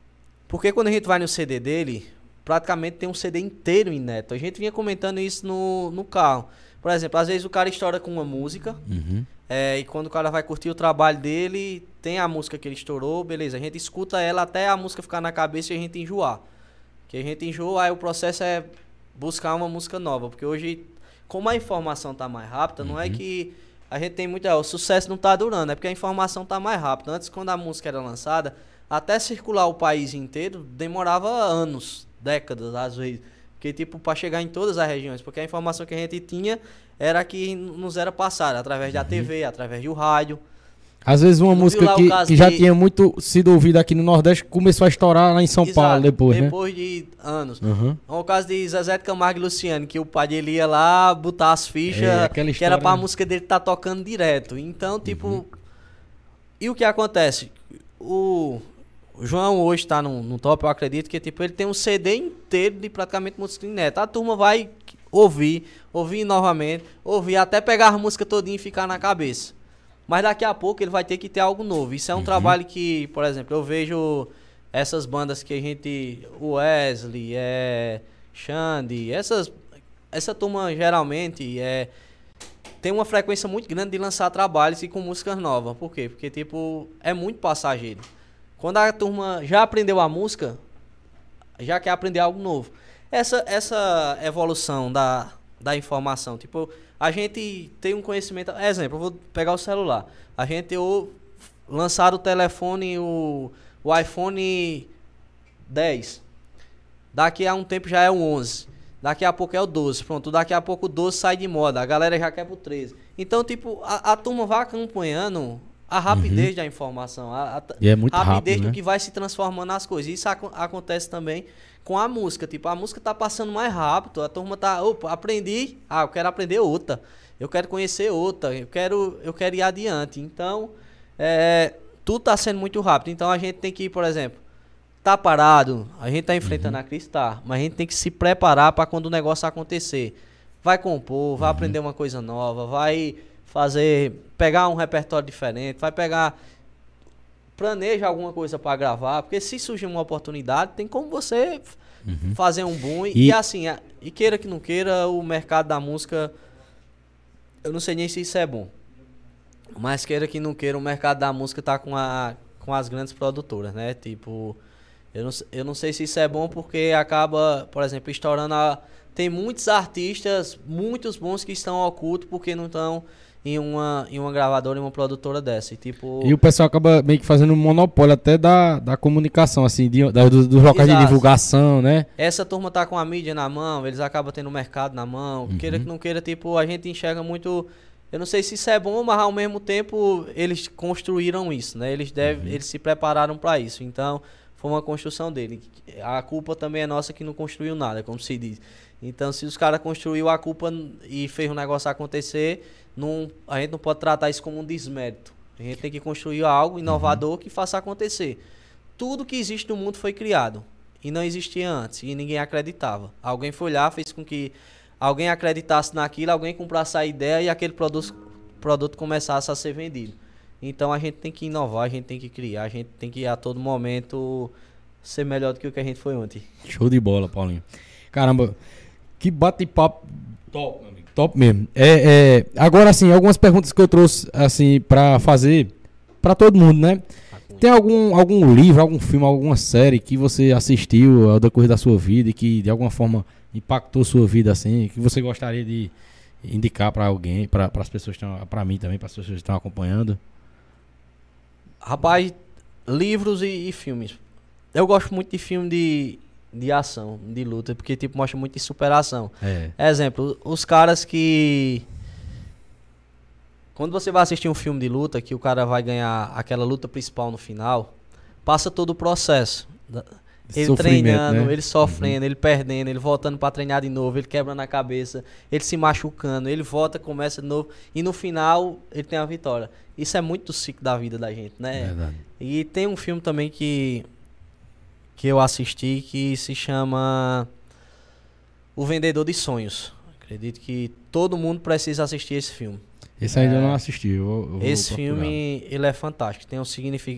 Porque quando a gente vai no C D dele, praticamente tem um C D inteiro inédito. A gente vinha comentando isso no, no carro. Por exemplo, às vezes o cara estoura com uma música, Uhum. é, e quando o cara vai curtir o trabalho dele, tem a música que ele estourou, beleza. A gente escuta ela até a música ficar na cabeça e a gente enjoar. Que a gente enjoa, aí o processo é buscar uma música nova. Porque hoje, como a informação tá mais rápida, uhum. não é que a gente tem muito... É, o sucesso não tá durando, é porque a informação tá mais rápida. Antes, quando a música era lançada, até circular o país inteiro, demorava anos, décadas, às vezes. Porque, tipo, para chegar em todas as regiões. Porque a informação que a gente tinha era que nos era passada através da uhum. T V, através do rádio. Às vezes uma música que, que já de... tinha muito sido ouvida aqui no Nordeste começou a estourar lá em São Exato, Paulo depois, depois né? de anos. Uhum. O caso de Zezé de Camargo e Luciano, que o pai dele ia lá botar as fichas, é, que história... era pra a música dele estar tá tocando direto. Então, tipo... Uhum. E o que acontece? O... O João hoje tá no, no top, eu acredito que tipo, ele tem um C D inteiro de praticamente música inédita. A turma vai ouvir, ouvir novamente, ouvir até pegar a música todinha e ficar na cabeça. Mas daqui a pouco ele vai ter que ter algo novo. Isso é um uhum. trabalho que, por exemplo, eu vejo essas bandas que a gente... O Wesley, é, Xande, essas, essa turma geralmente é, tem uma frequência muito grande de lançar trabalhos e com músicas novas. Por quê? Porque tipo, é muito passageiro. Quando a turma já aprendeu a música, já quer aprender algo novo. Essa, essa evolução da, da informação, tipo, a gente tem um conhecimento... Exemplo, eu vou pegar o celular. A gente ou lançar o telefone, o, o iPhone dez. Daqui a um tempo já é o onze. Daqui a pouco é o doze. Pronto, daqui a pouco o doze sai de moda. A galera já quer pro treze. Então, tipo, a, a turma vai acompanhando... A rapidez uhum. da informação, a, a e é muito rapidez rápido, do né? que vai se transformando nas coisas. Isso ac acontece também com a música. Tipo, a música tá passando mais rápido, a turma tá, opa, aprendi, ah, eu quero aprender outra, eu quero conhecer outra, eu quero, eu quero ir adiante. Então, é, tudo tá sendo muito rápido. Então a gente tem que, por exemplo, tá parado, a gente tá enfrentando uhum. a crise, tá, mas a gente tem que se preparar para quando o negócio acontecer. Vai compor, vai uhum. aprender uma coisa nova, vai fazer, pegar um repertório diferente, vai pegar, planeja alguma coisa para gravar, porque se surgir uma oportunidade, tem como você uhum. fazer um boom, e, e assim, e queira que não queira, o mercado da música, eu não sei nem se isso é bom, mas queira que não queira, o mercado da música tá com, a, com as grandes produtoras, né, tipo, eu não, eu não sei se isso é bom, porque acaba, por exemplo, estourando a, tem muitos artistas, muitos bons que estão ocultos, porque não estão em uma, em uma gravadora, em uma produtora dessa. E, tipo... e o pessoal acaba meio que fazendo um monopólio até da, da comunicação, assim, de, da, dos, dos locais Exato. De divulgação, né? Essa turma tá com a mídia na mão, eles acabam tendo o mercado na mão. Uhum. Queira que não queira, tipo, a gente enxerga muito... Eu não sei se isso é bom, mas ao mesmo tempo eles construíram isso, né? Eles, devem, uhum. eles se prepararam para isso. Então, foi uma construção dele. A culpa também é nossa que não construiu nada, como se diz. Então, se os caras construíram a culpa e fez um negócio acontecer... Não, a gente não pode tratar isso como um desmérito. A gente tem que construir algo inovador uhum. que faça acontecer. Tudo que existe no mundo foi criado. E não existia antes. E ninguém acreditava. Alguém foi lá, fez com que alguém acreditasse naquilo, alguém comprasse a ideia e aquele produto, produto começasse a ser vendido. Então a gente tem que inovar, a gente tem que criar, a gente tem que a todo momento ser melhor do que o que a gente foi ontem. Show de bola, Paulinho. Caramba, que bate-papo top, meu amigo. Top mesmo. É, é, agora, assim, algumas perguntas que eu trouxe, assim, pra fazer pra todo mundo, né? Tem algum, algum livro, algum filme, alguma série que você assistiu ao decorrer da sua vida e que, de alguma forma, impactou sua vida, assim, que você gostaria de indicar pra alguém, pra, pras pessoas que estão, pra mim também, pras pessoas que estão acompanhando? Rapaz, livros e, e filmes. Eu gosto muito de filme de... de ação, de luta, porque tipo mostra muito de superação. É. Exemplo, os caras que quando você vai assistir um filme de luta que o cara vai ganhar aquela luta principal no final, passa todo o processo. Ele treinando, né? Ele sofrendo, uhum. ele perdendo, ele voltando para treinar de novo, ele quebrando a cabeça, ele se machucando, ele volta, começa de novo e no final ele tem a vitória. Isso é muito do ciclo da vida da gente, né? Verdade. E tem um filme também que que eu assisti, que se chama O Vendedor de Sonhos. Acredito que todo mundo precisa assistir esse filme. Esse ainda é, eu não assisti. Eu, eu esse filme, ele é fantástico. Tem um significado...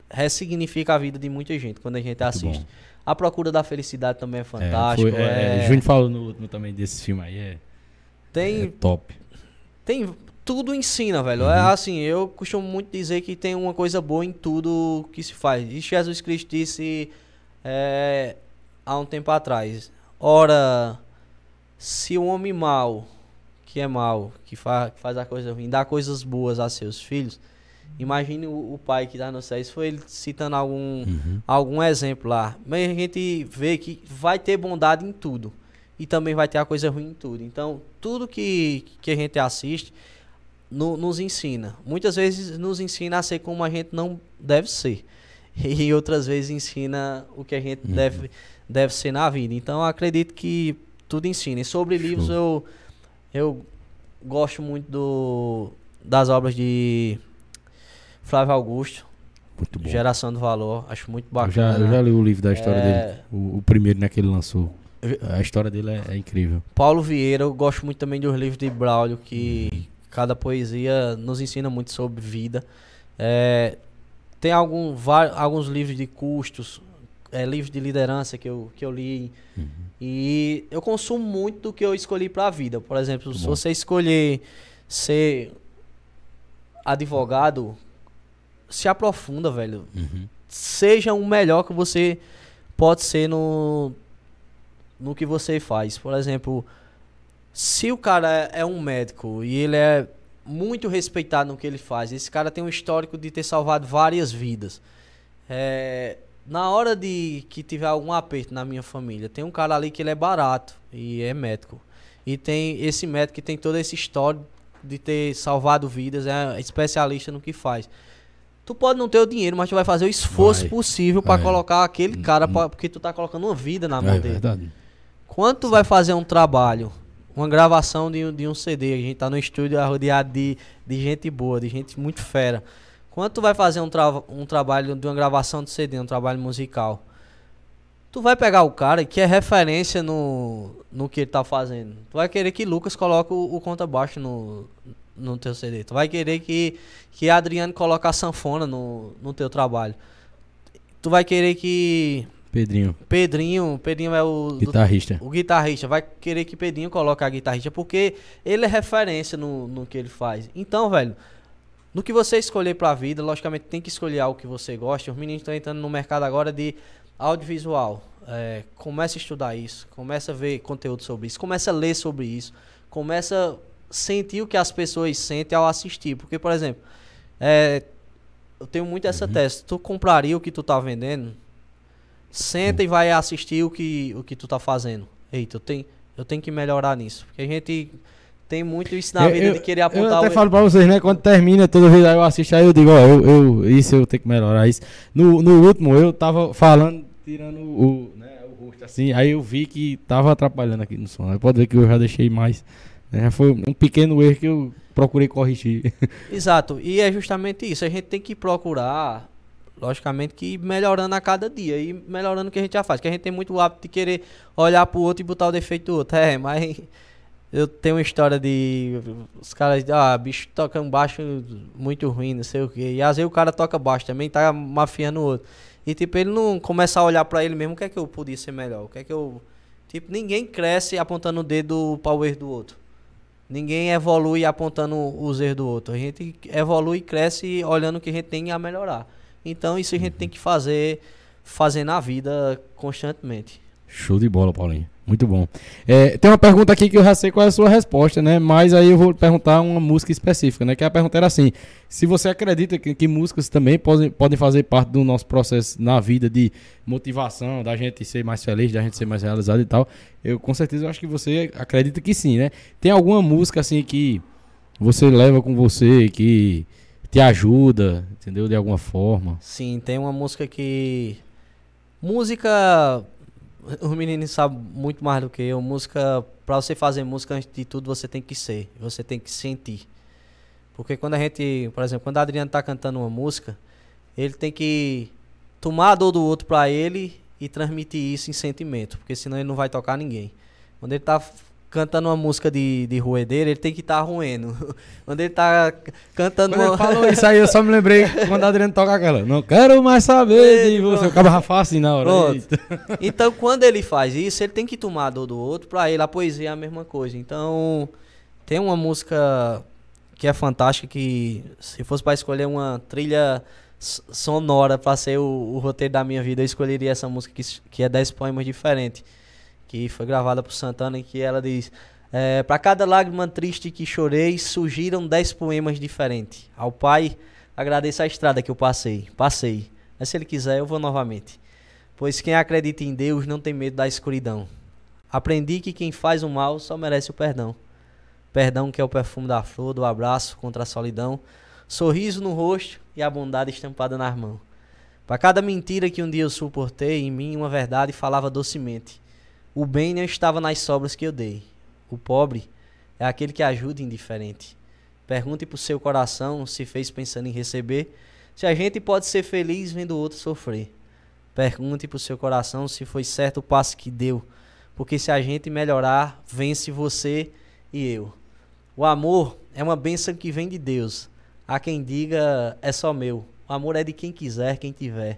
ressignifica a vida de muita gente quando a gente assiste. bom. A Procura da Felicidade também é É, fantástico. foi, é, é- Júnior falou no último também desse filme aí, é, Tem, é top. tem tudo ensina, velho. Uhum. É assim, eu costumo muito dizer que tem uma coisa boa em tudo que se faz. E Jesus Cristo disse é, há um tempo atrás: ora, se o homem mau, que é mau, que, fa que faz a coisa ruim, dá coisas boas a seus filhos, imagine o, o pai que está no céu. Isso foi ele citando algum, Uhum. algum exemplo lá. Mas a gente vê que vai ter bondade em tudo. E também vai ter a coisa ruim em tudo. Então, tudo que, que a gente assiste no, nos ensina. Muitas vezes nos ensina a ser como a gente não deve ser. E outras vezes ensina o que a gente Uhum. deve, deve ser na vida. Então, eu acredito que tudo ensina. E sobre Show. livros, eu, eu gosto muito do, das obras de Flávio Augusto, Muito bom. Geração do Valor. Acho muito Eu já, bacana. eu já li o livro da história É. dele, o, o primeiro, né, que ele lançou. A história dele é, é incrível. Paulo Vieira, eu gosto muito também dos livros de Braulio, que cada poesia nos ensina muito sobre vida. É, tem algum, va- alguns livros de custos, é, livros de liderança que eu, que eu li. Uhum. E eu consumo muito do que eu escolhi para a vida. Por exemplo, Muito se bom. você escolher ser advogado, se aprofunda, velho. Uhum. Seja o melhor que você pode ser no, no que você faz. Por exemplo, se o cara é, é um médico e ele é muito respeitado no que ele faz, esse cara tem um histórico de ter salvado várias vidas. É, na hora de que tiver algum aperto na minha família, tem um cara ali que ele é barato e é médico. E tem esse médico que tem todo esse histórico de ter salvado vidas, é especialista no que faz. Tu pode não ter o dinheiro, mas tu vai fazer o esforço Vai. possível pra É. colocar aquele cara, Hum. pra, porque tu tá colocando uma vida na mão É dele. verdade. Quando tu vai fazer um trabalho, uma gravação de, um- de um C D, a gente tá no estúdio rodeado de, de gente boa, de gente muito fera. Quando tu vai fazer um, tra um trabalho de uma gravação de C D, um trabalho musical, tu vai pegar o cara que é referência no, no que ele tá fazendo. Tu vai querer que Lucas coloque o, o contrabaixo no, no teu C D. Tu vai querer que, que Adriano coloque a sanfona no, no teu trabalho. Tu vai querer que Pedrinho, Pedrinho, Pedrinho é o... do- guitarrista. o guitarrista vai querer que Pedrinho coloque a guitarrista porque ele é referência no, no que ele faz. Então, velho, no que você escolher pra vida, logicamente tem que escolher algo que você gosta. Os meninos estão entrando no mercado agora de audiovisual. É, começa a estudar isso, começa a ver conteúdo sobre isso, começa a ler sobre isso, começa a sentir o que as pessoas sentem ao assistir. Porque, por exemplo, é, eu tenho muito essa Uhum. tese. Tu compraria o que tu tá vendendo? Senta e vai assistir o que, o que tu tá fazendo. Eita, eu tenho, eu tenho que melhorar nisso. Porque a gente tem muito isso na Eu- vida eu- de querer Eu apontar até o... falo pra vocês, né? Quando termina, toda vez aí eu assisto, aí eu digo, ó, eu, eu, isso eu tenho que melhorar isso. No, no último, eu tava falando, tirando o, né, o rosto assim, aí eu vi que tava atrapalhando aqui no som. Aí pode ver que eu já deixei mais. Né? Foi um pequeno erro que eu procurei corrigir. Exato. E é justamente isso. A gente tem que procurar, logicamente, que ir melhorando a cada dia. E melhorando o que a gente já faz. Porque a gente tem muito o hábito de querer olhar pro outro e botar o defeito do outro. É, mas... Eu tenho uma história de... Os caras dizem, ah, bicho toca um baixo muito ruim, não sei o quê. E às vezes o cara toca baixo também, tá mafiando o outro. E tipo, ele não começa a olhar pra ele mesmo, o que é que eu podia ser melhor? O que é que eu... Tipo, ninguém cresce apontando o dedo para o erro do outro. Ninguém evolui apontando os erros do outro. A gente evolui e cresce olhando o que a gente tem a melhorar. Então isso a gente tem que fazer, fazer na vida constantemente. Show de bola, Paulinho. Muito bom. É, tem uma pergunta aqui que eu já sei qual é a sua resposta, né? Mas aí eu vou perguntar uma música específica, né? Que a pergunta era assim: se você acredita que, que músicas também podem, podem fazer parte do nosso processo na vida de motivação, da gente ser mais feliz, da gente ser mais realizado e tal. Eu com certeza eu acho que você acredita que sim, né? Tem alguma música assim que você leva com você, que te ajuda, entendeu? De alguma forma. Sim, tem uma música que... Música... Os meninos sabem muito mais do que eu. Música, pra você fazer música, antes de tudo, você tem que ser. Você tem que sentir. Porque quando a gente, por exemplo, quando a Adriano tá cantando uma música, ele tem que tomar a dor do outro pra ele e transmitir isso em sentimento. Porque senão ele não vai tocar ninguém. Quando ele tá cantando uma música de, de ruedeira, ele tem que estar tá ruendo. Quando ele tá cantando... Quando uma... ele falou isso aí, eu só me lembrei quando a Adriano toca aquela. Não quero mais saber de você. Eu acaba fácil assim na hora. Então, quando ele faz isso, ele tem que tomar a dor do outro. Pra ele, a poesia é a mesma coisa. Então, tem uma música que é fantástica, que se fosse pra escolher uma trilha sonora pra ser o, o roteiro da minha vida, eu escolheria essa música que, que é dez poemas diferentes, que foi gravada por Santana, e que ela diz: é, para cada lágrima triste que chorei, surgiram dez poemas diferentes. Ao Pai, agradeço a estrada que eu passei, passei, mas se Ele quiser eu vou novamente. Pois quem acredita em Deus não tem medo da escuridão. Aprendi que quem faz o mal só merece o perdão. Perdão que é o perfume da flor, do abraço contra a solidão, sorriso no rosto e a bondade estampada nas mãos. Para cada mentira que um dia eu suportei, em mim uma verdade falava docemente. O bem não estava nas sobras que eu dei. O pobre é aquele que ajuda indiferente. Pergunte pro seu coração se fez pensando em receber, se a gente pode ser feliz vendo o outro sofrer. Pergunte pro seu coração se foi certo o passo que deu, porque se a gente melhorar, vence você e eu. O amor é uma bênção que vem de Deus. Há quem diga é só meu. O amor é de quem quiser, quem tiver.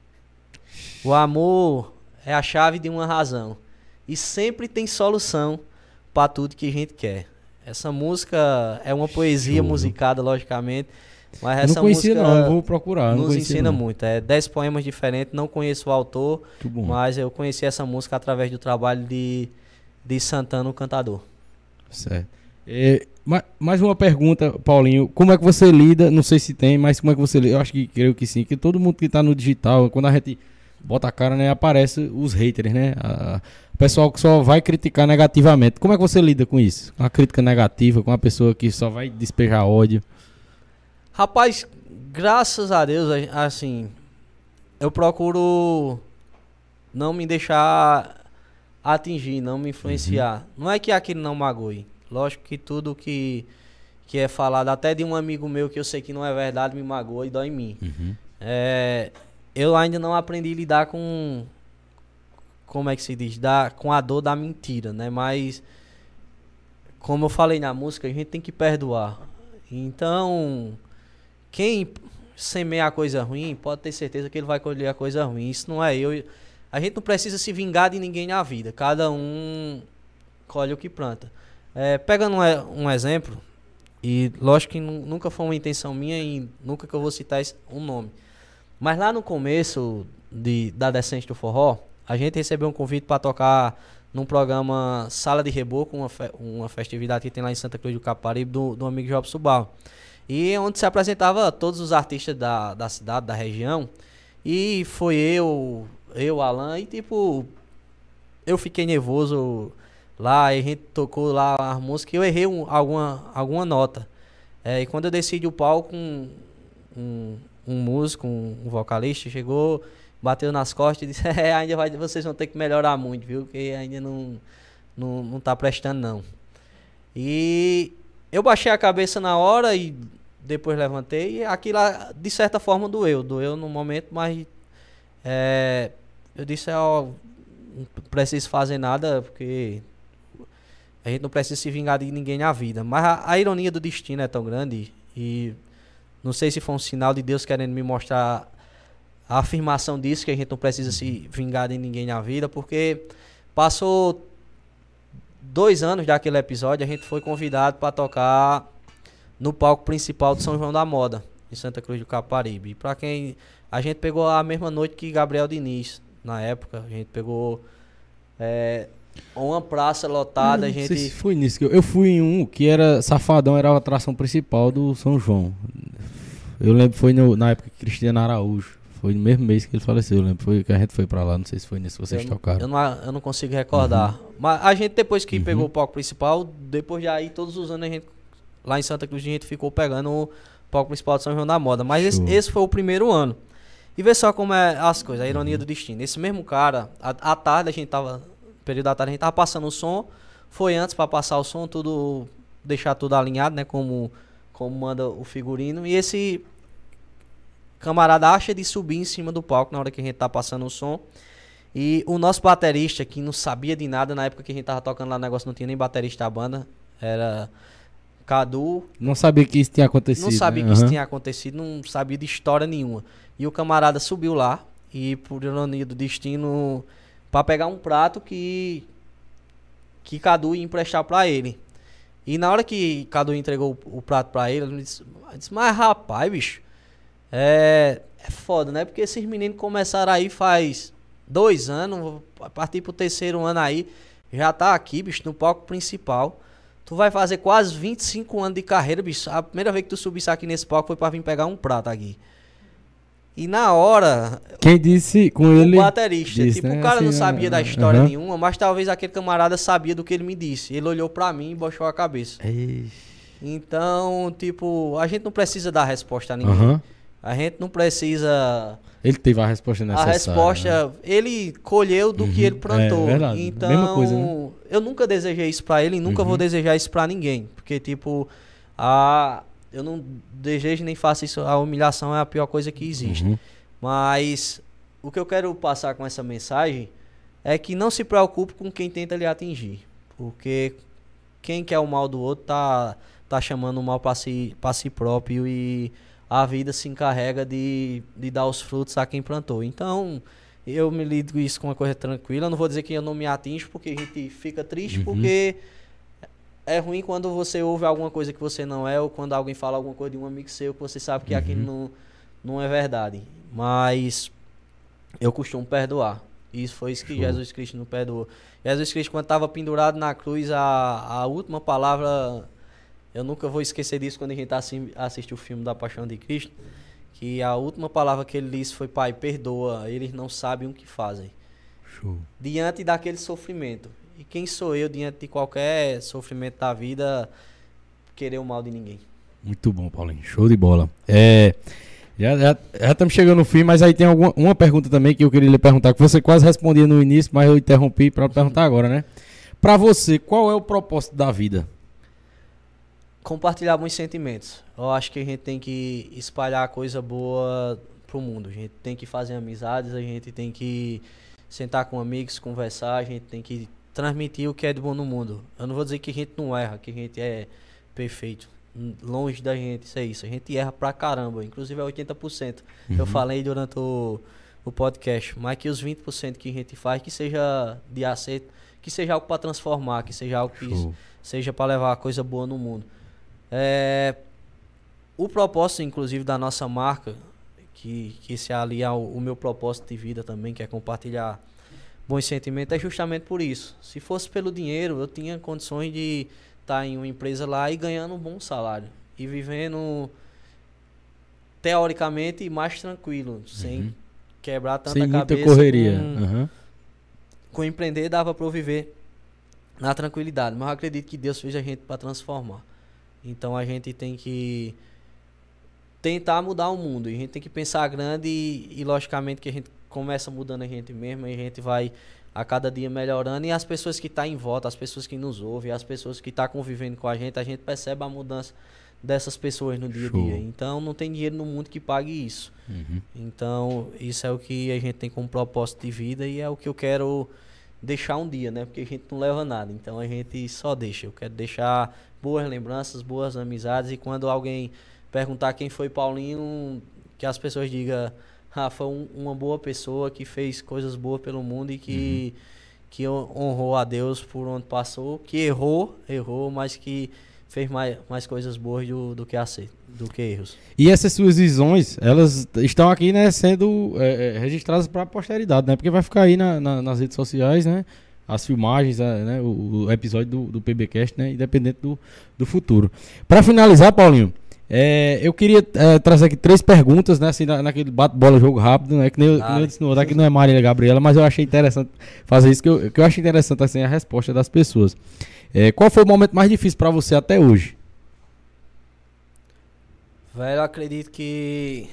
O amor é a chave de uma razão. E sempre tem solução para tudo que a gente quer. Essa música é uma poesia Show. musicada, logicamente. Mas essa não conhecia música não, eu vou procurar. Nos ensina não. muito. É dez poemas diferentes, não conheço o autor, mas eu conheci essa música através do trabalho de, de Santana, o cantador. Certo. É, mais uma pergunta, Paulinho. Como é que você lida? Não sei se tem, mas como é que você lida? Eu acho que creio que sim. Que todo mundo que tá no digital, quando a gente bota a cara, né, aparece os haters, né? A, o pessoal que só vai criticar negativamente. Como é que você lida com isso? Com a crítica negativa, com a pessoa que só vai despejar ódio? Rapaz, graças a Deus, assim, eu procuro não me deixar atingir, não me influenciar. Uhum. Não é que aquilo não magoe. Lógico que tudo que, que é falado, até de um amigo meu que eu sei que não é verdade, me magoa e dói em mim. Uhum. É, eu ainda não aprendi a lidar com, como é que se diz, da, com a dor da mentira, né? Mas, como eu falei na música, a gente tem que perdoar. Então, quem semeia a coisa ruim, pode ter certeza que ele vai colher a coisa ruim. Isso não é eu. A gente não precisa se vingar de ninguém na vida. Cada um colhe o que planta. É, pegando um, um exemplo, e lógico que nunca foi uma intenção minha e nunca que eu vou citar esse, um nome. Mas lá no começo de, da Descente do Forró, a gente recebeu um convite para tocar num programa Sala de Reboco, uma, fe, uma festividade que tem lá em Santa Cruz do Caparibe, do, do amigo Job Subal. E onde se apresentava todos os artistas da, da cidade, da região. E foi eu, eu, Alan, e tipo, eu fiquei nervoso lá, a gente tocou lá a música e eu errei um, alguma, alguma nota. É, e quando eu decidi o palco, um, um, um músico, um, um vocalista, chegou, bateu nas costas e disse: é, ainda vai, vocês vão ter que melhorar muito, viu? Porque ainda não, não, não tá prestando, não. E eu baixei a cabeça na hora e depois levantei. E aquilo, de certa forma, doeu. Doeu no momento, mas é, eu disse: ó, não preciso fazer nada, porque a gente não precisa se vingar de ninguém na vida. Mas a, a ironia do destino é tão grande, e não sei se foi um sinal de Deus querendo me mostrar a afirmação disso, que a gente não precisa se vingar de ninguém na vida, porque passou dois anos daquele episódio, a gente foi convidado para tocar no palco principal do São João da Moda, em Santa Cruz do Caparibe. E para quem... A gente pegou a mesma noite que Gabriel Diniz, na época. A gente pegou é, uma praça lotada. Eu a gente... não sei se foi nisso que eu, eu fui em um que era Safadão, era a atração principal do São João. Eu lembro, foi no, na época que Cristiano Araújo. Foi no mesmo mês que ele faleceu, eu lembro. Foi que a gente foi pra lá, não sei se foi nisso que vocês eu tocaram. Eu não, eu não consigo recordar. Uhum. Mas a gente, depois que uhum. pegou o palco principal, depois de aí, todos os anos, a gente, lá em Santa Cruz, a gente ficou pegando o palco principal de São João da Moda. Mas esse, esse foi o primeiro ano. E vê só como é as coisas, a ironia uhum. do destino. Esse mesmo cara, à tarde, a gente tava, no período da tarde, a gente tava passando o som. Foi antes pra passar o som, tudo, deixar tudo alinhado, né? Como, como manda o figurino. E esse camarada acha de subir em cima do palco na hora que a gente tá passando o som. E o nosso baterista, que não sabia de nada, na época que a gente tava tocando lá, o negócio não tinha nem baterista da banda, era Cadu. Não sabia que isso tinha acontecido. Não sabia né? que isso Uhum. tinha acontecido, não sabia de história nenhuma. E o camarada subiu lá, e por ironia do destino, pra pegar um prato que, que Cadu ia emprestar pra ele. E na hora que Cadu entregou o, o prato pra ele, ele disse, disse, mas rapaz, bicho, é, é foda, né? Porque esses meninos começaram aí faz dois anos, a partir pro terceiro ano aí, já tá aqui, bicho, no palco principal. Tu vai fazer quase vinte e cinco anos de carreira, bicho. A primeira vez que tu subisse aqui nesse palco foi pra vir pegar um prato aqui. E na hora, Quem disse com o ele... baterista, disse, tipo, né? o cara Assim, não sabia da ah, história aham. nenhuma, mas talvez aquele camarada sabia do que ele me disse. Ele olhou pra mim e baixou a cabeça. Ixi. Então, tipo, a gente não precisa dar resposta a ninguém. Aham. A gente não precisa... Ele teve a resposta A necessária. resposta, né? ele colheu do Uhum. que ele plantou. É verdade. Então, Mesma coisa, né? eu nunca desejei isso pra ele e nunca Uhum. vou desejar isso pra ninguém. Porque, tipo, a... eu não desejo nem faço isso. A humilhação é a pior coisa que existe. Uhum. Mas o que eu quero passar com essa mensagem é que não se preocupe com quem tenta lhe atingir. Porque quem quer o mal do outro tá, tá chamando o mal pra si, pra si próprio e a vida se encarrega de, de dar os frutos a quem plantou. Então, eu me lido isso com uma coisa tranquila. Eu não vou dizer que eu não me atinjo, porque a gente fica triste, Uhum. porque é ruim quando você ouve alguma coisa que você não é, ou quando alguém fala alguma coisa de um amigo seu que você sabe que Uhum. aquilo não, não é verdade. Mas eu costumo perdoar. Isso foi isso que Show. Jesus Cristo não perdoou. Jesus Cristo, quando estava pendurado na cruz, a, a última palavra... Eu nunca vou esquecer disso quando a gente assi- assiste o filme da Paixão de Cristo. Que a última palavra que ele disse foi: Pai, perdoa, eles não sabem o que fazem. Show. Diante daquele sofrimento. E quem sou eu diante de qualquer sofrimento da vida querer o mal de ninguém? Muito bom, Paulinho. Show de bola. É, já, já, já estamos chegando no fim, mas aí tem alguma, uma pergunta também que eu queria lhe perguntar, que você quase respondia no início, mas eu interrompi para perguntar agora, né? Para você, qual é o propósito da vida? Compartilhar bons sentimentos. Eu acho que a gente tem que espalhar coisa boa pro mundo. A gente tem que fazer amizades, a gente tem que sentar com amigos, conversar, a gente tem que transmitir o que é de bom no mundo. Eu não vou dizer que a gente não erra, que a gente é perfeito. Longe da gente, isso é isso. A gente erra pra caramba, inclusive é oitenta por cento. Uhum. Eu falei durante o, o podcast, mas que os vinte por cento que a gente faz, que seja de acerto, que seja algo pra transformar, que seja algo que Show. seja pra levar coisa boa no mundo. É, o propósito, inclusive, da nossa marca, que, que se alia ao, o meu propósito de vida também, que é compartilhar bons sentimentos, é justamente por isso. Se fosse pelo dinheiro, eu tinha condições de estar em uma empresa lá e ganhando um bom salário. E vivendo, teoricamente, mais tranquilo, sem Uhum. quebrar tanta Sem muita cabeça. correria. Com, Uhum. com empreender dava para eu viver na tranquilidade. Mas eu acredito que Deus fez a gente para transformar. Então a gente tem que tentar mudar o mundo. E a gente tem que pensar grande e, e logicamente que a gente começa mudando a gente mesmo. E a gente vai a cada dia melhorando. E as pessoas que estão em volta, as pessoas que nos ouvem, as pessoas que estão convivendo com a gente, a gente percebe a mudança dessas pessoas no dia a Show. dia. Então não tem dinheiro no mundo que pague isso. Uhum. Então isso é o que a gente tem como propósito de vida e é o que eu quero deixar um dia, né? Porque a gente não leva nada, então a gente só deixa. Eu quero deixar boas lembranças, boas amizades e quando alguém perguntar quem foi Paulinho, que as pessoas digam, ah, foi um, uma boa pessoa que fez coisas boas pelo mundo e que, uhum. que honrou a Deus por onde passou, que errou, errou, mas que fez mais, mais coisas boas do, do que acerto, do que erros. E essas suas visões, elas estão aqui, né, sendo é, registradas para a posteridade, né? Porque vai ficar aí na, na, nas redes sociais, né? As filmagens, né? O, o episódio do, do PBcast, né? Independente do, do futuro. Para finalizar, Paulinho, é, eu queria é, trazer aqui três perguntas, né? Assim, na, naquele bate-bola, jogo rápido, né? Que nem, ah, que nem eu disse no outro, aqui não é Marília Gabriela, mas eu achei interessante fazer isso, que eu, que eu acho interessante, assim, a resposta das pessoas. É, qual foi o momento mais difícil para você até hoje? Velho, eu acredito que...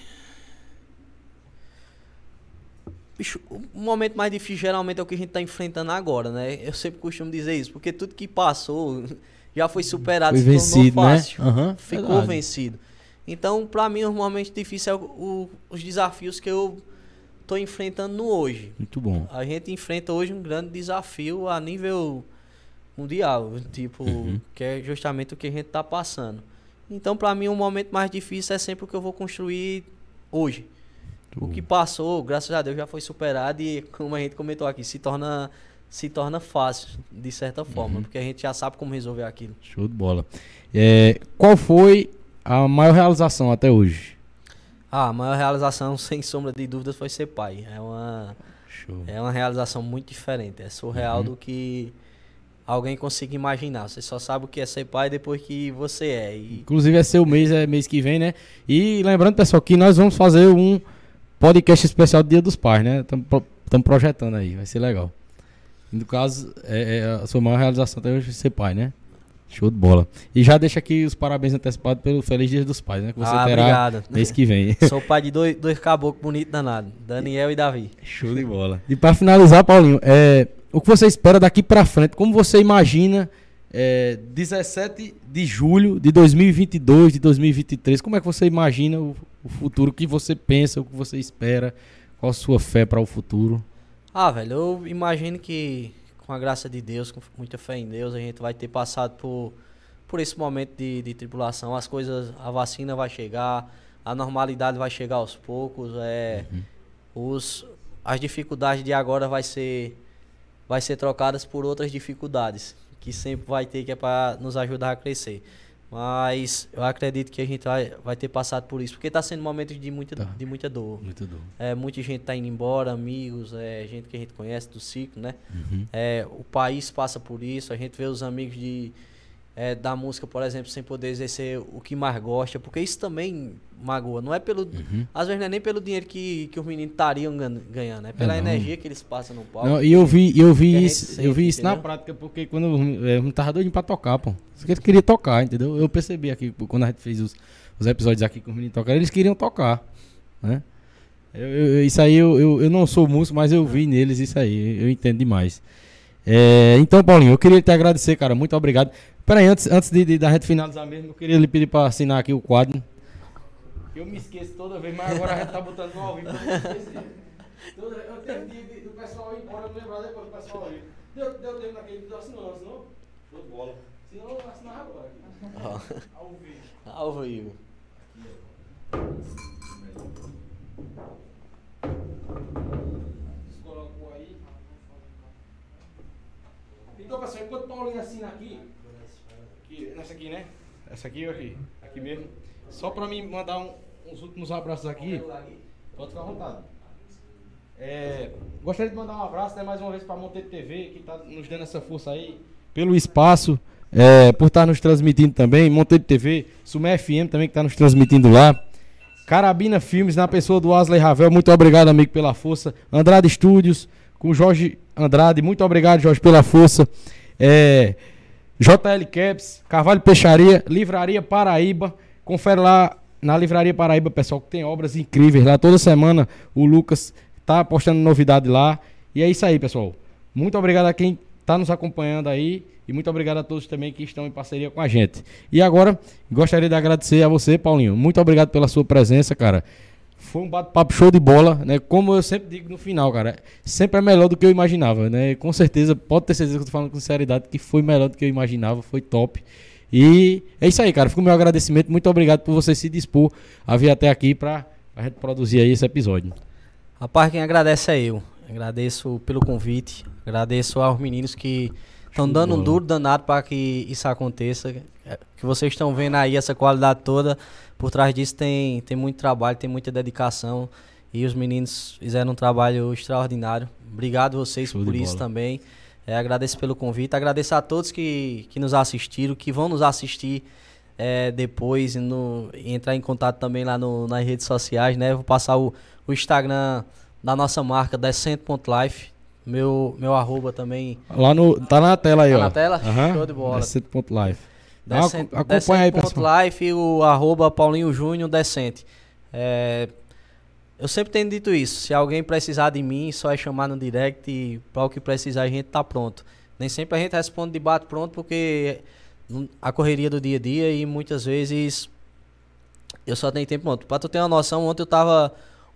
Bicho, o momento mais difícil geralmente é o que a gente tá enfrentando agora, né? Eu sempre costumo dizer isso, porque tudo que passou já foi superado, foi se vencido, tornou fácil. Né? Uhum, ficou verdade. vencido. Então, pra mim, os momentos difíceis são o, os desafios que eu tô enfrentando no hoje. Muito bom. A gente enfrenta hoje um grande desafio a nível mundial, tipo, uhum. que é justamente o que a gente tá passando. Então, para mim, o momento mais difícil é sempre o que eu vou construir hoje. O que passou, graças a Deus, já foi superado e, como a gente comentou aqui, se torna, se torna fácil, de certa forma, uhum. porque a gente já sabe como resolver aquilo. Show de bola. É, qual foi a maior realização até hoje? Ah, a maior realização, sem sombra de dúvidas, foi ser pai. É uma, Show. É uma realização muito diferente. É surreal uhum. do que alguém consiga imaginar. Você só sabe o que é ser pai depois que você é. E... Inclusive é seu mês, é mês que vem, né? E lembrando, pessoal, que nós vamos fazer um podcast especial do Dia dos Pais, né? Estamos projetando aí, vai ser legal. No caso, é, é a sua maior realização até hoje é ser pai, né? Show de bola. E já deixa aqui os parabéns antecipados pelo Feliz Dia dos Pais, né? Que você ah, terá obrigado. Mês que vem. Sou pai de dois, dois caboclos bonitos danados, Daniel e Davi. Show de bola. E para finalizar, Paulinho, é, o que você espera daqui para frente? Como você imagina é, dezessete de julho de dois mil e vinte e dois, de dois mil e vinte e três, como é que você imagina o, o futuro? O que você pensa, o que você espera? Qual a sua fé para o futuro? Ah, velho, eu imagino que com a graça de Deus, com muita fé em Deus, a gente vai ter passado por, por esse momento de, de tribulação. As coisas, a vacina vai chegar, a normalidade vai chegar aos poucos, é, uhum. os, as dificuldades de agora vai ser, vai ser trocadas por outras dificuldades, que sempre vai ter, que é para nos ajudar a crescer. Mas eu acredito que a gente vai, vai ter passado por isso, porque está sendo momentos de muita, tá. de muita dor. Muita dor. É, muita gente está indo embora, amigos, é, gente que a gente conhece do ciclo, né? Uhum. É, o país passa por isso, a gente vê os amigos de, é, da música, por exemplo, sem poder exercer o que mais gosta, porque isso também magoa. Não é pelo, uhum. às vezes não é nem pelo dinheiro que, que os meninos estariam ganhando, é pela é energia que eles passam no palco. Não, e eu vi, eu vi isso, sente, eu vi isso na prática, porque quando eu, eu não tava doidinho pra tocar, pô. Eles queriam tocar, entendeu? Eu percebi aqui, quando a gente fez os, os episódios aqui com os meninos tocaram, eles queriam tocar, né? Eu, eu, isso aí, eu, eu, eu não sou músico, mas eu vi neles isso aí, eu entendo demais. É, então, Paulinho, eu queria te agradecer, cara, muito obrigado. Peraí, antes, antes de, de da gente finalizar mesmo, eu queria lhe pedir pra assinar aqui o quadro. Eu me esqueço toda vez, mas agora a gente tá botando no ao vivo, eu me esqueci. Eu tenho dia do pessoal ir embora, eu me lembrar depois do pessoal ir. Deu, deu tempo naquele vídeo, assinou, assinou? Deu bola. Senão eu vou assinar agora aqui. Ao vivo. Ao vivo. Colocou aí. Então, pessoal, enquanto o Paulinho assina aqui, aqui, nessa aqui, né? Essa aqui ou aqui? Aqui mesmo. Só pra mim mandar um, uns últimos abraços aqui. Pode ficar à vontade. É, gostaria de mandar um abraço, né, mais uma vez para a Monteiro T V, que está nos dando essa força aí, pelo espaço, é, por estar nos transmitindo também. Monteiro T V, Sumé F M também, que está nos transmitindo lá. Carabina Filmes, na pessoa do Asley Ravel, muito obrigado, amigo, pela força. Andrade Studios, com Jorge Andrade, muito obrigado, Jorge, pela força. É, J L Caps, Carvalho Peixaria, Livraria Paraíba. Confere lá na Livraria Paraíba, pessoal, que tem obras incríveis lá. Toda semana o Lucas tá postando novidade lá. E é isso aí, pessoal. Muito obrigado a quem tá nos acompanhando aí. E muito obrigado a todos também que estão em parceria com a gente. E agora, gostaria de agradecer a você, Paulinho. Muito obrigado pela sua presença, cara. Foi um bate-papo show de bola, né? Como eu sempre digo no final, cara. Sempre é melhor do que eu imaginava, né? Com certeza, pode ter certeza que eu tô falando com sinceridade, que foi melhor do que eu imaginava. Foi top. E é isso aí, cara. Fica o meu agradecimento. Muito obrigado por você se dispor a vir até aqui pra a gente produzir aí esse episódio. Rapaz, quem agradece é eu. Agradeço pelo convite. Agradeço aos meninos que estão dando um duro danado para que isso aconteça. Que vocês estão vendo aí essa qualidade toda. Por trás disso tem, tem muito trabalho, tem muita dedicação. E os meninos fizeram um trabalho extraordinário. Obrigado a vocês Show por isso bola. também. É, agradeço pelo convite, agradeço a todos que, que nos assistiram, que vão nos assistir é, depois e, no, e entrar em contato também lá no, nas redes sociais, né? Vou passar o, o Instagram da nossa marca, decente ponto life, meu, meu arroba também. Lá no, tá na tela aí, tá ó. Tá na tela? Uhum. Show de bola. decente ponto life. Decente, Acompanha aí, pessoal. Life e o arroba Paulinho Júnior Decente. É... Eu sempre tenho dito isso, se alguém precisar de mim, só é chamar no direct e para o que precisar a gente tá pronto. Nem sempre a gente responde de bate pronto porque a correria do dia a dia e muitas vezes eu só tenho tempo pronto. Para tu ter uma noção, ontem eu tava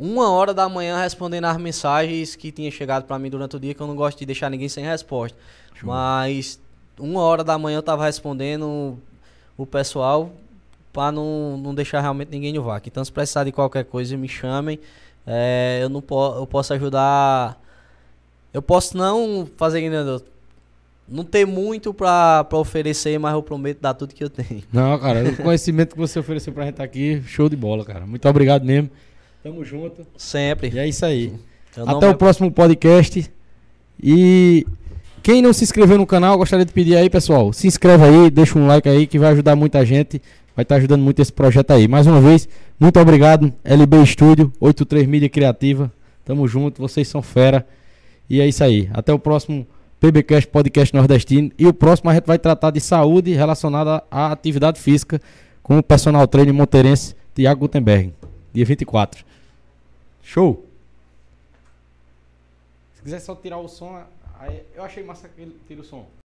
uma hora da manhã respondendo as mensagens que tinha chegado pra mim durante o dia, que eu não gosto de deixar ninguém sem resposta. Show. Mas uma hora da manhã eu tava respondendo o pessoal pra não, não deixar realmente ninguém no vácuo. Então, se precisar de qualquer coisa, me chamem. É, eu, não po eu posso ajudar... Eu posso não fazer... Não ter muito pra, pra oferecer, mas eu prometo dar tudo que eu tenho. Não, cara, o conhecimento que você ofereceu pra gente aqui, show de bola, cara. Muito obrigado mesmo. Tamo junto. Sempre. E é isso aí. Eu Até o é... próximo podcast. E quem não se inscreveu no canal, gostaria de pedir aí, pessoal, se inscreve aí, deixa um like aí, que vai ajudar muita gente. Vai estar ajudando muito esse projeto aí. Mais uma vez, muito obrigado. L B Studio, oitenta e três Mídia Criativa. Tamo junto, vocês são fera. E é isso aí. Até o próximo PBcast Podcast Nordestino. E o próximo a gente vai tratar de saúde relacionada à atividade física com o personal trainer monteirense Tiago Gutenberg. Dia vinte e quatro. Show! Se quiser só tirar o som, aí eu achei massa que ele tira o som.